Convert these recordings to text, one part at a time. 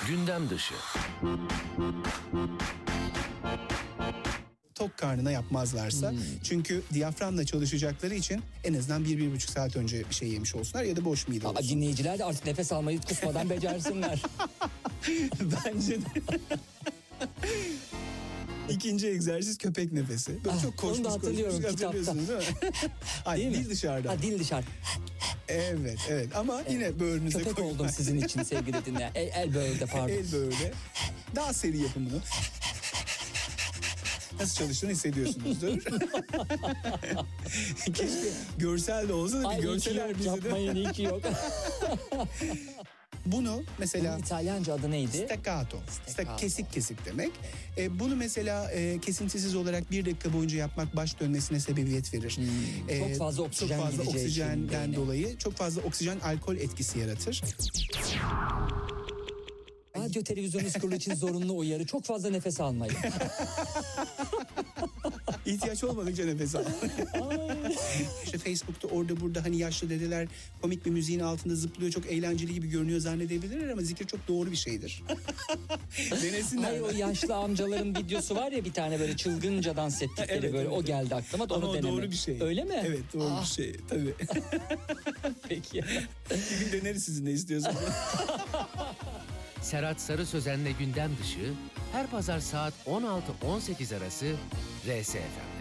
Gündem dışı. Tok karnına yapmazlarsa. Çünkü diyaframla çalışacakları için en azından 1-1,5 saat önce bir şey yemiş olsunlar ya da boş mide olsun. Dinleyiciler de artık nefes almayı kusmadan becersinler. Bence de. İkinci egzersiz köpek nefesi. Böyle çok koşmuş, onu da hatırlıyorum hatırlıyorsunuz değil mi? Hayır, dil dışarıda. Dil dışarı. Evet ama yine böğrünüze köpek koymayın. oldum sizin için sevgili dinleyen. El böğürde pardon. El böğürde. Daha seri yapın bunu. Nasıl çalıştığını hissediyorsunuzdur. Keşke görsel de olsa da bir görseler bizi de. Yapmayın, iyi ki yok. Bunu mesela... Bunun İtalyanca adı neydi? Staccato. Kesik kesik demek. Bunu mesela kesintisiz olarak 1 dakika boyunca yapmak baş dönmesine sebebiyet verir. Çok fazla oksijenden dolayı çok fazla oksijen alkol etkisi yaratır. Radyo televizyonunuz kurulu için zorunlu uyarı. Çok fazla nefes almayın. İhtiyaç olmadıkça nefes al. İşte Facebook'ta orada burada hani yaşlı dedeler komik bir müziğin altında zıplıyor, çok eğlenceli gibi görünüyor zannedebilirler ama zikir çok doğru bir şeydir. Denesinler. Hayır, o yaşlı amcaların videosu var ya bir tane böyle çılgınca dans ettikleri evet, böyle evet. O geldi aklıma da ama onu o denemek. doğru bir şey. Öyle mi? Evet doğru bir şey tabii. Peki. Bir gün deneriz sizin ne istiyorsunuz. Serhat Sarı Sözen'le Gündem Dışı her pazar saat 16-18 arası RSFM'de.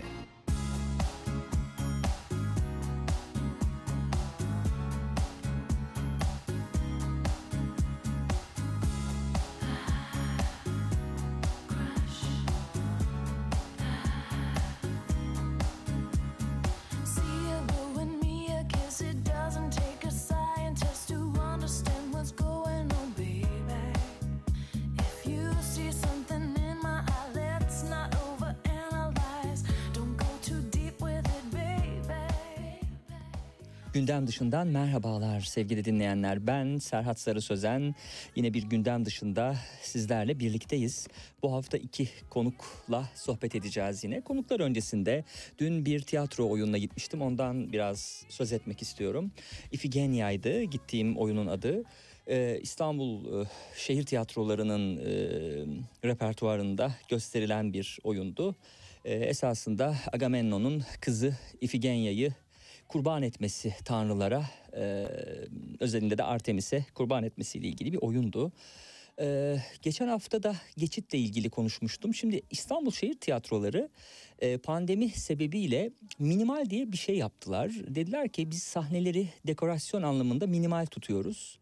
Gündem dışından merhabalar sevgili dinleyenler. Ben Serhat Sarı Sözen. Yine bir gündem dışında sizlerle birlikteyiz. Bu hafta 2 konukla sohbet edeceğiz yine. Konuklar öncesinde dün bir tiyatro oyununa gitmiştim. Ondan biraz söz etmek istiyorum. İfigenia'ydı gittiğim oyunun adı. İstanbul şehir tiyatrolarının repertuarında gösterilen bir oyundu. Esasında Agamemnon'un kızı İfigenia'yı kurban etmesi tanrılara, özelinde de Artemis'e kurban etmesiyle ilgili bir oyundu. Geçen hafta da geçitle ilgili konuşmuştum. Şimdi İstanbul Şehir Tiyatroları pandemi sebebiyle minimal diye bir şey yaptılar. Dediler ki biz sahneleri dekorasyon anlamında minimal tutuyoruz.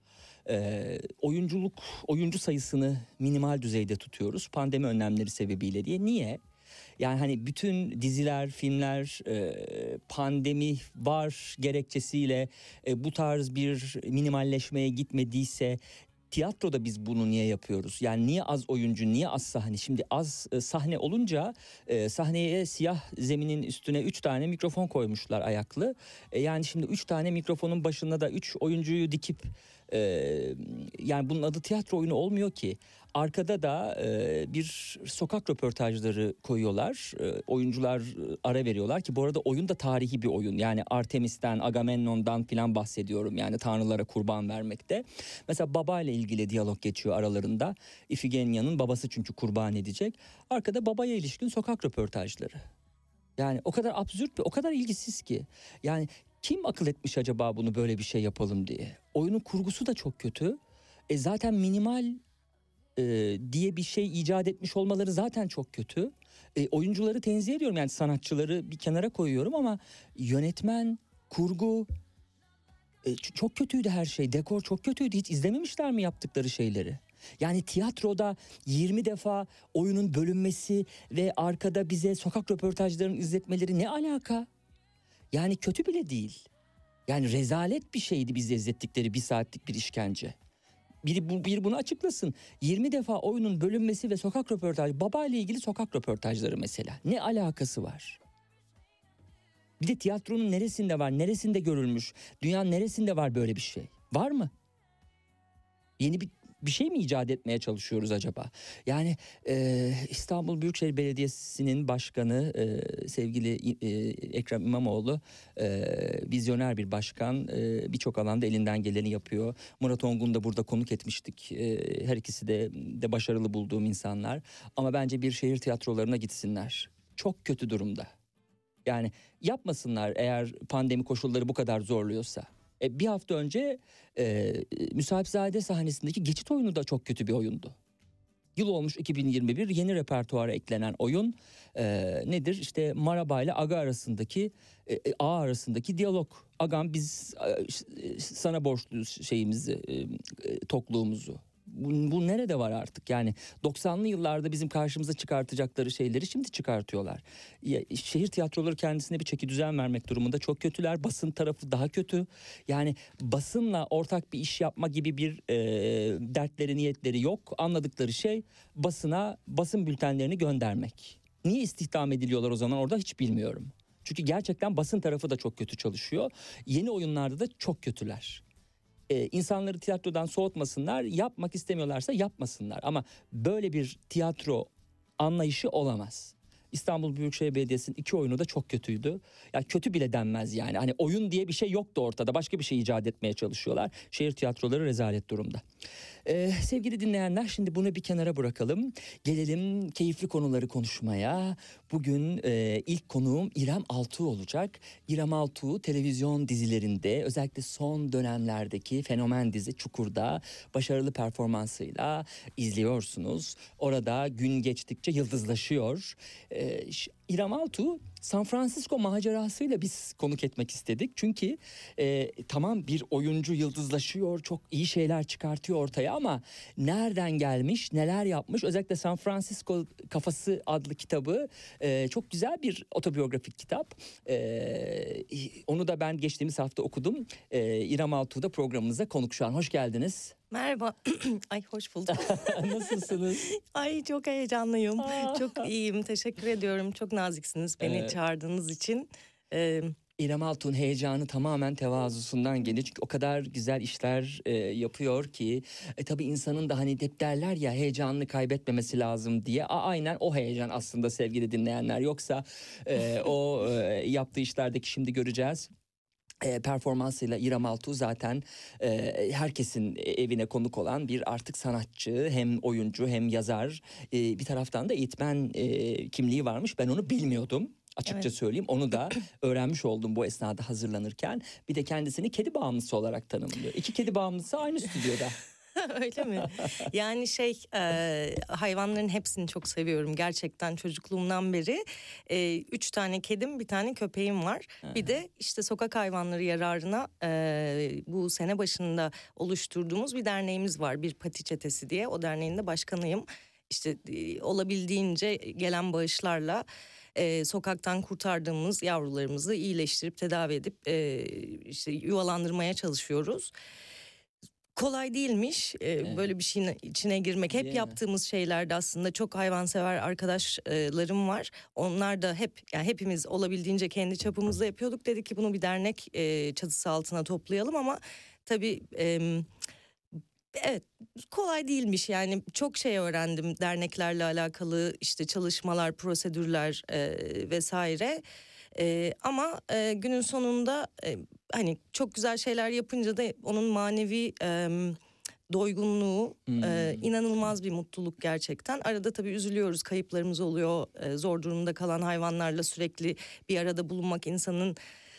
Oyuncu sayısını minimal düzeyde tutuyoruz pandemi önlemleri sebebiyle diye. Niye? Yani hani bütün diziler, filmler pandemi var gerekçesiyle bu tarz bir minimalleşmeye gitmediyse tiyatroda biz bunu niye yapıyoruz? Yani niye az oyuncu, niye az sahne? Şimdi az sahne olunca sahneye siyah zeminin üstüne 3 tane mikrofon koymuşlar ayaklı. Yani şimdi 3 tane mikrofonun başına da 3 oyuncuyu dikip yani bunun adı tiyatro oyunu olmuyor ki. Arkada da bir sokak röportajları koyuyorlar. Oyuncular ara veriyorlar ki bu arada oyun da tarihi bir oyun. Yani Artemis'ten, Agamemnon'dan falan bahsediyorum. Yani tanrılara kurban vermekte. Mesela babayla ilgili diyalog geçiyor aralarında. İfigenia'nın babası çünkü kurban edecek. Arkada babaya ilişkin sokak röportajları. Yani o kadar absürt ve o kadar ilgisiz ki. Yani kim akıl etmiş acaba bunu böyle bir şey yapalım diye. Oyunun kurgusu da çok kötü. Zaten minimal diye bir şey icat etmiş olmaları zaten çok kötü. Oyuncuları tenzih ediyorum, yani sanatçıları bir kenara koyuyorum ama yönetmen, kurgu çok kötüydü her şey. Dekor çok kötüydü. Hiç izlememişler mi yaptıkları şeyleri? Yani tiyatroda 20 defa oyunun bölünmesi ve arkada bize sokak röportajlarını izletmeleri ne alaka? Yani kötü bile değil. Yani rezalet bir şeydi bize izlettikleri 1 saatlik bir işkence. Biri bunu açıklasın. 20 defa oyunun bölünmesi ve sokak röportajı, babayla ilgili sokak röportajları mesela. Ne alakası var? Bir de tiyatronun neresinde var, neresinde görülmüş, dünyanın neresinde var böyle bir şey? Var mı? Yeni bir bir şey mi icat etmeye çalışıyoruz acaba? Yani İstanbul Büyükşehir Belediyesi'nin başkanı sevgili Ekrem İmamoğlu vizyoner bir başkan. Birçok alanda elinden geleni yapıyor. Murat Ongun'u da burada konuk etmiştik. Her ikisi de başarılı bulduğum insanlar. Ama bence bir şehir tiyatrolarına gitsinler. Çok kötü durumda. Yani yapmasınlar eğer pandemi koşulları bu kadar zorluyorsa. Bir hafta önce Müsahipzade sahnesindeki Geçit oyunu da çok kötü bir oyundu. Yıl olmuş 2021, yeni repertuara eklenen oyun nedir? İşte Maraba ile Aga arasındaki A arasındaki diyalog. Agam biz sana borçluyuz şeyimizi, tokluğumuzu. Bu nerede var artık? Yani 90'lı yıllarda bizim karşımıza çıkartacakları şeyleri şimdi çıkartıyorlar. Şehir tiyatroları kendisine bir çekidüzen vermek durumunda, çok kötüler. Basın tarafı daha kötü. Yani basınla ortak bir iş yapma gibi bir dertleri, niyetleri yok. Anladıkları şey basına basın bültenlerini göndermek. Niye istihdam ediliyorlar o zaman orada hiç bilmiyorum. Çünkü gerçekten basın tarafı da çok kötü çalışıyor. Yeni oyunlarda da çok kötüler. İnsanları tiyatrodan soğutmasınlar, yapmak istemiyorlarsa yapmasınlar. Ama böyle bir tiyatro anlayışı olamaz. İstanbul Büyükşehir Belediyesi'nin 2 oyunu da çok kötüydü. Ya kötü bile denmez yani. Hani oyun diye bir şey yoktu ortada. Başka bir şey icat etmeye çalışıyorlar. Şehir tiyatroları rezalet durumda. Sevgili dinleyenler, şimdi bunu bir kenara bırakalım. Gelelim keyifli konuları konuşmaya. Bugün ilk konuğum İrem Altuğ olacak. İrem Altuğ televizyon dizilerinde, özellikle son dönemlerdeki fenomen dizi Çukur'da başarılı performansıyla izliyorsunuz. Orada gün geçtikçe yıldızlaşıyor. İrem Altuğ San Francisco macerasıyla biz konuk etmek istedik. Çünkü tamam, bir oyuncu yıldızlaşıyor, çok iyi şeyler çıkartıyor ortaya ama nereden gelmiş, neler yapmış? Özellikle San Francisco Kafası adlı kitabı çok güzel bir otobiyografik kitap. Onu da ben geçtiğimiz hafta okudum. İrem Altuğ da programımıza konuk şu an. Hoş geldiniz. Merhaba. Ay hoş bulduk. Nasılsınız? Ay çok heyecanlıyım. Çok iyiyim. Teşekkür ediyorum. Çok naziksiniz beni çağırdığınız için. İrem Altuğ'un heyecanı tamamen tevazusundan geliyor. Çünkü o kadar güzel işler yapıyor ki tabii insanın da hani hep derler ya, heyecanını kaybetmemesi lazım diye. Aynen o heyecan aslında sevgili dinleyenler. Yoksa o yaptığı işlerdeki, şimdi göreceğiz, performansıyla İrem Altuğ zaten herkesin evine konuk olan bir artık sanatçı, hem oyuncu hem yazar. Bir taraftan da eğitmen kimliği varmış. Ben onu bilmiyordum. Açıkça söyleyeyim, onu da öğrenmiş oldum bu esnada hazırlanırken. Bir de kendisini kedi bağımlısı olarak tanımlıyor. 2 kedi bağımlısı aynı stüdyoda. Öyle mi? Yani hayvanların hepsini çok seviyorum. Gerçekten çocukluğumdan beri 3 tane kedim, bir tane köpeğim var. Bir de işte sokak hayvanları yararına bu sene başında oluşturduğumuz bir derneğimiz var. Bir Pati Çetesi diye. O derneğin de başkanıyım. İşte olabildiğince gelen bağışlarla sokaktan kurtardığımız yavrularımızı iyileştirip tedavi edip işte yuvalandırmaya çalışıyoruz. Kolay değilmiş böyle bir şeyin içine girmek. Hep yaptığımız şeylerde aslında çok hayvansever arkadaşlarım var. Onlar da hepimiz olabildiğince kendi çapımızda yapıyorduk. Dedik ki bunu bir dernek çatısı altına toplayalım ama tabii evet, kolay değilmiş. Yani çok şey öğrendim derneklerle alakalı, işte çalışmalar, prosedürler vesaire. Ama günün sonunda hani çok güzel şeyler yapınca da onun manevi doygunluğu inanılmaz bir mutluluk gerçekten. Arada tabii üzülüyoruz, kayıplarımız oluyor. Zor durumda kalan hayvanlarla sürekli bir arada bulunmak insanın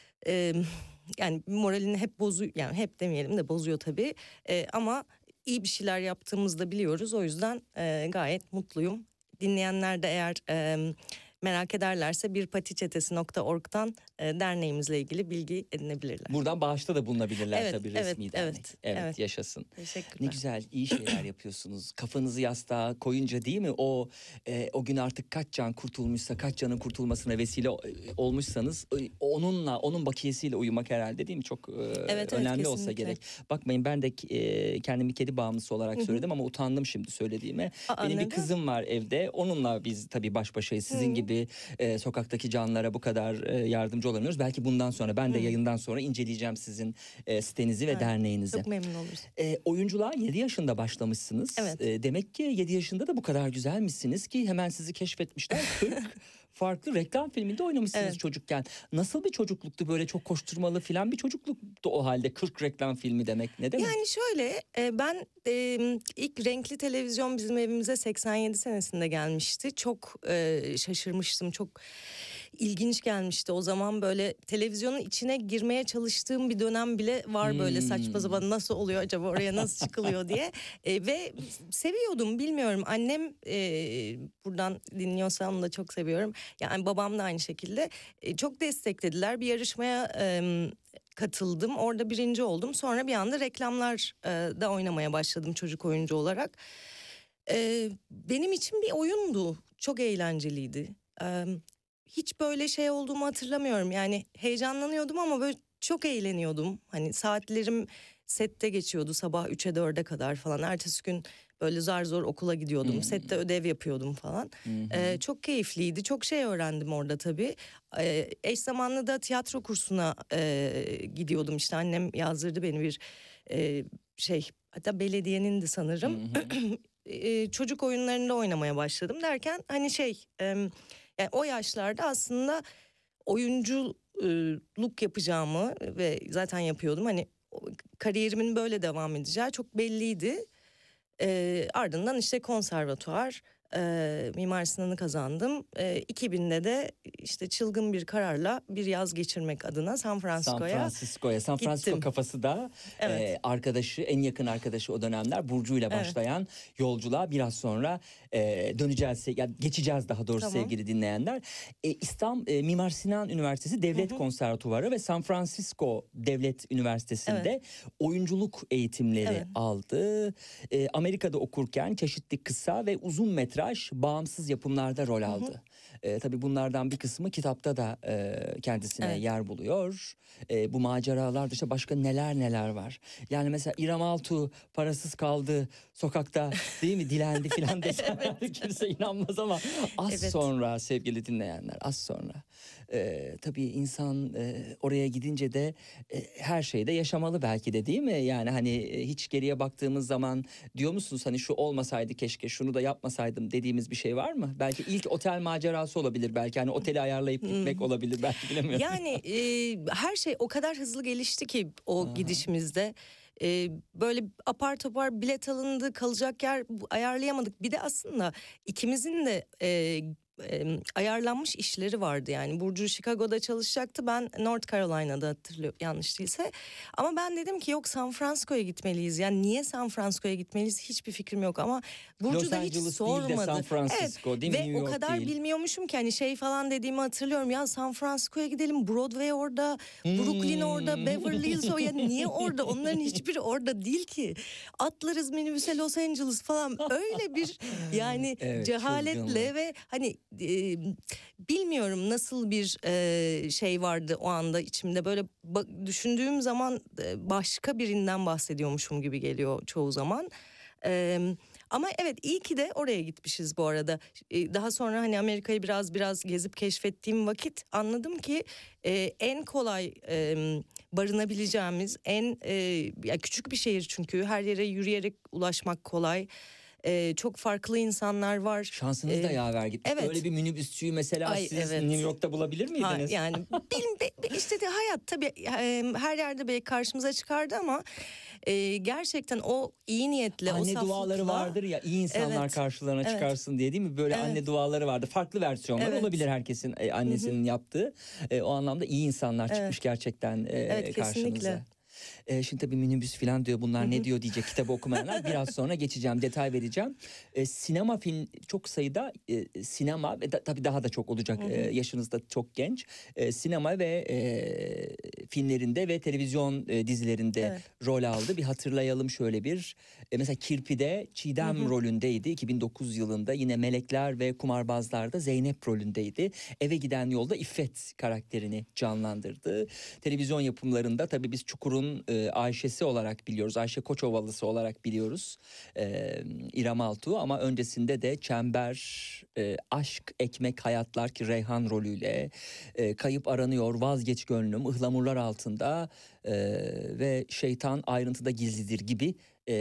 yani moralini hep bozuyor. Yani hep demeyelim de bozuyor tabii. Ama iyi bir şeyler yaptığımızda biliyoruz. O yüzden gayet mutluyum. Dinleyenler de eğer merak ederlerse birpatiçetesi.org'dan derneğimizle ilgili bilgi edinebilirler. Buradan bağışta da bulunabilirler Evet, tabii, evet, resmi dernek. evet. Yaşasın. Teşekkürler. Ne güzel, iyi şeyler yapıyorsunuz. Kafanızı yastığa koyunca, değil mi? O gün artık kaç can kurtulmuşsa, kaç canın kurtulmasına vesile olmuşsanız onun bakiyesiyle uyumak herhalde, değil mi? Çok önemli olsa gerek. Bakmayın, ben de kendimi kedi bağımlısı olarak söyledim ama utandım şimdi söylediğime. Benim neden? bir kızım var evde. Onunla biz tabii baş başayız. Sizin gibi sokaktaki canlara bu kadar yardımcı yardımcı olamıyoruz. Belki bundan sonra ben de yayından sonra inceleyeceğim sizin sitenizi ve derneğinizi. Çok memnun oluruz. Oyunculuğa 7 yaşında başlamışsınız. Evet. Demek ki 7 yaşında da bu kadar güzelmişsiniz ki hemen sizi keşfetmişler. 40 farklı reklam filminde oynamışsınız çocukken. Nasıl bir çocukluktu, böyle çok koşturmalı falan bir çocukluktu o halde, 40 reklam filmi demek, ne demek? Yani şöyle ben ilk renkli televizyon bizim evimize 87 senesinde gelmişti. Çok şaşırmıştım, çok ilginç gelmişti. O zaman böyle televizyonun içine girmeye çalıştığım bir dönem bile var, böyle saçma sapan, nasıl oluyor acaba, oraya nasıl çıkılıyor diye. Ve seviyordum, bilmiyorum. Annem buradan dinliyorsam da çok seviyorum. Yani babam da aynı şekilde çok desteklediler. Bir yarışmaya katıldım. Orada birinci oldum. Sonra bir anda reklamlar da oynamaya başladım çocuk oyuncu olarak. Benim için bir oyundu. Çok eğlenceliydi. Hiç böyle şey olduğumu hatırlamıyorum. Yani heyecanlanıyordum ama böyle çok eğleniyordum. Hani saatlerim sette geçiyordu, sabah 3'e 4'e kadar falan. Ertesi gün böyle zar zor okula gidiyordum. Sette ödev yapıyordum falan. Çok keyifliydi. Çok şey öğrendim orada tabii. Eş zamanlı da tiyatro kursuna gidiyordum. İşte annem yazdırdı beni bir hatta belediyenin de sanırım. Çocuk oyunlarında oynamaya başladım derken hani yani o yaşlarda aslında oyunculuk yapacağımı ve zaten yapıyordum. Hani kariyerimin böyle devam edeceği çok belliydi. Ardından işte konservatuvar, Mimar Sinan'ı kazandım. 2000'de de işte çılgın bir kararla bir yaz geçirmek adına San Francisco'ya San Francisco gittim. kafası da arkadaşı, en yakın arkadaşı o dönemler Burcu ile başlayan yolculuğa biraz sonra döneceğiz, yani geçeceğiz daha doğrusu sevgili dinleyenler. Mimar Sinan Üniversitesi Devlet Konservatuvarı ve San Francisco Devlet Üniversitesi'nde oyunculuk eğitimleri aldı. Amerika'da okurken çeşitli kısa ve uzun metraj bağımsız yapımlarda rol aldı. Tabii bunlardan bir kısmı kitapta da kendisine yer buluyor. Bu maceralar dışında başka neler var. Yani mesela İrem Altuğ parasız kaldı sokakta, değil mi, dilendi filan desen kimse inanmaz ama az sonra sevgili dinleyenler, az sonra. Tabii insan oraya gidince de her şeyde yaşamalı belki de, değil mi? Yani hani hiç geriye baktığımız zaman diyor musunuz hani şu olmasaydı keşke, şunu da yapmasaydım dediğimiz bir şey var mı? Belki ilk otel macerası olabilir, belki hani oteli ayarlayıp gitmek olabilir, belki bilemiyorum. Yani her şey o kadar hızlı gelişti ki o gidişimizde. Böyle apar topar bilet alındı, kalacak yer ayarlayamadık. Bir de aslında ikimizin de ayarlanmış işleri vardı yani. Burcu Chicago'da çalışacaktı, ben North Carolina'da, hatırlıyorum yanlış değilse. Ama ben dedim ki yok, San Francisco'ya gitmeliyiz. Yani niye San Francisco'ya gitmeliyiz hiçbir fikrim yok ama Burcu Los da hiç Angeles sormadı. değil de San Francisco, değil mi? Ve New York o kadar değil. bilmiyormuşum ki hani falan dediğimi hatırlıyorum. Ya San Francisco'ya gidelim, Broadway orada, Brooklyn orada, Beverly Hills ya niye orada? Onların hiçbiri orada değil ki. Atlarız minibüse Los Angeles falan. Öyle bir yani cehaletle çılgınlık. ve hani bilmiyorum nasıl bir şey vardı o anda içimde. Böyle düşündüğüm zaman başka birinden bahsediyormuşum gibi geliyor çoğu zaman. Ama evet, iyi ki de oraya gitmişiz bu arada. Daha sonra hani Amerika'yı biraz gezip keşfettiğim vakit anladım ki en kolay barınabileceğimiz ya küçük bir şehir, çünkü her yere yürüyerek ulaşmak kolay. Çok farklı insanlar var. Şansınız da yaver gitmiş. Evet. Böyle bir minibüsçüyü mesela siz New York'ta bulabilir miydiniz? Yani işte de hayat tabii her yerde belki karşımıza çıkardı ama gerçekten o iyi niyetle, o Anne saflıkla. duaları vardır ya, iyi insanlar karşılarına çıkarsın diye, değil mi? Böyle anne duaları vardı. Farklı versiyonlar olabilir herkesin annesinin yaptığı. O anlamda iyi insanlar çıkmış gerçekten karşınıza. Kesinlikle. Şimdi tabii minibüs falan diyor, bunlar ne diyor diyecek kitabı okumayanlar. Biraz sonra geçeceğim, detay vereceğim. Sinema film, çok sayıda sinema ve tabii daha da çok olacak, yaşınız da çok genç. Sinema ve filmlerinde ve televizyon dizilerinde rol aldı. Bir hatırlayalım şöyle bir. Mesela Kirpi'de Çiğdem rolündeydi 2009 yılında. Yine Melekler ve Kumarbazlar'da Zeynep rolündeydi. Eve Giden Yolda İffet karakterini canlandırdı. Televizyon yapımlarında tabii biz Çukur'un Altuğ'un Ayşe'si olarak biliyoruz. Ayşe Koçovalısı olarak biliyoruz İrem Altuğ, ama öncesinde de Çember, Aşk, Ekmek, Hayatlar ki Reyhan rolüyle, Kayıp Aranıyor, Vazgeç Gönlüm, Ihlamurlar Altında ve Şeytan Ayrıntıda Gizlidir gibi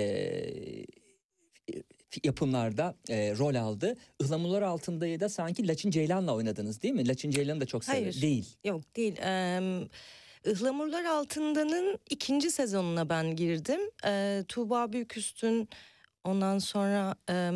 yapımlarda rol aldı. Ihlamurlar Altında'yı da sanki Laçin Ceylan'la oynadınız değil mi? Laçin Ceylan'ı da çok Hayır. değil. Yok değil. Ihlamurlar Altında'nın 2. sezonuna ben girdim. Tuğba Büyüküstün, ondan sonra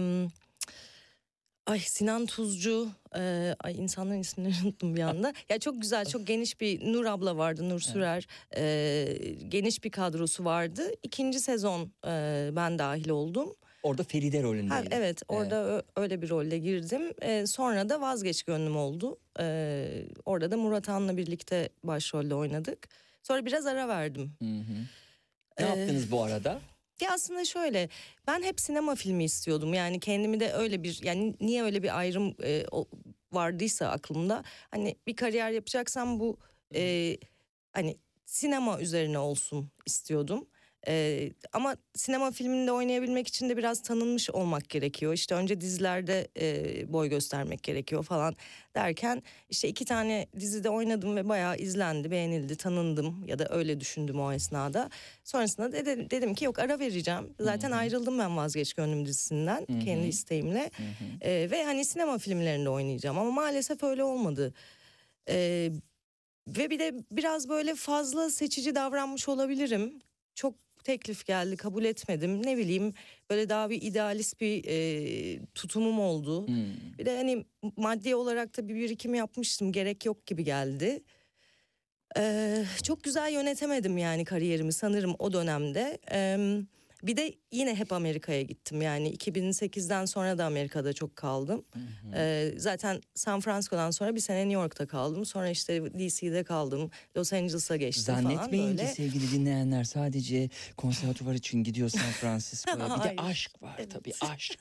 Sinan Tuzcu, insanların isimlerini unuttum bir anda. Ya çok güzel, çok geniş bir Nur abla vardı, Nur Sürer. Geniş bir kadrosu vardı. 2. sezon ben dahil oldum. Orada Feride rolündeydi. Evet, orada öyle bir rolle girdim. Sonra da Vazgeç Gönlüm oldu. Orada da Murat Han'la birlikte başrolde oynadık. Sonra biraz ara verdim. Ne yaptınız bu arada? Ya aslında şöyle, ben hep sinema filmi istiyordum. Yani kendimi de öyle bir, yani niye öyle bir ayrım vardıysa aklımda. Hani bir kariyer yapacaksam bu hani sinema üzerine olsun istiyordum. Ama sinema filminde oynayabilmek için de biraz tanınmış olmak gerekiyor. İşte önce dizilerde boy göstermek gerekiyor falan derken işte 2 tane dizide oynadım ve bayağı izlendi, beğenildi, tanındım ya da öyle düşündüm o esnada. Sonrasında dedim ki yok, ara vereceğim. Zaten ayrıldım ben Vazgeç Gönlüm dizisinden kendi isteğimle. Ve hani sinema filmlerinde oynayacağım ama maalesef öyle olmadı. Ve bir de biraz böyle fazla seçici davranmış olabilirim. Çok teklif geldi, kabul etmedim. Ne bileyim, böyle daha bir idealist bir tutumum oldu. Bir de hani maddi olarak da bir birikim yapmıştım. Gerek yok gibi geldi. Çok güzel yönetemedim yani kariyerimi sanırım o dönemde. Bir de yine hep Amerika'ya gittim. Yani 2008'den sonra da Amerika'da çok kaldım. Zaten San Francisco'dan sonra bir sene New York'ta kaldım. Sonra işte DC'de kaldım. Los Angeles'a geçtim falan böyle. Zannetmeyin ki sevgili dinleyenler sadece konservatuvar için gidiyor San Francisco'ya. Bir de aşk var tabii, aşk.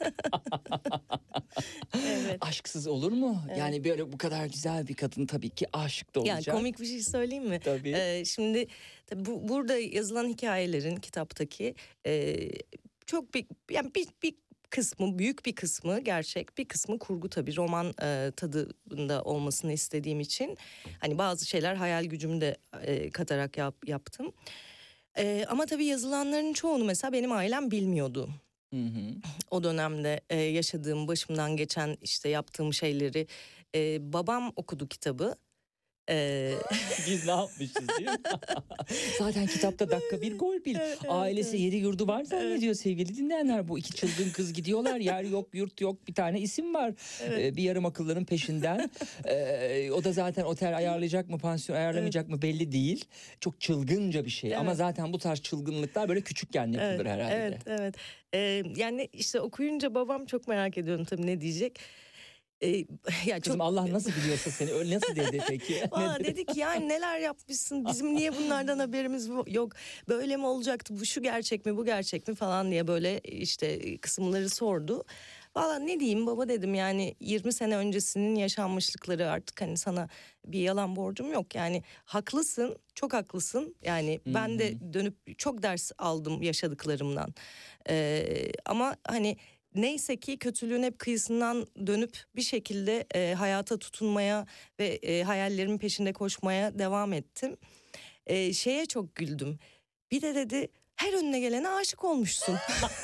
Evet. Aşksız olur mu? Evet. Yani böyle bu kadar güzel bir kadın tabii ki aşık da olacak. Yani komik bir şey söyleyeyim mi? Tabii. Şimdi tabii burada yazılan hikayelerin, kitaptaki çok yani bir kısmı, büyük bir kısmı gerçek, bir kısmı kurgu tabii, roman tadında olmasını istediğim için hani bazı şeyler hayal gücümü de katarak yaptım. Ama tabii yazılanların çoğunu mesela benim ailem bilmiyordu. O dönemde yaşadığım, başımdan geçen, işte yaptığım şeyleri babam okudu kitabı. Biz ne yapmışız değil mi? Zaten kitapta dakika bir gol bir. Ailesi yeri yurdu var zannediyor sevgili dinleyenler. Bu 2 çılgın kız gidiyorlar. Yer yok, yurt yok. Bir tane isim var. Bir yarım akılların peşinden. O da zaten otel ayarlayacak mı, pansiyon ayarlamayacak mı belli değil. Çok çılgınca bir şey. Ama zaten bu tarz çılgınlıklar böyle küçükken yapılır herhalde. Evet. Yani işte okuyunca babam, çok merak ediyorum tabii ne diyecek. Ya Kızım çok... Allah nasıl biliyorsa seni, öyle nasıl dedi peki? Dedi ki yani neler yapmışsın, bizim niye bunlardan haberimiz yok, böyle mi olacaktı, bu şu gerçek mi, bu gerçek mi falan diye böyle işte kısımları sordu. Valla ne diyeyim baba dedim, yani 20 sene öncesinin yaşanmışlıkları, artık hani sana bir yalan borcum yok. Yani haklısın, çok haklısın. Yani ben de dönüp çok ders aldım yaşadıklarımdan. Ama hani neyse ki kötülüğün hep kıyısından dönüp bir şekilde hayata tutunmaya ve hayallerimin peşinde koşmaya devam ettim. Şeye çok güldüm. Bir de dedi, her önüne gelene aşık olmuşsun.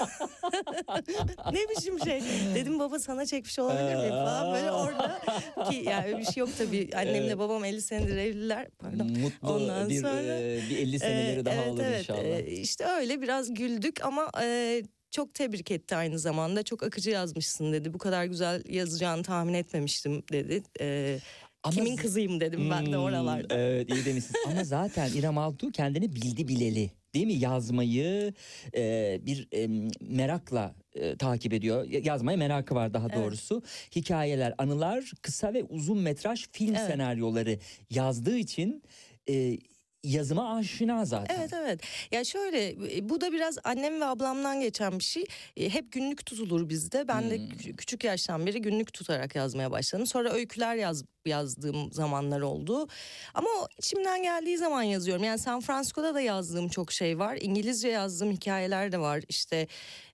Ne biçim şey? Dedim baba, sana çekmiş olabilir miyim falan, böyle orada ki yani öyle bir şey yok tabii. Annemle babam 50 senedir evliler. Pardon. Mutlu Ondan bir sonra 50 seneleri daha olur inşallah. İşte öyle biraz güldük ama çok tebrik etti aynı zamanda. Çok akıcı yazmışsın dedi. Bu kadar güzel yazacağını tahmin etmemiştim dedi. Kimin kızıyım dedim ben de oralarda. Evet, iyi demişsiniz. Ama zaten İrem Altuğ kendini bildi bileli, değil mi? Yazmayı bir merakla takip ediyor. Yazmaya merakı var daha doğrusu. Hikayeler, anılar, kısa ve uzun metraj film senaryoları yazdığı için yazıma aşina zaten. Evet evet. Ya şöyle, bu da biraz annem ve ablamdan geçen bir şey. Hep günlük tutulur bizde. Ben de küçük yaştan beri günlük tutarak yazmaya başladım. Sonra öyküler yazdığım zamanlar oldu. Ama o içimden geldiği zaman yazıyorum. Yani San Francisco'da da yazdığım çok şey var. İngilizce yazdığım hikayeler de var. İşte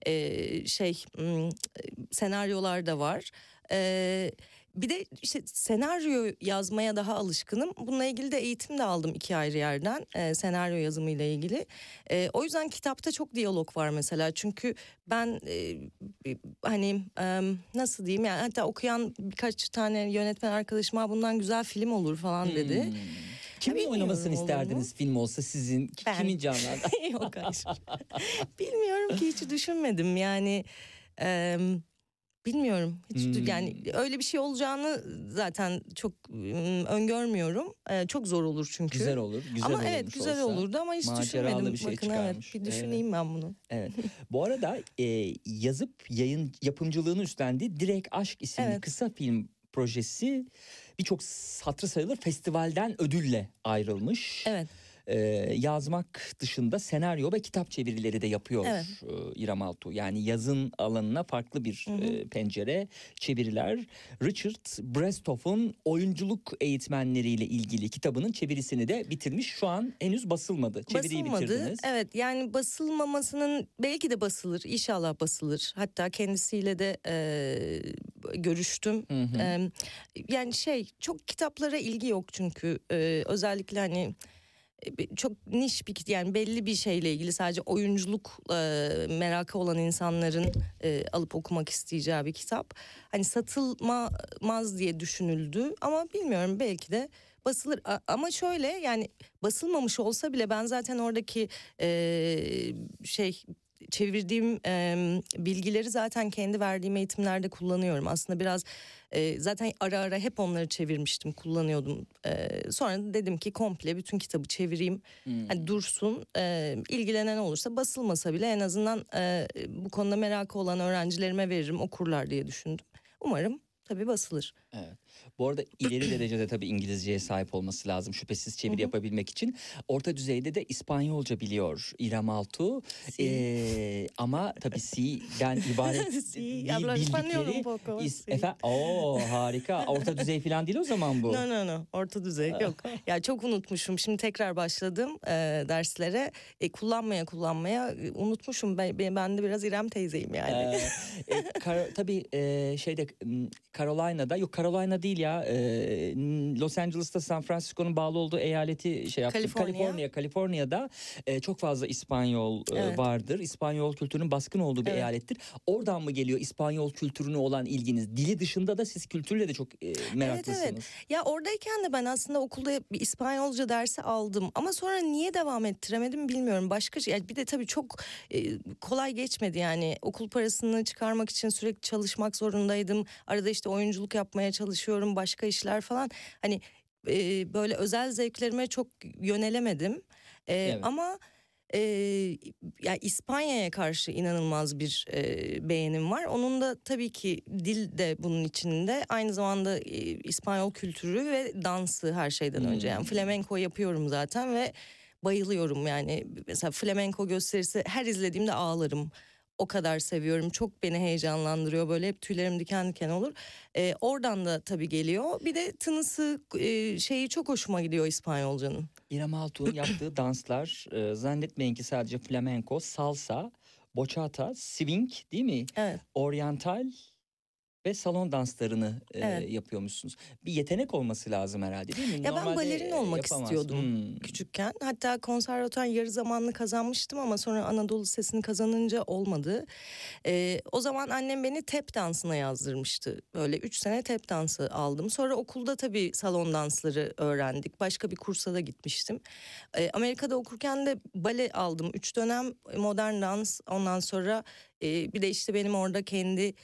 senaryolar da var. Bir de işte senaryo yazmaya daha alışkınım. Bununla ilgili de eğitim de aldım 2 ayrı yerden, senaryo yazımıyla ilgili. O yüzden kitapta çok diyalog var mesela. Çünkü ben hani nasıl diyeyim, yani hatta okuyan birkaç tane yönetmen arkadaşıma bundan güzel film olur falan dedi. Kimin bilmiyorum, oynamasını olur mu? isterdiniz film olsa sizin? Ben. Kimin canlardan? Yok hayır. Bilmiyorum ki, hiç düşünmedim yani. Bilmiyorum hiç, yani öyle bir şey olacağını zaten çok öngörmüyorum. Çok zor olur çünkü. Güzel olur. Güzel ama olurmuş evet güzel olsa. olurdu ama hiç Maceralı düşünmedim. bir şey Bakın çıkarmış. evet, bir düşüneyim ben bunu. Evet. Bu arada yazıp yayın yapımcılığını üstlendiği Direkt Aşk isimli Evet. kısa film projesi birçok hatırı sayılır festivalden ödülle ayrılmış. Evet. Yazmak dışında senaryo ve kitap çevirileri de yapıyor Evet. İrem Altuğ. Yani yazın alanına farklı bir pencere, çeviriler. Richard Brestoff'un oyunculuk eğitmenleriyle ilgili kitabının çevirisini de bitirmiş. Şu an henüz basılmadı. Çeviriyi bitirdiniz. Evet, yani basılmamasının, belki de basılır, inşallah basılır. Hatta kendisiyle de görüştüm. Yani çok kitaplara ilgi yok çünkü özellikle hani çok niş bir, yani belli bir şeyle ilgili sadece oyunculuk merakı olan insanların alıp okumak isteyeceği bir kitap. Hani satılmaz diye düşünüldü ama bilmiyorum, belki de basılır. Ama şöyle, yani basılmamış olsa bile ben zaten oradaki çevirdiğim bilgileri zaten kendi verdiğim eğitimlerde kullanıyorum. Aslında biraz zaten ara ara hep onları çevirmiştim, kullanıyordum. Sonra da dedim ki komple bütün kitabı çevireyim. Hani dursun, ilgilenen olursa, basılmasa bile en azından bu konuda merakı olan öğrencilerime veririm, okurlar diye düşündüm. Umarım tabii basılır. Evet. Bu arada ileri derecede tabii İngilizceye sahip olması lazım şüphesiz çeviri yapabilmek için. Orta düzeyde de İspanyolca biliyor İrem Altuğ. Ama tabii C'den ibaret bildikleri. Harika. Orta düzey falan değil o zaman bu. No. Orta düzey yok. Ya çok unutmuşum. Şimdi tekrar başladım derslere. Kullanmaya unutmuşum. Ben de biraz İrem teyzeyim yani. Tabii Carolina'da, yok Carolina değil ya, Los Angeles'ta San Francisco'nun bağlı olduğu eyaleti Kaliforniya'da çok fazla İspanyol vardır. İspanyol kültürünün baskın olduğu bir eyalettir. Oradan mı geliyor İspanyol kültürüne olan ilginiz? Dili dışında da siz kültürle de çok meraklısınız. Evet. Ya oradayken de ben aslında okulda bir İspanyolca dersi aldım ama sonra niye devam ettiremedim bilmiyorum. Başka şey, bir de tabii çok kolay geçmedi yani. Okul parasını çıkarmak için sürekli çalışmak zorundaydım. Arada işte oyunculuk yapmaya çalışıyorum, başka işler falan. Hani böyle özel zevklerime çok yönelemedim. Ama ya İspanya'ya karşı inanılmaz bir beğenim var. Onun da tabii ki dil de bunun içinde. Aynı zamanda İspanyol kültürü ve dansı her şeyden önce. Yani flamenco yapıyorum zaten ve bayılıyorum yani. Mesela flamenco gösterisi her izlediğimde ağlarım. O kadar seviyorum. Çok beni heyecanlandırıyor. Böyle hep tüylerim diken diken olur. Oradan da tabii geliyor. Bir de tınısı şeyi çok hoşuma gidiyor İspanyolcanın. İrem Altuğ'un yaptığı danslar zannetmeyin ki sadece flamenco, salsa, bachata, swing değil mi? Evet. Oryantal ve salon danslarını yapıyormuşsunuz. Bir yetenek olması lazım herhalde değil mi? Ya ben balerin olmak yapamaz. istiyordum küçükken. Hatta konservatuar yarı zamanlı kazanmıştım ama sonra Anadolu Lisesi'ni kazanınca olmadı. O zaman annem beni tep dansına yazdırmıştı. Böyle 3 sene tep dansı aldım. Sonra okulda tabii salon dansları öğrendik. Başka bir kursa da gitmiştim. Amerika'da okurken de bale aldım. 3 dönem modern dans. Ondan sonra bir de işte benim orada kendi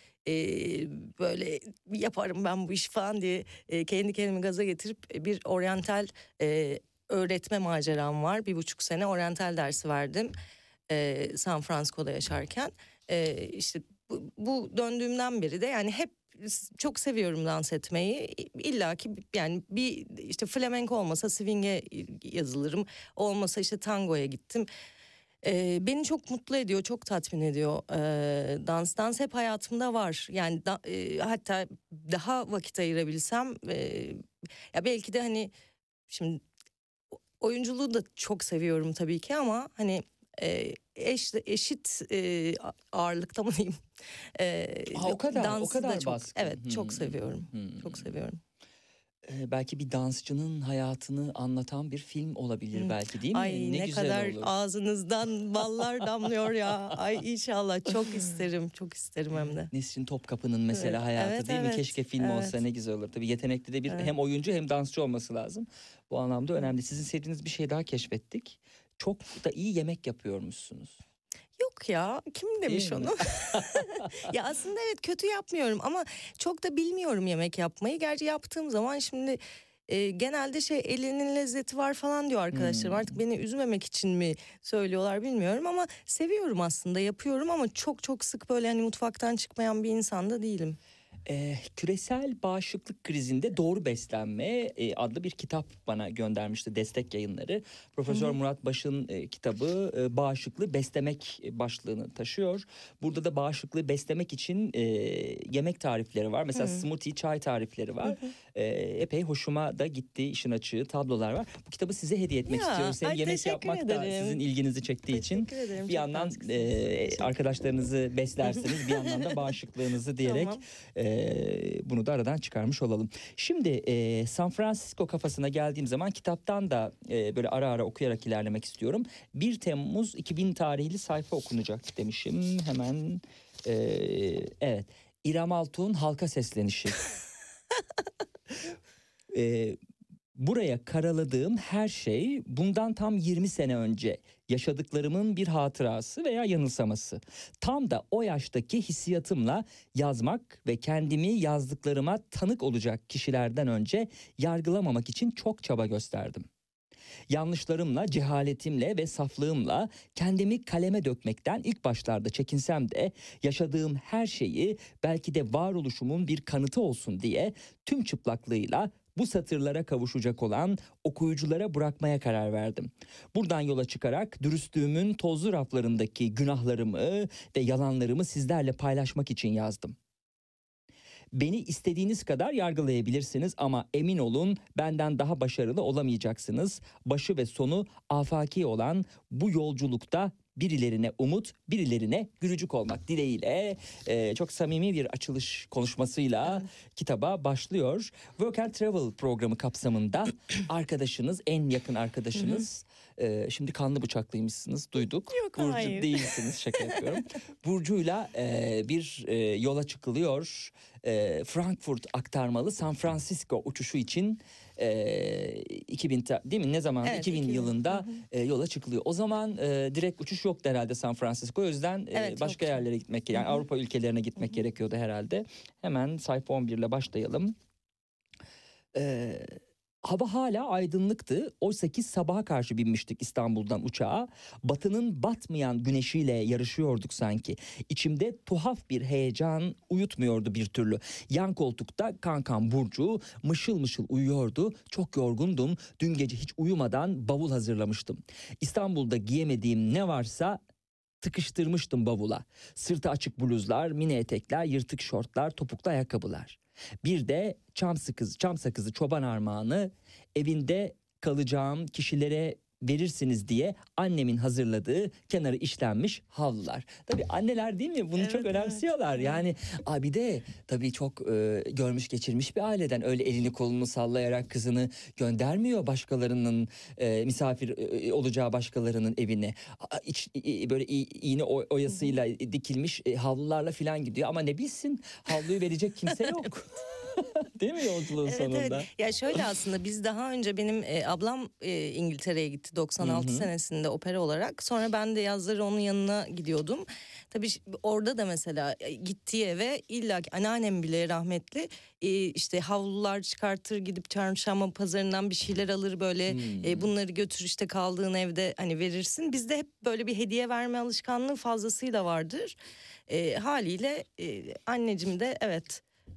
böyle yaparım ben bu işi falan diye kendi kendimi gaza getirip bir oryantal öğretme maceram var. 1,5 sene oryantal dersi verdim San Francisco'da yaşarken. İşte bu döndüğümden beri de yani hep çok seviyorum dans etmeyi. İlla ki yani bir işte flamenco olmasa swing'e yazılırım. Olmasa işte tangoya gittim. Beni çok mutlu ediyor, çok tatmin ediyor dans. Dans hep hayatımda var. Yani hatta daha vakit ayırabilsem ya belki de hani şimdi oyunculuğu da çok seviyorum tabii ki ama hani eşit ağırlıkta mı diyeyim? O kadar Dansı da çok, baskın. evet, çok seviyorum. Çok seviyorum. Belki bir dansçının hayatını anlatan bir film olabilir belki, değil mi? Ay ne güzel kadar olur. ağzınızdan ballar damlıyor ya. Ay inşallah, çok isterim, çok isterim hem de. Nesrin Topkapı'nın mesela hayatı, Evet, değil mi? evet, Keşke film evet. olsa ne güzel olur. Tabii yetenekli de bir hem oyuncu hem dansçı olması lazım. Bu anlamda önemli. Sizin sevdiğiniz bir şey daha keşfettik. Çok da iyi yemek yapıyormuşsunuz. Yok ya, kim demiş Değil mi? onu? Ya aslında evet, kötü yapmıyorum ama çok da bilmiyorum yemek yapmayı. Gerçi yaptığım zaman şimdi genelde elinin lezzeti var falan diyor arkadaşlarım. Artık beni üzmemek için mi söylüyorlar bilmiyorum ama seviyorum, aslında yapıyorum ama çok çok sık böyle hani mutfaktan çıkmayan bir insan da değilim. Küresel bağışıklık krizinde doğru beslenme adlı bir kitap bana göndermişti Destek Yayınları. Profesör Murat Baş'ın kitabı bağışıklığı beslemek başlığını taşıyor. Burada da bağışıklığı beslemek için yemek tarifleri var. Mesela smoothie, çay tarifleri var. Epey hoşuma da gitti, işin açığı tablolar var. Bu kitabı size hediye etmek istiyoruz. Hem yemek teşekkür yapmak da ederim. sizin ilginizi çektiği için. Ederim, Bir çok yandan naziksiniz. arkadaşlarınızı beslersiniz, bir yandan da bağışıklığınızı diyerek Tamam. bunu da aradan çıkarmış olalım. Şimdi San Francisco kafasına geldiğim zaman kitaptan da böyle ara ara okuyarak ilerlemek istiyorum. 1 Temmuz 2000 tarihli sayfa okunacak demişim. Hemen evet. İrem Altuğ'un halka seslenişi. Buraya karaladığım her şey bundan tam 20 sene önce yaşadıklarımın bir hatırası veya yanılsaması. Tam da o yaştaki hissiyatımla yazmak ve kendimi yazdıklarıma tanık olacak kişilerden önce yargılamamak için çok çaba gösterdim. Yanlışlarımla, cehaletimle ve saflığımla kendimi kaleme dökmekten ilk başlarda çekinsem de yaşadığım her şeyi belki de varoluşumun bir kanıtı olsun diye tüm çıplaklığıyla bu satırlara kavuşacak olan okuyuculara bırakmaya karar verdim. Buradan yola çıkarak dürüstlüğümün tozlu raflarındaki günahlarımı ve yalanlarımı sizlerle paylaşmak için yazdım. Beni istediğiniz kadar yargılayabilirsiniz ama emin olun benden daha başarılı olamayacaksınız. Başı ve sonu afaki olan bu yolculukta birilerine umut, birilerine gülücük olmak dileğiyle çok samimi bir açılış konuşmasıyla kitaba başlıyor. Work and Travel programı kapsamında arkadaşınız, en yakın arkadaşınız, şimdi kanlı bıçaklıymışsınız, duyduk. Yok, Burcu hayır. değilsiniz, şaka yapıyorum. Burcu'yla bir yola çıkılıyor. Frankfurt aktarmalı San Francisco uçuşu için 2000 değil mi? Ne zaman? Evet, 2000 yılında yola çıkılıyor. O zaman direkt uçuş yoktu herhalde San Francisco. O yüzden Evet, başka yoktu. yerlere gitmek, yani Avrupa ülkelerine gitmek gerekiyordu herhalde. Hemen sayfa 11 ile başlayalım. Hava hala aydınlıktı. Oysa ki sabaha karşı binmiştik İstanbul'dan uçağa. Batının batmayan güneşiyle yarışıyorduk sanki. İçimde tuhaf bir heyecan uyutmuyordu bir türlü. Yan koltukta kankam Burcu mışıl mışıl uyuyordu. Çok yorgundum. Dün gece hiç uyumadan bavul hazırlamıştım. İstanbul'da giyemediğim ne varsa tıkıştırmıştım bavula. Sırtı açık bluzlar, mini etekler, yırtık şortlar, topuklu ayakkabılar. Bir de çam sakızı çoban armağanı, evinde kalacağım kişilere verirsiniz diye annemin hazırladığı kenarı işlenmiş havlular. Tabii anneler, değil mi? Bunu Evet, çok önemsiyorlar. evet. Yani abi de tabii çok görmüş geçirmiş bir aileden öyle elini kolunu sallayarak kızını göndermiyor başkalarının misafir olacağı başkalarının evine. Böyle iğne oyasıyla dikilmiş havlularla falan gidiyor ama ne bilsin, havluyu verecek kimse yok. Değil mi yolculuğun sonunda? Evet. Ya şöyle, aslında biz daha önce, benim ablam İngiltere'ye gitti 96 senesinde opera olarak. Sonra ben de yazları onun yanına gidiyordum. Tabii orada da mesela gittiği eve illa ki anneannem bile rahmetli işte havlular çıkartır, gidip çarşamba pazarından bir şeyler alır böyle, bunları götür işte kaldığın evde hani verirsin. Bizde hep böyle bir hediye verme alışkanlığı fazlasıyla vardır. Haliyle anneciğim de evet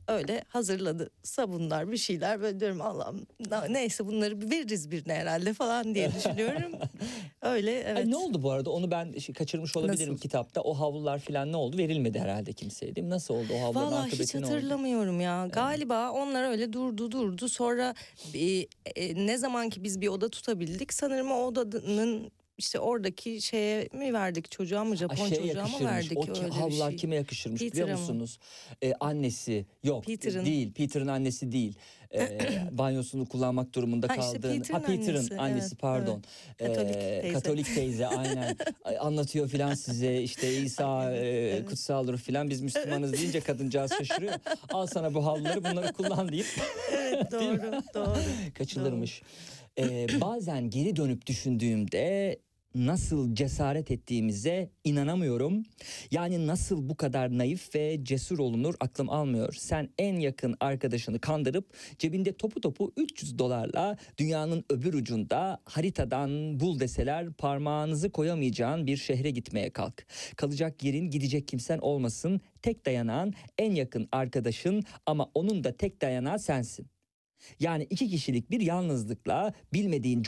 öyle hazırladı sabunlar bir şeyler, böyle diyorum Allah'ım neyse bunları veririz birine herhalde falan diye düşünüyorum. Öyle evet. Ay, ne oldu bu arada, onu ben kaçırmış olabilirim. Nasıl? Kitapta o havlular falan ne oldu, verilmedi herhalde kimseye değil mi? Nasıl oldu o havluların Vallahi hiç akıbeti, ne oldu? hatırlamıyorum ya. Galiba onlar öyle durdu. Sonra ne zaman ki biz bir oda tutabildik sanırım o odanın işte oradaki şeye mi verdik, çocuğa mı, Japon Şey çocuğa mı yakışırmış. verdik, O öyle bir havlular şey. kime yakışırmış Peter'a biliyor mı? musunuz? Annesi yok, Peter'ın. değil. Peter'ın annesi değil. Banyosunu kullanmak durumunda Ha, işte kaldığını. Peter'ın annesi, evet, pardon. evet. Katolik teyze. Katolik teyze aynen. Anlatıyor filan size işte İsa Evet. kutsaldır filan, biz Müslümanız deyince kadıncağız şaşırıyor. Al sana bu havluları, bunları kullan deyip Evet doğru. kaçılırmış. Bazen geri dönüp düşündüğümde nasıl cesaret ettiğimize inanamıyorum. Yani nasıl bu kadar naif ve cesur olunur aklım almıyor. Sen en yakın arkadaşını kandırıp cebinde topu topu $300 dünyanın öbür ucunda haritadan bul deseler parmağınızı koyamayacağın bir şehre gitmeye kalk. Kalacak yerin, gidecek kimsen olmasın. Tek dayanağın en yakın arkadaşın ama onun da tek dayanağı sensin. Yani 2 kişilik bir yalnızlıkla bilmediğin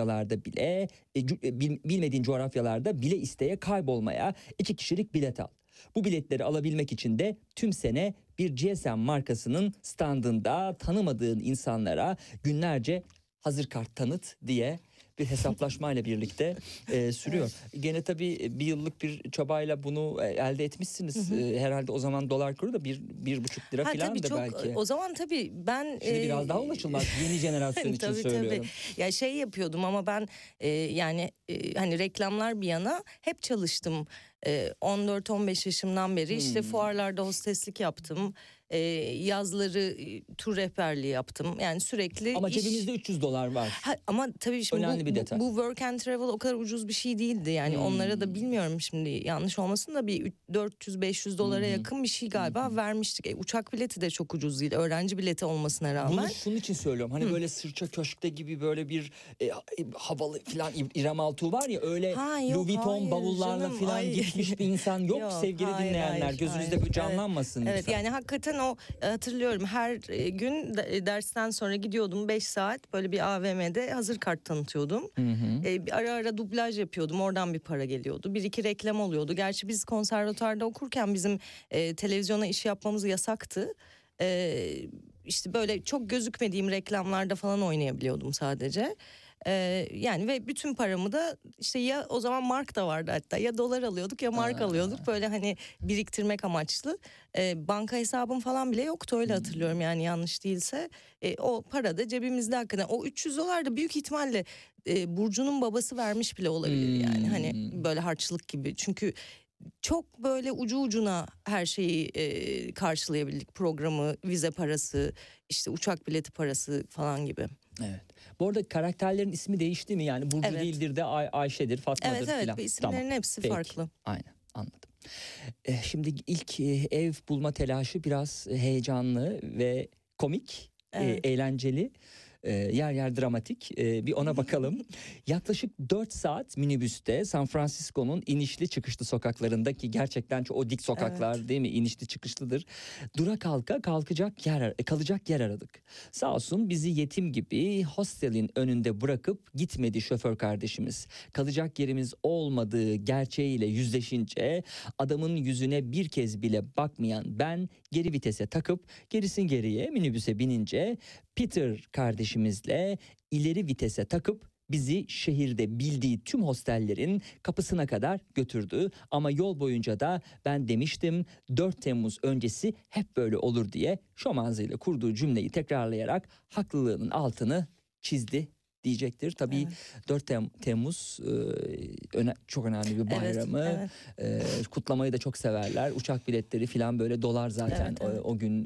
coğrafyalarda bile isteye kaybolmaya 2 kişilik bilet al. Bu biletleri alabilmek için de tüm sene bir GSM markasının standında tanımadığın insanlara günlerce hazır kart tanıt diye bir hesaplaşmayla birlikte sürüyor. Gene tabii bir yıllık bir çabayla bunu elde etmişsiniz. Herhalde o zaman dolar kuru da 1,5 lira falan da belki. O zaman tabii ben... Şimdi biraz daha ulaşılmaz yeni jenerasyon için söylüyorum. Ya şey yapıyordum ama ben hani reklamlar bir yana hep çalıştım. 14-15 yaşımdan beri işte fuarlarda hosteslik yaptım. Yazları tur rehberliği yaptım. Yani sürekli ama cebimizde $300 var. Ama tabii şimdi önemli bir detay. Bu work and travel o kadar ucuz bir şey değildi. Yani onlara da bilmiyorum şimdi yanlış olmasın da bir $400-500 yakın bir şey galiba vermiştik. Uçak bileti de çok ucuz değil. Öğrenci bileti olmasına rağmen. Bunu şunun için söylüyorum. Hani böyle sırça köşkte gibi böyle bir havalı falan İrem Altuğ var ya, öyle Louis Vuitton bavullarla falan gitmiş bir insan yok sevgili dinleyenler. Gözünüzde böyle canlanmasın evet, lütfen. yani hakikaten o hatırlıyorum her gün dersten sonra gidiyordum 5 saat böyle bir AVM'de hazır kart tanıtıyordum. Ara ara dublaj yapıyordum, oradan bir para geliyordu. 1-2 reklam oluyordu. Gerçi biz konservatuarda okurken bizim televizyona iş yapmamız yasaktı. İşte böyle çok gözükmediğim reklamlarda falan oynayabiliyordum sadece. Yani ve bütün paramı da işte ya o zaman mark da vardı hatta, ya dolar alıyorduk ya mark alıyorduk, böyle hani biriktirmek amaçlı. Banka hesabım falan bile yoktu, öyle hatırlıyorum yani yanlış değilse. O para da cebimizde hakikaten. O $300 da büyük ihtimalle Burcu'nun babası vermiş bile olabilir yani, hani böyle harçlık gibi. Çünkü çok böyle ucu ucuna her şeyi karşılayabildik. Programı, vize parası, işte uçak bileti parası falan gibi. Evet. Bu arada karakterlerin ismi değişti mi? Yani Burcu değildir de Ayşe'dir, Fatma'dır falan. Evet, isimlerin hepsi Peki. farklı. Aynen, anladım. Şimdi ilk ev bulma telaşı biraz heyecanlı ve komik, eğlenceli. Yer yer dramatik, bir ona bakalım. Yaklaşık 4 saat minibüste San Francisco'nun inişli çıkışlı sokaklarındaki, gerçekten o dik sokaklar değil mi, inişli çıkışlıdır. Durak halka kalacak yer aradık. Sağ olsun bizi yetim gibi hostelin önünde bırakıp gitmedi şoför kardeşimiz. Kalacak yerimiz olmadığı gerçeğiyle yüzleşince adamın yüzüne bir kez bile bakmayan ben geri vitese takıp gerisin geriye minibüse binince Peter kardeşimizle ileri vitese takıp bizi şehirde bildiği tüm hostellerin kapısına kadar götürdü. Ama yol boyunca da ben demiştim 4 Temmuz öncesi hep böyle olur diye şomanzıyla kurduğu cümleyi tekrarlayarak haklılığının altını çizdi diyecektir. Tabii 4 Temmuz çok önemli bir bayramı. Kutlamayı da çok severler. Uçak biletleri falan böyle dolar zaten o gün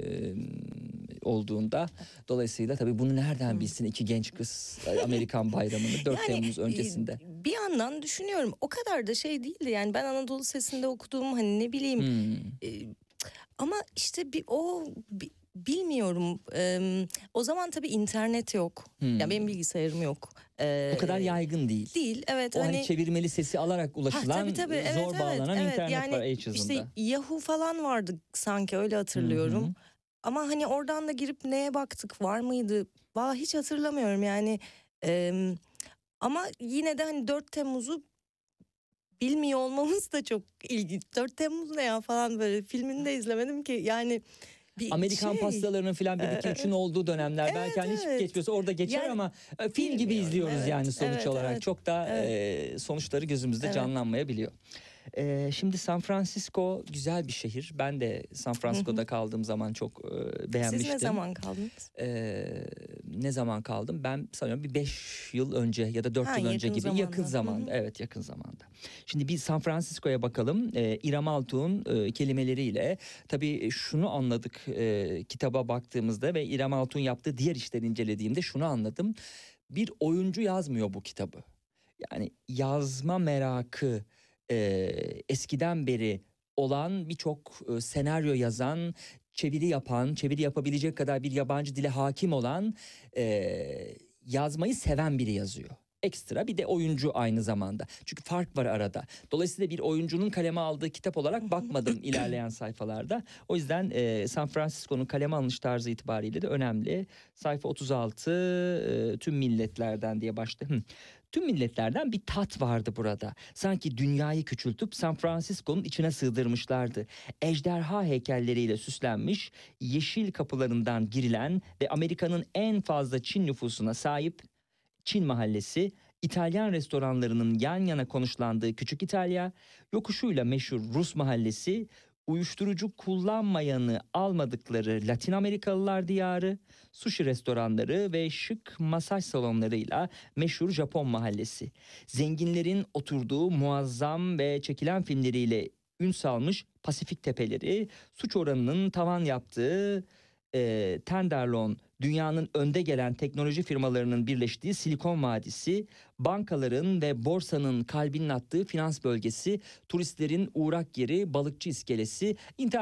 olduğunda. Dolayısıyla tabii bunu nereden bilsin iki genç kız Amerikan bayramını 4 yani, Temmuz öncesinde. Bir yandan düşünüyorum o kadar da şey değildi. Yani ben Anadolu Sesi'nde okuduğum hani ne bileyim ama işte bilmiyorum. O zaman tabii internet yok. Ya benim bilgisayarım yok. O kadar yaygın değil. Değil, evet. O hani çevirmeli sesi alarak ulaşılan zor bağlanan internet yani var H hızında. İşte Yahoo falan vardı sanki, öyle hatırlıyorum. Ama hani oradan da girip neye baktık, var mıydı? Vallahi hiç hatırlamıyorum yani. Ama yine de hani 4 Temmuz'u bilmiyor olmamız da çok ilginç. 4 Temmuz ne ya falan, böyle filmini de izlemedim ki yani. Bir Amerikan pastalarının falan bir iki üçün olduğu dönemler belki hani hiç geçmiyorsa orada geçer Yani ama film gibi izliyoruz evet, yani sonuç evet, olarak. evet. Çok da sonuçları gözümüzde canlanmayabiliyor. Şimdi San Francisco güzel bir şehir. Ben de San Francisco'da kaldığım zaman çok beğenmiştim. Siz ne zaman kaldınız? Ne zaman kaldım? Ben sanıyorum bir 5 yıl önce ya da 4 yıl önce gibi zamanda. yakın zamanda. Evet, yakın zamanda. Şimdi bir San Francisco'ya bakalım. İrem Altuğ'un kelimeleriyle tabii şunu anladık kitaba baktığımızda ve İrem Altuğ'un yaptığı diğer işleri incelediğimde şunu anladım. Bir oyuncu yazmıyor bu kitabı. Yani yazma merakı eskiden beri olan birçok senaryo yazan, çeviri yapan, çeviri yapabilecek kadar bir yabancı dile hakim olan, yazmayı seven biri yazıyor. Ekstra bir de oyuncu aynı zamanda. Çünkü fark var arada. Dolayısıyla bir oyuncunun kaleme aldığı kitap olarak bakmadım ilerleyen sayfalarda. O yüzden San Francisco'nun kaleme alınış tarzı itibariyle de önemli. Sayfa 36 tüm milletlerden diye başladı. Tüm milletlerden bir tat vardı burada. Sanki dünyayı küçültüp San Francisco'nun içine sığdırmışlardı. Ejderha heykelleriyle süslenmiş, yeşil kapılarından girilen ve Amerika'nın en fazla Çin nüfusuna sahip Çin mahallesi, İtalyan restoranlarının yan yana konuşlandığı Küçük İtalya, yokuşuyla meşhur Rus mahallesi, uyuşturucu kullanmayanı almadıkları Latin Amerikalılar diyarı, sushi restoranları ve şık masaj salonlarıyla meşhur Japon mahallesi. Zenginlerin oturduğu muazzam ve çekilen filmleriyle ün salmış Pasifik tepeleri, suç oranının tavan yaptığı Tenderloin, dünyanın önde gelen teknoloji firmalarının birleştiği Silikon Vadisi, bankaların ve borsanın kalbinin attığı finans bölgesi, turistlerin uğrak yeri Balıkçı İskelesi,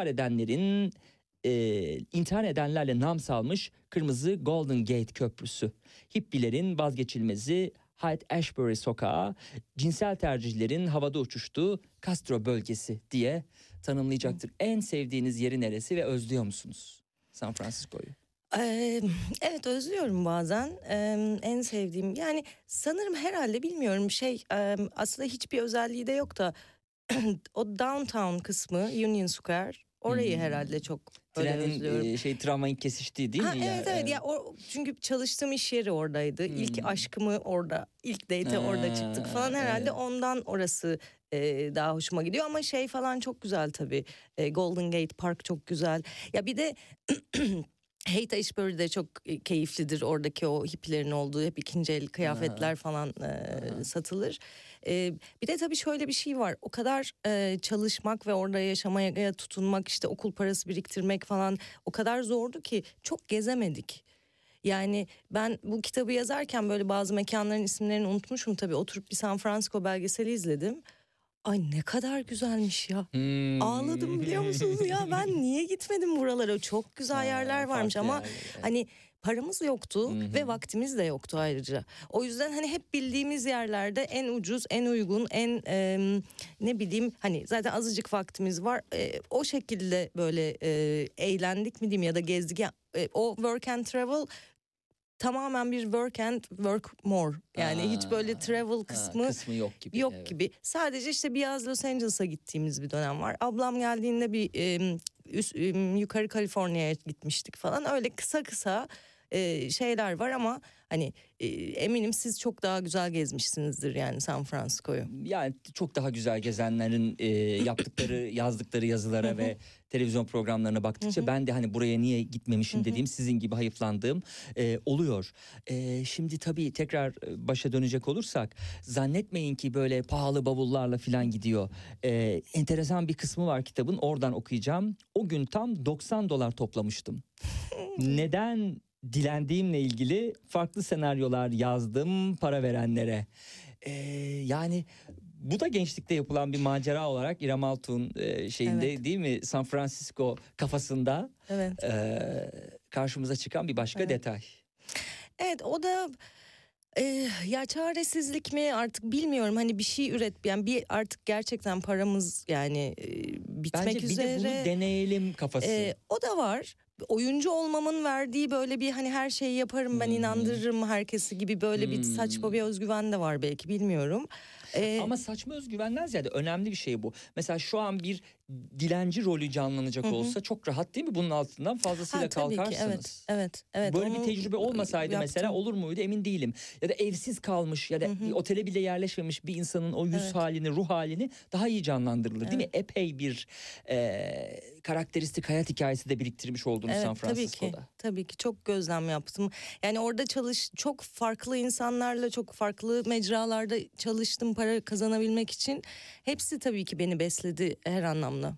intihar edenlerle nam salmış kırmızı Golden Gate Köprüsü, hippilerin vazgeçilmezi Haight-Ashbury Sokağı, cinsel tercihlerin havada uçuştuğu Castro bölgesi diye tanımlayacaktır. En sevdiğiniz yeri neresi ve özlüyor musunuz San Francisco'yu? Evet, özlüyorum bazen. En sevdiğim yani sanırım herhalde bilmiyorum aslında hiçbir özelliği de yok da o downtown kısmı, Union Square, orayı herhalde çok böyle özlüyorum. Tramvayın kesiştiği değil mi? Evet ya, çünkü çalıştığım iş yeri oradaydı. İlk aşkımı orada, ilk date orada çıktık falan, herhalde ondan orası daha hoşuma gidiyor. Ama falan çok güzel tabii. Golden Gate Park çok güzel. Ya bir de Haight-Ashbury de çok keyiflidir. Oradaki o hippilerin olduğu hep ikinci el kıyafetler falan satılır. Bir de tabii şöyle bir şey var. O kadar çalışmak ve orada yaşamaya tutunmak, işte okul parası biriktirmek falan o kadar zordu ki çok gezemedik. Yani ben bu kitabı yazarken böyle bazı mekanların isimlerini unutmuşum tabii. Oturup bir San Francisco belgeseli izledim. Ay ne kadar güzelmiş ya. Ağladım, biliyor musunuz ya, ben niye gitmedim buralara, çok güzel yerler varmış ama hani paramız yoktu ve vaktimiz de yoktu ayrıca. O yüzden hani hep bildiğimiz yerlerde en ucuz, en uygun, en ne bileyim, hani zaten azıcık vaktimiz var. O şekilde böyle eğlendik mi diyeyim ya da gezdik. O work and travel tamamen bir work and work more. Yani hiç böyle travel kısmı yok gibi. Yok gibi. Sadece işte bir yaz Los Angeles'a gittiğimiz bir dönem var. Ablam geldiğinde bir yukarı Kaliforniya'ya gitmiştik falan. Öyle kısa kısa şeyler var ama hani eminim siz çok daha güzel gezmişsinizdir yani San Francisco'yu. Yani çok daha güzel gezenlerin yaptıkları, yazdıkları yazılara ve televizyon programlarına baktıkça ben de hani buraya niye gitmemişim dediğim, sizin gibi hayıflandığım oluyor. Şimdi tabii tekrar başa dönecek olursak, zannetmeyin ki böyle pahalı bavullarla falan gidiyor. Enteresan bir kısmı var kitabın, oradan okuyacağım. O gün tam $90 toplamıştım. Neden dilendiğimle ilgili farklı senaryolar yazdım para verenlere. Yani bu da gençlikte yapılan bir macera olarak İrem Altuğ'un şeyinde değil mi? San Francisco kafasında karşımıza çıkan bir başka detay. Evet, o da ya çaresizlik mi artık bilmiyorum, hani bir şey yani bir artık gerçekten paramız yani bitmek Bence üzere. Bence bir de bunu deneyelim kafası. O da var. oyuncu olmamın verdiği böyle bir hani her şeyi yaparım ben, inandırırım herkesi gibi böyle bir saçma bir özgüven de var belki, bilmiyorum. Ama saçma özgüvenden ziyade önemli bir şey bu. Mesela şu an bir dilenci rolü canlanacak olsa çok rahat değil mi? Bunun altından fazlasıyla tabii ki, kalkarsınız. evet. Böyle bir Onu tecrübe olmasaydı yaptım. mesela olur muydu emin değilim. Ya da evsiz kalmış ya da bir otele bile yerleşmemiş bir insanın o yüz halini, ruh halini daha iyi canlandırılır değil mi? Epey bir karakteristik hayat hikayesi de biriktirmiş oldunuz San Francisco'da. Tabii ki çok gözlem yaptım. Yani orada çok farklı insanlarla çok farklı mecralarda çalıştım para kazanabilmek için. Hepsi tabii ki beni besledi her anlamda.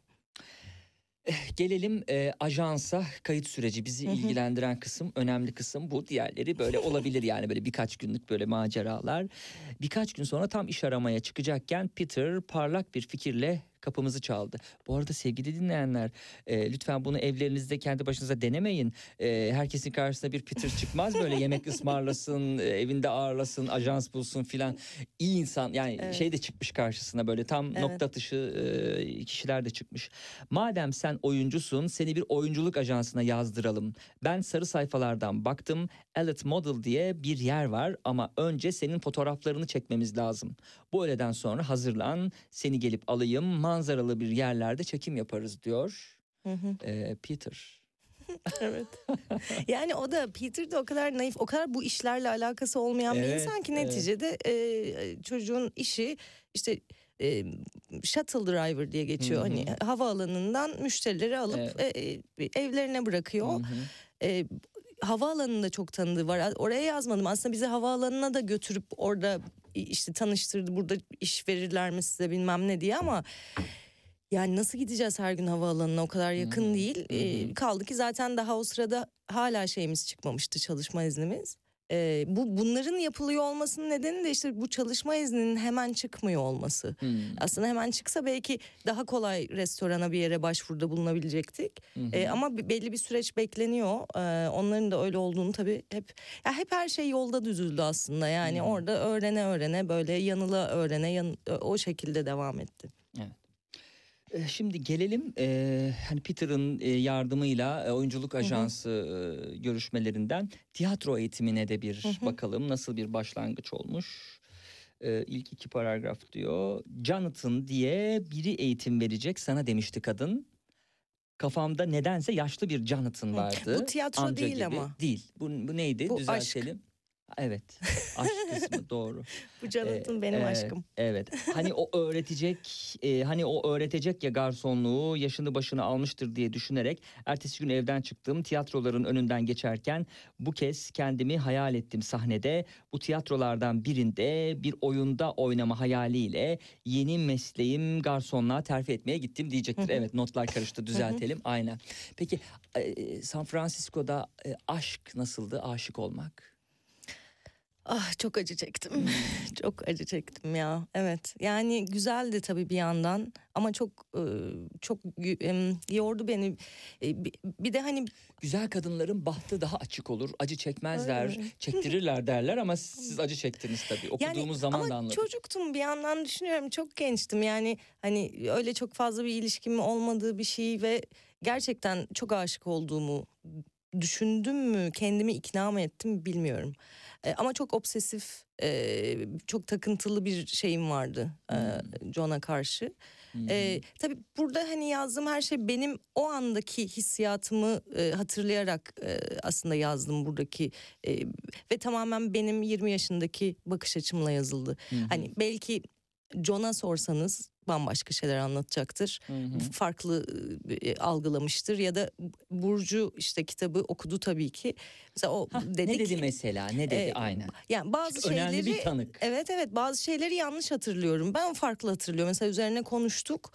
Gelelim ajansa, kayıt süreci bizi ilgilendiren kısım, önemli kısım bu. Diğerleri böyle olabilir yani böyle birkaç günlük böyle maceralar. Birkaç gün sonra tam iş aramaya çıkacakken Peter parlak bir fikirle kapımızı çaldı. Bu arada sevgili dinleyenler lütfen bunu evlerinizde kendi başınıza denemeyin. Herkesin karşısına bir Peter çıkmaz böyle yemek ısmarlasın, evinde ağırlasın, ajans bulsun filan. İyi insan yani şey de çıkmış karşısına böyle tam nokta atışı kişiler de çıkmış. Madem sen oyuncusun seni bir oyunculuk ajansına yazdıralım. Ben sarı sayfalardan baktım. Elite Model diye bir yer var ama önce senin fotoğraflarını çekmemiz lazım. Bu öğleden sonra hazırlan, seni gelip alayım, manzaralı bir yerlerde çekim yaparız diyor Peter. Evet. Yani o da, Peter de o kadar naif, o kadar bu işlerle alakası olmayan bir insan ki neticede çocuğun işi işte shuttle driver diye geçiyor. Hani havaalanından müşterileri alıp evlerine bırakıyor. Havaalanında çok tanıdığı var. Oraya yazmadım. Aslında bizi havaalanına da götürüp orada işte tanıştırdı. Burada iş verirler mi size bilmem ne diye ama yani nasıl gideceğiz her gün havaalanına, o kadar yakın değil. Kaldı ki zaten daha o sırada hala şeyimiz çıkmamıştı, çalışma iznimiz. Bunların yapılıyor olmasının nedeni de işte bu çalışma izninin hemen çıkmıyor olması. Aslında hemen çıksa belki daha kolay restorana bir yere başvuruda bulunabilecektik. Ama belli bir süreç bekleniyor. Onların da öyle olduğunu tabii hep her şey yolda düzüldü aslında. Yani orada öğrene böyle yanıla öğrene o şekilde devam etti. Evet. Şimdi gelelim hani Peter'ın yardımıyla oyunculuk ajansı görüşmelerinden tiyatro eğitimine de bir bakalım. Nasıl bir başlangıç olmuş? İlk 2 paragraf diyor. Jonathan diye biri eğitim verecek sana demişti kadın. Kafamda nedense yaşlı bir Jonathan vardı. Bu tiyatro amca değil gibi. ama. Değil. Bu neydi? Bu Düzeltelim. aşk. Evet. Aşk kısmı doğru. Bu Jonathan benim aşkım. Evet. Hani o öğretecek ya garsonluğu, yaşını başını almıştır diye düşünerek ertesi gün evden çıktım. Tiyatroların önünden geçerken bu kez kendimi hayal ettim sahnede. Bu tiyatrolardan birinde bir oyunda oynama hayaliyle yeni mesleğim garsonluğa terfi etmeye gittim diyecektir. Evet, notlar karıştı, düzeltelim. Aynen. Peki San Francisco'da aşk nasıldı? Aşık olmak? Çok acı çektim. Çok acı çektim ya. Evet. Yani güzeldi tabii bir yandan ama çok yordu beni. Bir de hani güzel kadınların bahtı daha açık olur. Acı çekmezler, çektirirler derler ama siz acı çektiniz tabii. Okuduğumuz zaman da anladım. Ama çocuktum bir yandan, düşünüyorum, çok gençtim. Yani hani öyle çok fazla bir ilişkim olmadığı bir şey ve gerçekten çok aşık olduğumu düşündüm mü, kendimi ikna mı ettim bilmiyorum. Ama çok obsesif, çok takıntılı bir şeyim vardı John'a karşı. Tabii burada hani yazdığım her şey benim o andaki hissiyatımı hatırlayarak aslında yazdım buradaki. Ve tamamen benim 20 yaşındaki bakış açımla yazıldı. Hani belki John'a sorsanız bambaşka şeyler anlatacaktır. Farklı algılamıştır ya da Burcu işte kitabı okudu tabii ki. Mesela o dedi ne dedi ki, mesela? Ne dedi? Aynen. Yani bazı çünkü şeyleri önemli bir tanık. Evet bazı şeyleri yanlış hatırlıyorum. Ben farklı hatırlıyorum. Mesela üzerine konuştuk.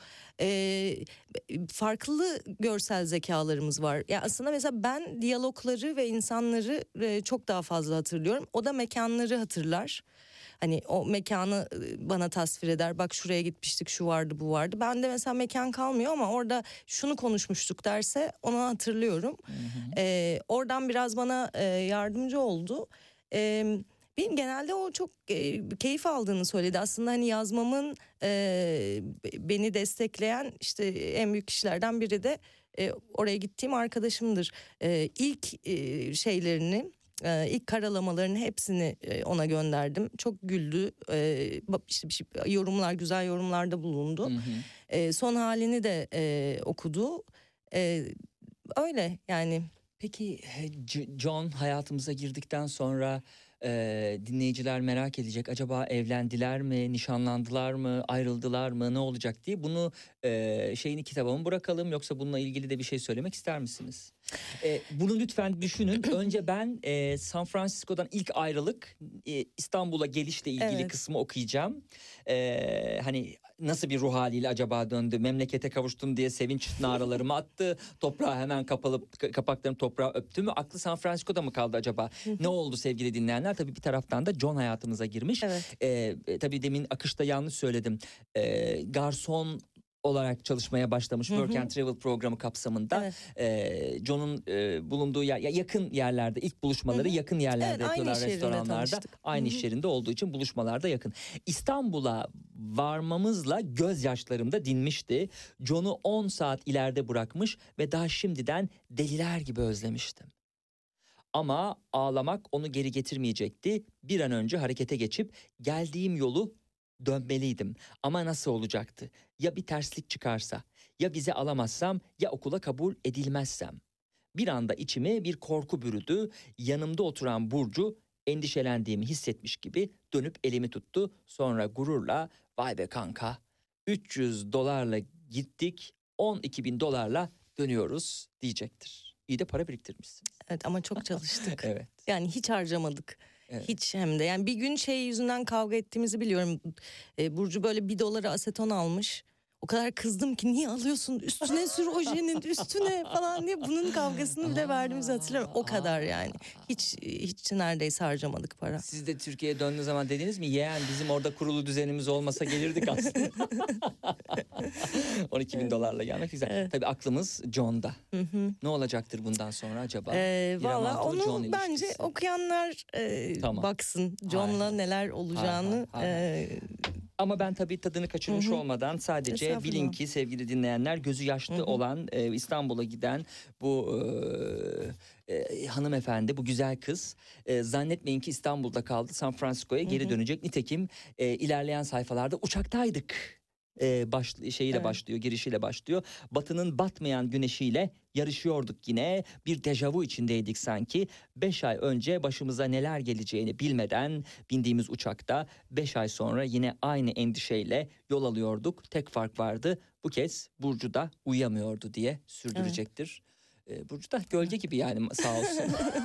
Farklı görsel zekalarımız var. Ya aslında mesela ben diyalogları ve insanları çok daha fazla hatırlıyorum. O da mekanları hatırlar. Hani o mekanı bana tasvir eder. Bak şuraya gitmiştik, şu vardı, bu vardı. Ben de mesela mekan kalmıyor ama orada şunu konuşmuştuk derse onu hatırlıyorum. Oradan biraz bana yardımcı oldu. Benim genelde o çok keyif aldığını söyledi. Aslında hani yazmamın beni destekleyen işte en büyük kişilerden biri de oraya gittiğim arkadaşımdır. İlk şeylerini, ilk karalamalarını hepsini ona gönderdim. Çok güldü. İşte yorumlar, güzel yorumlarda bulundu. Hı hı. Son halini de okudu. Öyle yani. Peki John hayatımıza girdikten sonra dinleyiciler merak edecek. Acaba evlendiler mi, nişanlandılar mı, ayrıldılar mı, ne olacak diye. Bunu şeyini kitaba mı bırakalım, yoksa bununla ilgili de bir şey söylemek ister misiniz? Bunu lütfen düşünün. Önce ben San Francisco'dan ilk ayrılık, İstanbul'a gelişle ilgili Evet. kısmı okuyacağım. Hani nasıl bir ruh haliyle acaba döndü? Memlekete kavuştum diye sevinç naralarımı attı. Toprağa hemen kapaklarım toprağa öptü mü? Aklı San Francisco'da mı kaldı acaba? Ne oldu sevgili dinleyenler? Tabii bir taraftan da John hayatımıza girmiş. Evet. Tabii demin akışta yanlış söyledim. Garson olarak çalışmaya başlamış Work and Travel programı kapsamında. Evet. John'un bulunduğu yer, yakın yerlerde, ilk buluşmaları yakın yerlerde Evet, aynı yapıyorlar, iş yerinde restoranlarda. tanıştık. Aynı iş yerinde olduğu için buluşmalarda yakın. İstanbul'a varmamızla gözyaşlarım da dinmişti. John'u 10 saat ileride bırakmış ve daha şimdiden deliler gibi özlemiştim. Ama ağlamak onu geri getirmeyecekti. Bir an önce harekete geçip geldiğim yolu dönmeliydim. Ama nasıl olacaktı? Ya bir terslik çıkarsa, ya bizi alamazsam, ya okula kabul edilmezsem. Bir anda içime bir korku bürüdü. Yanımda oturan Burcu endişelendiğimi hissetmiş gibi dönüp elimi tuttu. Sonra gururla, vay be kanka, $300 gittik, $12.000 dönüyoruz diyecektir. İyi de para biriktirmişsiniz. Evet, ama çok çalıştık. Evet. Yani hiç harcamadık. Evet. Hiç hem de. Yani bir gün şey yüzünden kavga ettiğimizi biliyorum. Burcu böyle $1 aseton almış. O kadar kızdım ki, niye alıyorsun? Üstüne sür ojenin, üstüne falan diye, bunun kavgasını bile verdiğimizi hatırlıyorum. O kadar yani. Hiç neredeyse harcamadık para. Siz de Türkiye'ye döndüğünüz zaman dediniz mi? Yeğen, bizim orada kurulu düzenimiz olmasa gelirdik aslında. $12.000 gelmek güzel. Evet. Tabii aklımız John'da. Ne olacaktır bundan sonra acaba? Valla onu bence okuyanlar tamam. baksın John'la neler olacağını. Ama ben tabii tadını kaçırmış olmadan sadece bilin ki sevgili dinleyenler, gözü yaşlı olan İstanbul'a giden bu hanımefendi, bu güzel kız, zannetmeyin ki İstanbul'da kaldı, San Francisco'ya geri dönecek. Nitekim ilerleyen sayfalarda uçaktaydık. Başlıyor, girişiyle başlıyor. Batının batmayan güneşiyle yarışıyorduk yine. Bir dejavu içindeydik sanki. 5 ay önce başımıza neler geleceğini bilmeden bindiğimiz uçakta 5 ay sonra yine aynı endişeyle yol alıyorduk. Tek fark vardı. Bu kez Burcu da uyuyamıyordu diye sürdürecektir. Burcu da gölge gibi yani, sağ olsun.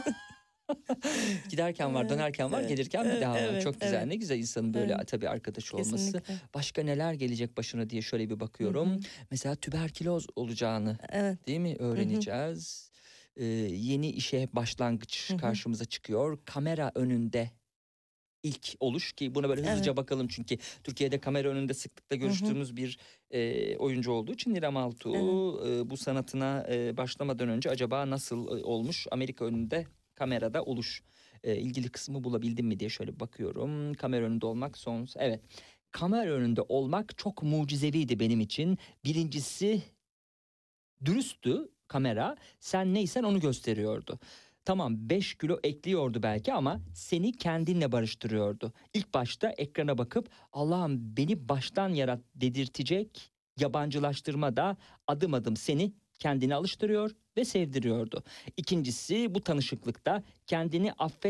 Giderken var, dönerken var, gelirken bir daha var. Çok güzel, ne güzel insanın böyle tabii arkadaş olması. Kesinlikle. Başka neler gelecek başına diye şöyle bir bakıyorum. Mesela tüberküloz olacağını, değil mi, öğreneceğiz. Yeni işe başlangıç karşımıza çıkıyor. Kamera önünde ilk oluş, ki buna böyle hızlıca bakalım çünkü Türkiye'de kamera önünde sıklıkla görüştüğümüz bir oyuncu olduğu için İrem Altuğ bu sanatına başlamadan önce acaba nasıl olmuş Amerika önünde kamerada oluş, ilgili kısmı bulabildim mi diye şöyle bakıyorum. Kamera önünde olmak evet, kamera önünde olmak çok mucizeviydi benim için. Birincisi, dürüsttü kamera, sen neysen onu gösteriyordu. Tamam, 5 kilo ekliyordu belki ama seni kendinle barıştırıyordu. İlk başta ekrana bakıp Allah'ım beni baştan yarat dedirtecek yabancılaştırma da adım adım seni kendine alıştırıyor ve sevdiriyordu. İkincisi, bu tanışıklıkta kendini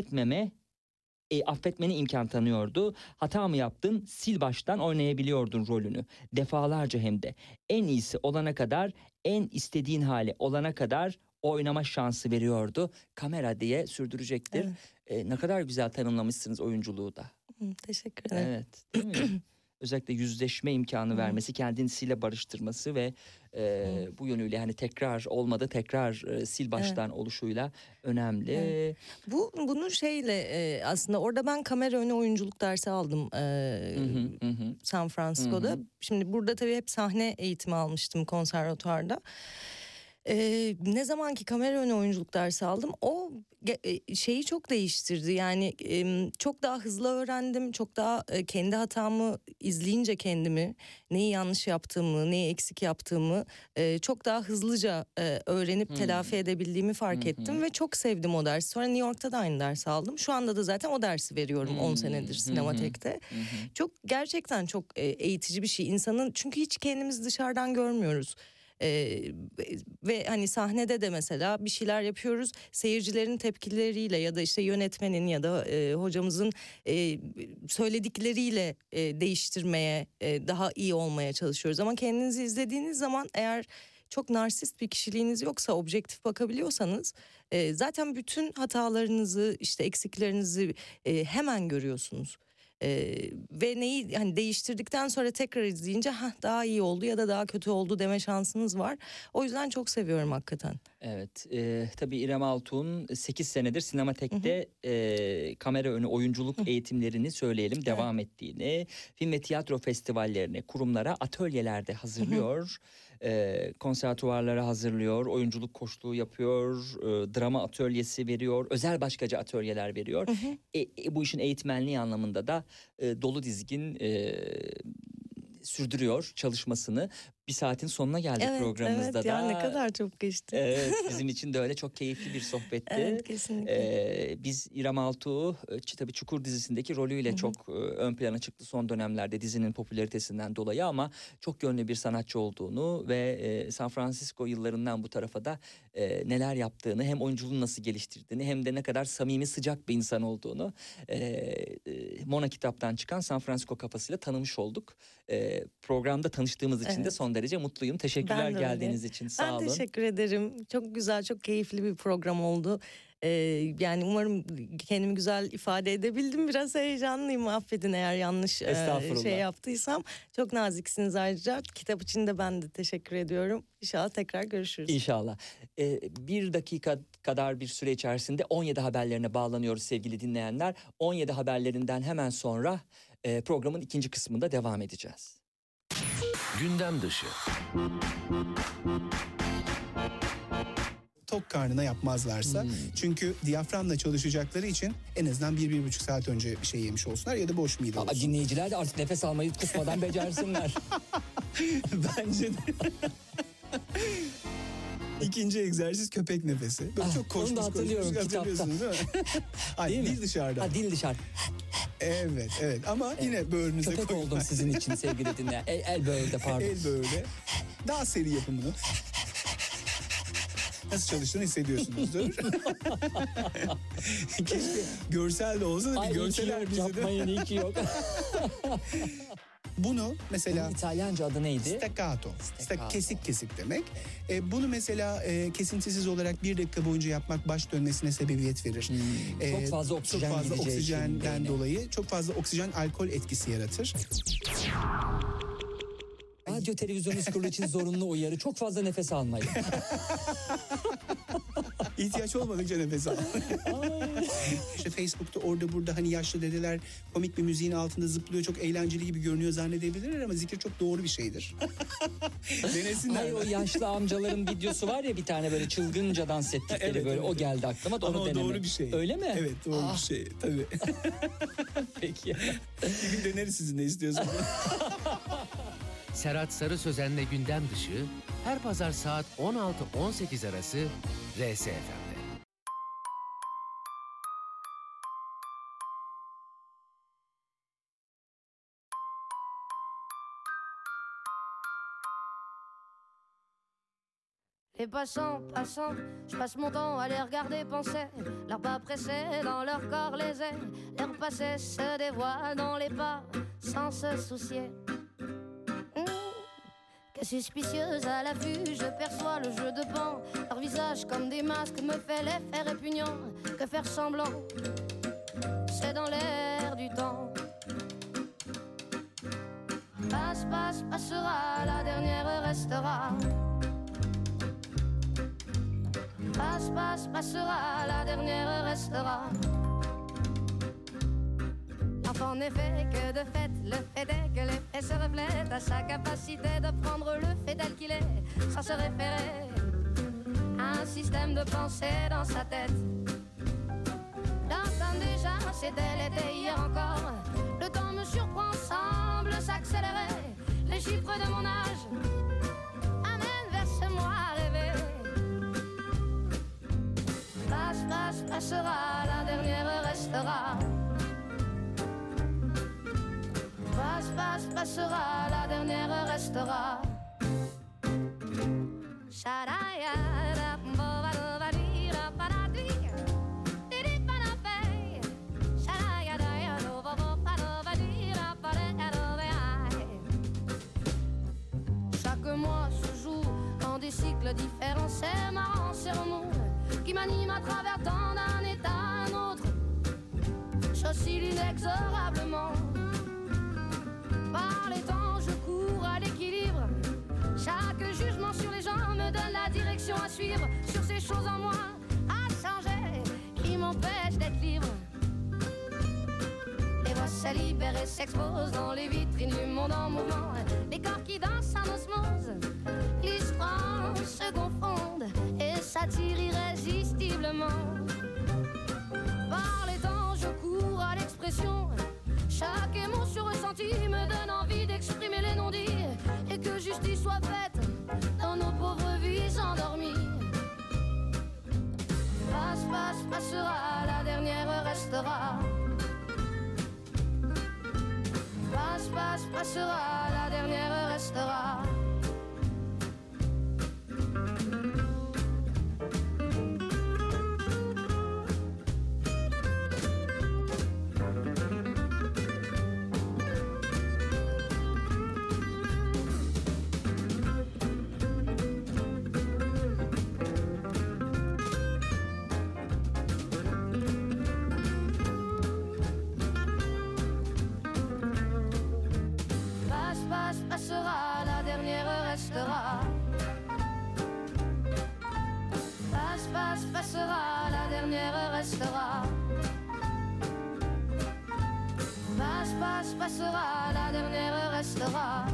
affetmene imkan tanıyordu. Hata mı yaptın, sil baştan oynayabiliyordun rolünü. Defalarca hem de. En iyisi olana kadar, en istediğin hale olana kadar oynama şansı veriyordu. Kamera diye sürdürecektir. Ne kadar güzel tanımlamışsınız oyunculuğu da. Teşekkür ederim. Evet, değil mi? Özellikle yüzleşme imkanı vermesi, kendisiyle barıştırması ve bu yönüyle hani tekrar olmadı, tekrar sil baştan oluşuyla önemli. Evet. Bunu aslında orada ben kamera önü oyunculuk dersi aldım San Francisco'da. Şimdi burada tabii hep sahne eğitimi almıştım konservatuvarda. Ne zamanki kamera önü oyunculuk dersi aldım, o şeyi çok değiştirdi. Yani çok daha hızlı öğrendim. Çok daha kendi hatamı izleyince kendimi, neyi yanlış yaptığımı, neyi eksik yaptığımı çok daha hızlıca öğrenip telafi edebildiğimi fark ettim ve çok sevdim o dersi. Sonra New York'ta da aynı dersi aldım. Şu anda da zaten o dersi veriyorum 10 senedir Sinematek'te. Çok gerçekten çok eğitici bir şey insanın, çünkü hiç kendimizi dışarıdan görmüyoruz. Ve hani sahnede de mesela bir şeyler yapıyoruz, seyircilerin tepkileriyle ya da işte yönetmenin ya da hocamızın söyledikleriyle değiştirmeye, daha iyi olmaya çalışıyoruz. Ama kendinizi izlediğiniz zaman, eğer çok narsist bir kişiliğiniz yoksa, objektif bakabiliyorsanız zaten bütün hatalarınızı, işte eksiklerinizi hemen görüyorsunuz. Ve neyi hani değiştirdikten sonra tekrar izleyince daha iyi oldu ya da daha kötü oldu deme şansınız var. O yüzden çok seviyorum hakikaten. Evet, tabii İrem Altuğ'un 8 senedir Sinematek'te kamera önü oyunculuk eğitimlerini söyleyelim devam ettiğini, film ve tiyatro festivallerine, kurumlara, atölyelerde hazırlıyor. Konservatuvarlara hazırlıyor, oyunculuk koçluğu yapıyor, drama atölyesi veriyor, özel başkacı atölyeler veriyor. Bu işin eğitmenliği anlamında da dolu dizgin sürdürüyor çalışmasını. Bir saatin sonuna geldik programımızda da. Ya ne kadar çok geçti. Evet, bizim için de öyle çok keyifli bir sohbetti. Evet, kesinlikle. Biz İrem Altuğ'u tabii Çukur dizisindeki rolüyle çok ön plana çıktı son dönemlerde dizinin popülaritesinden dolayı, ama çok yönlü bir sanatçı olduğunu ve San Francisco yıllarından bu tarafa da neler yaptığını, hem oyunculuğunu nasıl geliştirdiğini, hem de ne kadar samimi, sıcak bir insan olduğunu Mona kitaptan çıkan San Francisco kafasıyla tanımış olduk. Programda tanıştığımız için de son derece mutluyum. Teşekkürler geldiğiniz için. Sağ olun. Ben teşekkür ederim. Çok güzel, çok keyifli bir program oldu. Yani umarım kendimi güzel ifade edebildim. Biraz heyecanlıyım. Affedin eğer yanlış şey yaptıysam. Çok naziksiniz ayrıca. Kitap için de ben de teşekkür ediyorum. İnşallah tekrar görüşürüz. İnşallah. Bir dakika kadar bir süre içerisinde 17 haberlerine bağlanıyoruz sevgili dinleyenler. 17 haberlerinden hemen sonra programın ikinci kısmında devam edeceğiz. Gündem dışı. Tok karnına yapmazlarsa. Çünkü diyaframla çalışacakları için en azından 1-1,5 saat önce bir şey yemiş olsunlar ya da boş mide olsun. Dinleyiciler de artık nefes almayı kusmadan becersinler. Bence de. İkinci egzersiz köpek nefesi. Böyle çok koşmuş hatırlıyorum hatırlıyorsunuz değil mi? Ay, dil dışarıda. Dil dışarı. Evet ama yine böğrünüze köpek koyun. oldum sizin için sevgili dinleyen. El böğürde pardon. El böğürde. Daha seri yapın bunu. Nasıl çalıştığını hissediyorsunuzdur. Keşke görsel de olsa da bir görseler bizi de. Yapmayın, iyi ki yok. Bunu mesela... Bunun İtalyanca adı neydi? Staccato. Kesik kesik demek. Bunu mesela kesintisiz olarak 1 dakika boyunca yapmak baş dönmesine sebebiyet verir. Çok fazla oksijen çok fazla gideceği oksijenden için dolayı çok fazla oksijen alkol etkisi yaratır. Radyo televizyon kurulu için zorunlu uyarı: çok fazla nefes almayın. İhtiyaç olmadıkça nefes al. İşte Facebook'ta orada burada hani yaşlı dedeler komik bir müziğin altında zıplıyor, çok eğlenceli gibi görünüyor zannedebilirler ama zikir çok doğru bir şeydir. Denesinler. Hayır, o yaşlı amcaların videosu var ya bir tane, böyle çılgınca dans ettikleri, böyle o geldi aklıma da onu ama denemek. Doğru bir şey. Öyle mi? Evet, doğru bir şey tabii. Peki. Bir gün deneriz siz ne istiyorsunuz. Serhat Sarı Sözen'le Gündem Dışı her pazar saat 16-18 arası RSFM'de. Les passants, passants, je passe mon temps à les regarder penser. Leurs pas pressés dans leur corps les ailes. Leur passé se dévoile dans les pas sans se soucier. Que suspicieuse à la vue, je perçois le jeu de pan. Leur visage comme des masques me fait l'effet répugnant. Que faire semblant, c'est dans l'air du temps. Passe, passe, passera, la dernière restera. Passe, passe, passera, la dernière restera. L'enfant n'est fait que de fait, le fait est que les faits se reflètent à sa capacité de prendre le fait tel qu'il est, sans se référer un système de pensée dans sa tête. L'automne déjà, c'était l'été hier encore. Le temps me surprend, semble s'accélérer. Les chiffres de mon âge amènent vers ce moi rêvé. Passe, passe, passera, la dernière restera. Passe, passe, passera, la dernière restera. Chaque mois se joue en des cycles différents. C'est marrant, c'est remous qui m'anime à travers tant d'un état à un autre. J'oscille inexorablement. Par les temps, je cours à l'équilibre. Chaque jugement sur les gens me donne la direction à suivre. Sur ces choses en moi à changer qui m'empêchent d'être libre. Les voix se libèrent et s'exposent dans les vitrines du monde en mouvement. Les corps qui dansent en osmose, qui se prennent, se confondent et s'attirent irrésistiblement. Par les temps, je cours à l'expression. Chaque émotion ressentie me donne envie d'exprimer les non-dits et que justice soit faite dans nos pauvres vies endormies. Passe, passe, passera, la dernière restera. Passe, passe, passera, la dernière restera. Passera, la dernière restera. Passe, passe, passera, la dernière restera. Passe, passe, passera, la dernière restera.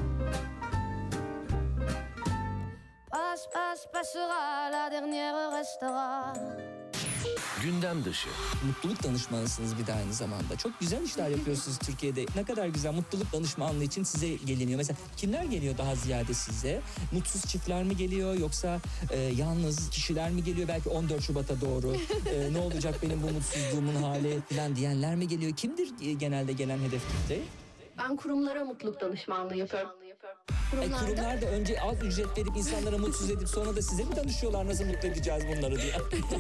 Passe, passe, passera, la dernière restera. Gündem dışı. Mutluluk danışmanısınız bir de aynı zamanda. Çok güzel işler yapıyorsunuz Türkiye'de. Ne kadar güzel, mutluluk danışmanlığı için size geliniyor. Mesela kimler geliyor daha ziyade size? Mutsuz çiftler mi geliyor yoksa yalnız kişiler mi geliyor? Belki 14 Şubat'a doğru ne olacak benim bu mutsuzluğumun hali falan diyenler mi geliyor? Kimdir genelde gelen hedef kitle? Ben kurumlara mutluluk danışmanlığı yapıyorum. Kurumlar da önce az ücret verip insanlara mutsuz edip sonra da size mi danışıyorlar nasıl mutlu edeceğiz bunları diye?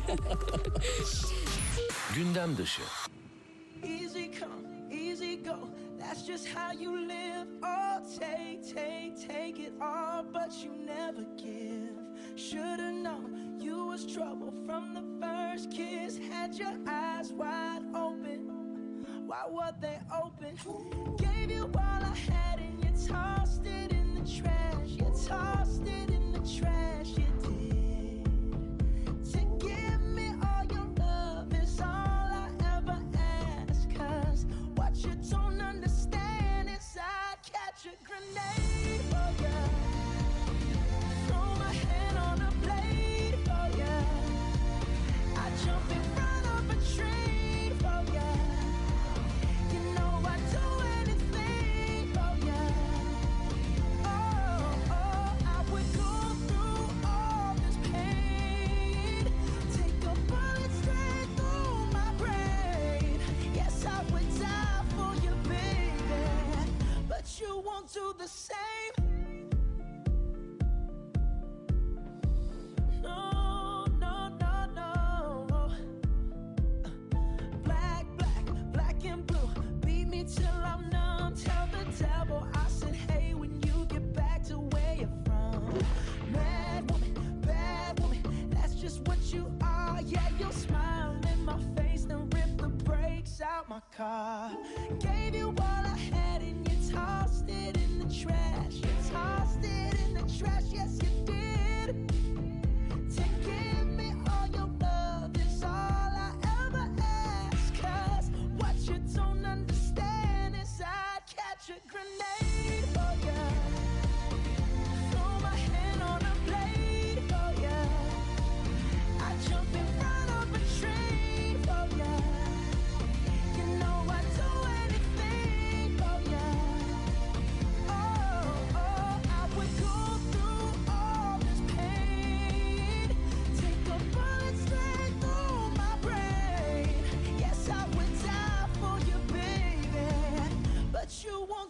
Gündem dışı. Easy come, easy go. That's just how you live. Oh, take it all, but you never give. Should've known you was trouble from the first kiss. Had your eyes wide open. Why were they open? Gave you all I had and you tossed it in the trash. You tossed it in the trash, you did. To give me all your love is all I ever ask. 'Cause what you don't understand is I'd catch a grenade for you. Throw my hand on a blade for you. I'd jump in front of a train for you. You won't do the same. No, no, no, no. Black and blue. Beat me till I'm numb. Tell the devil I said, hey, when you get back to where you're from. Mad woman, that's just what you are. Yeah, you'll smile in my face, then rip the brakes out my car. Gave you all I had and you tossed it in the trash. You tossed it in the trash, yes you did. To give me all your love is all I ever ask. 'Cause what you don't understand is I'd catch a grenade for you. Throw my hand on a blade for you.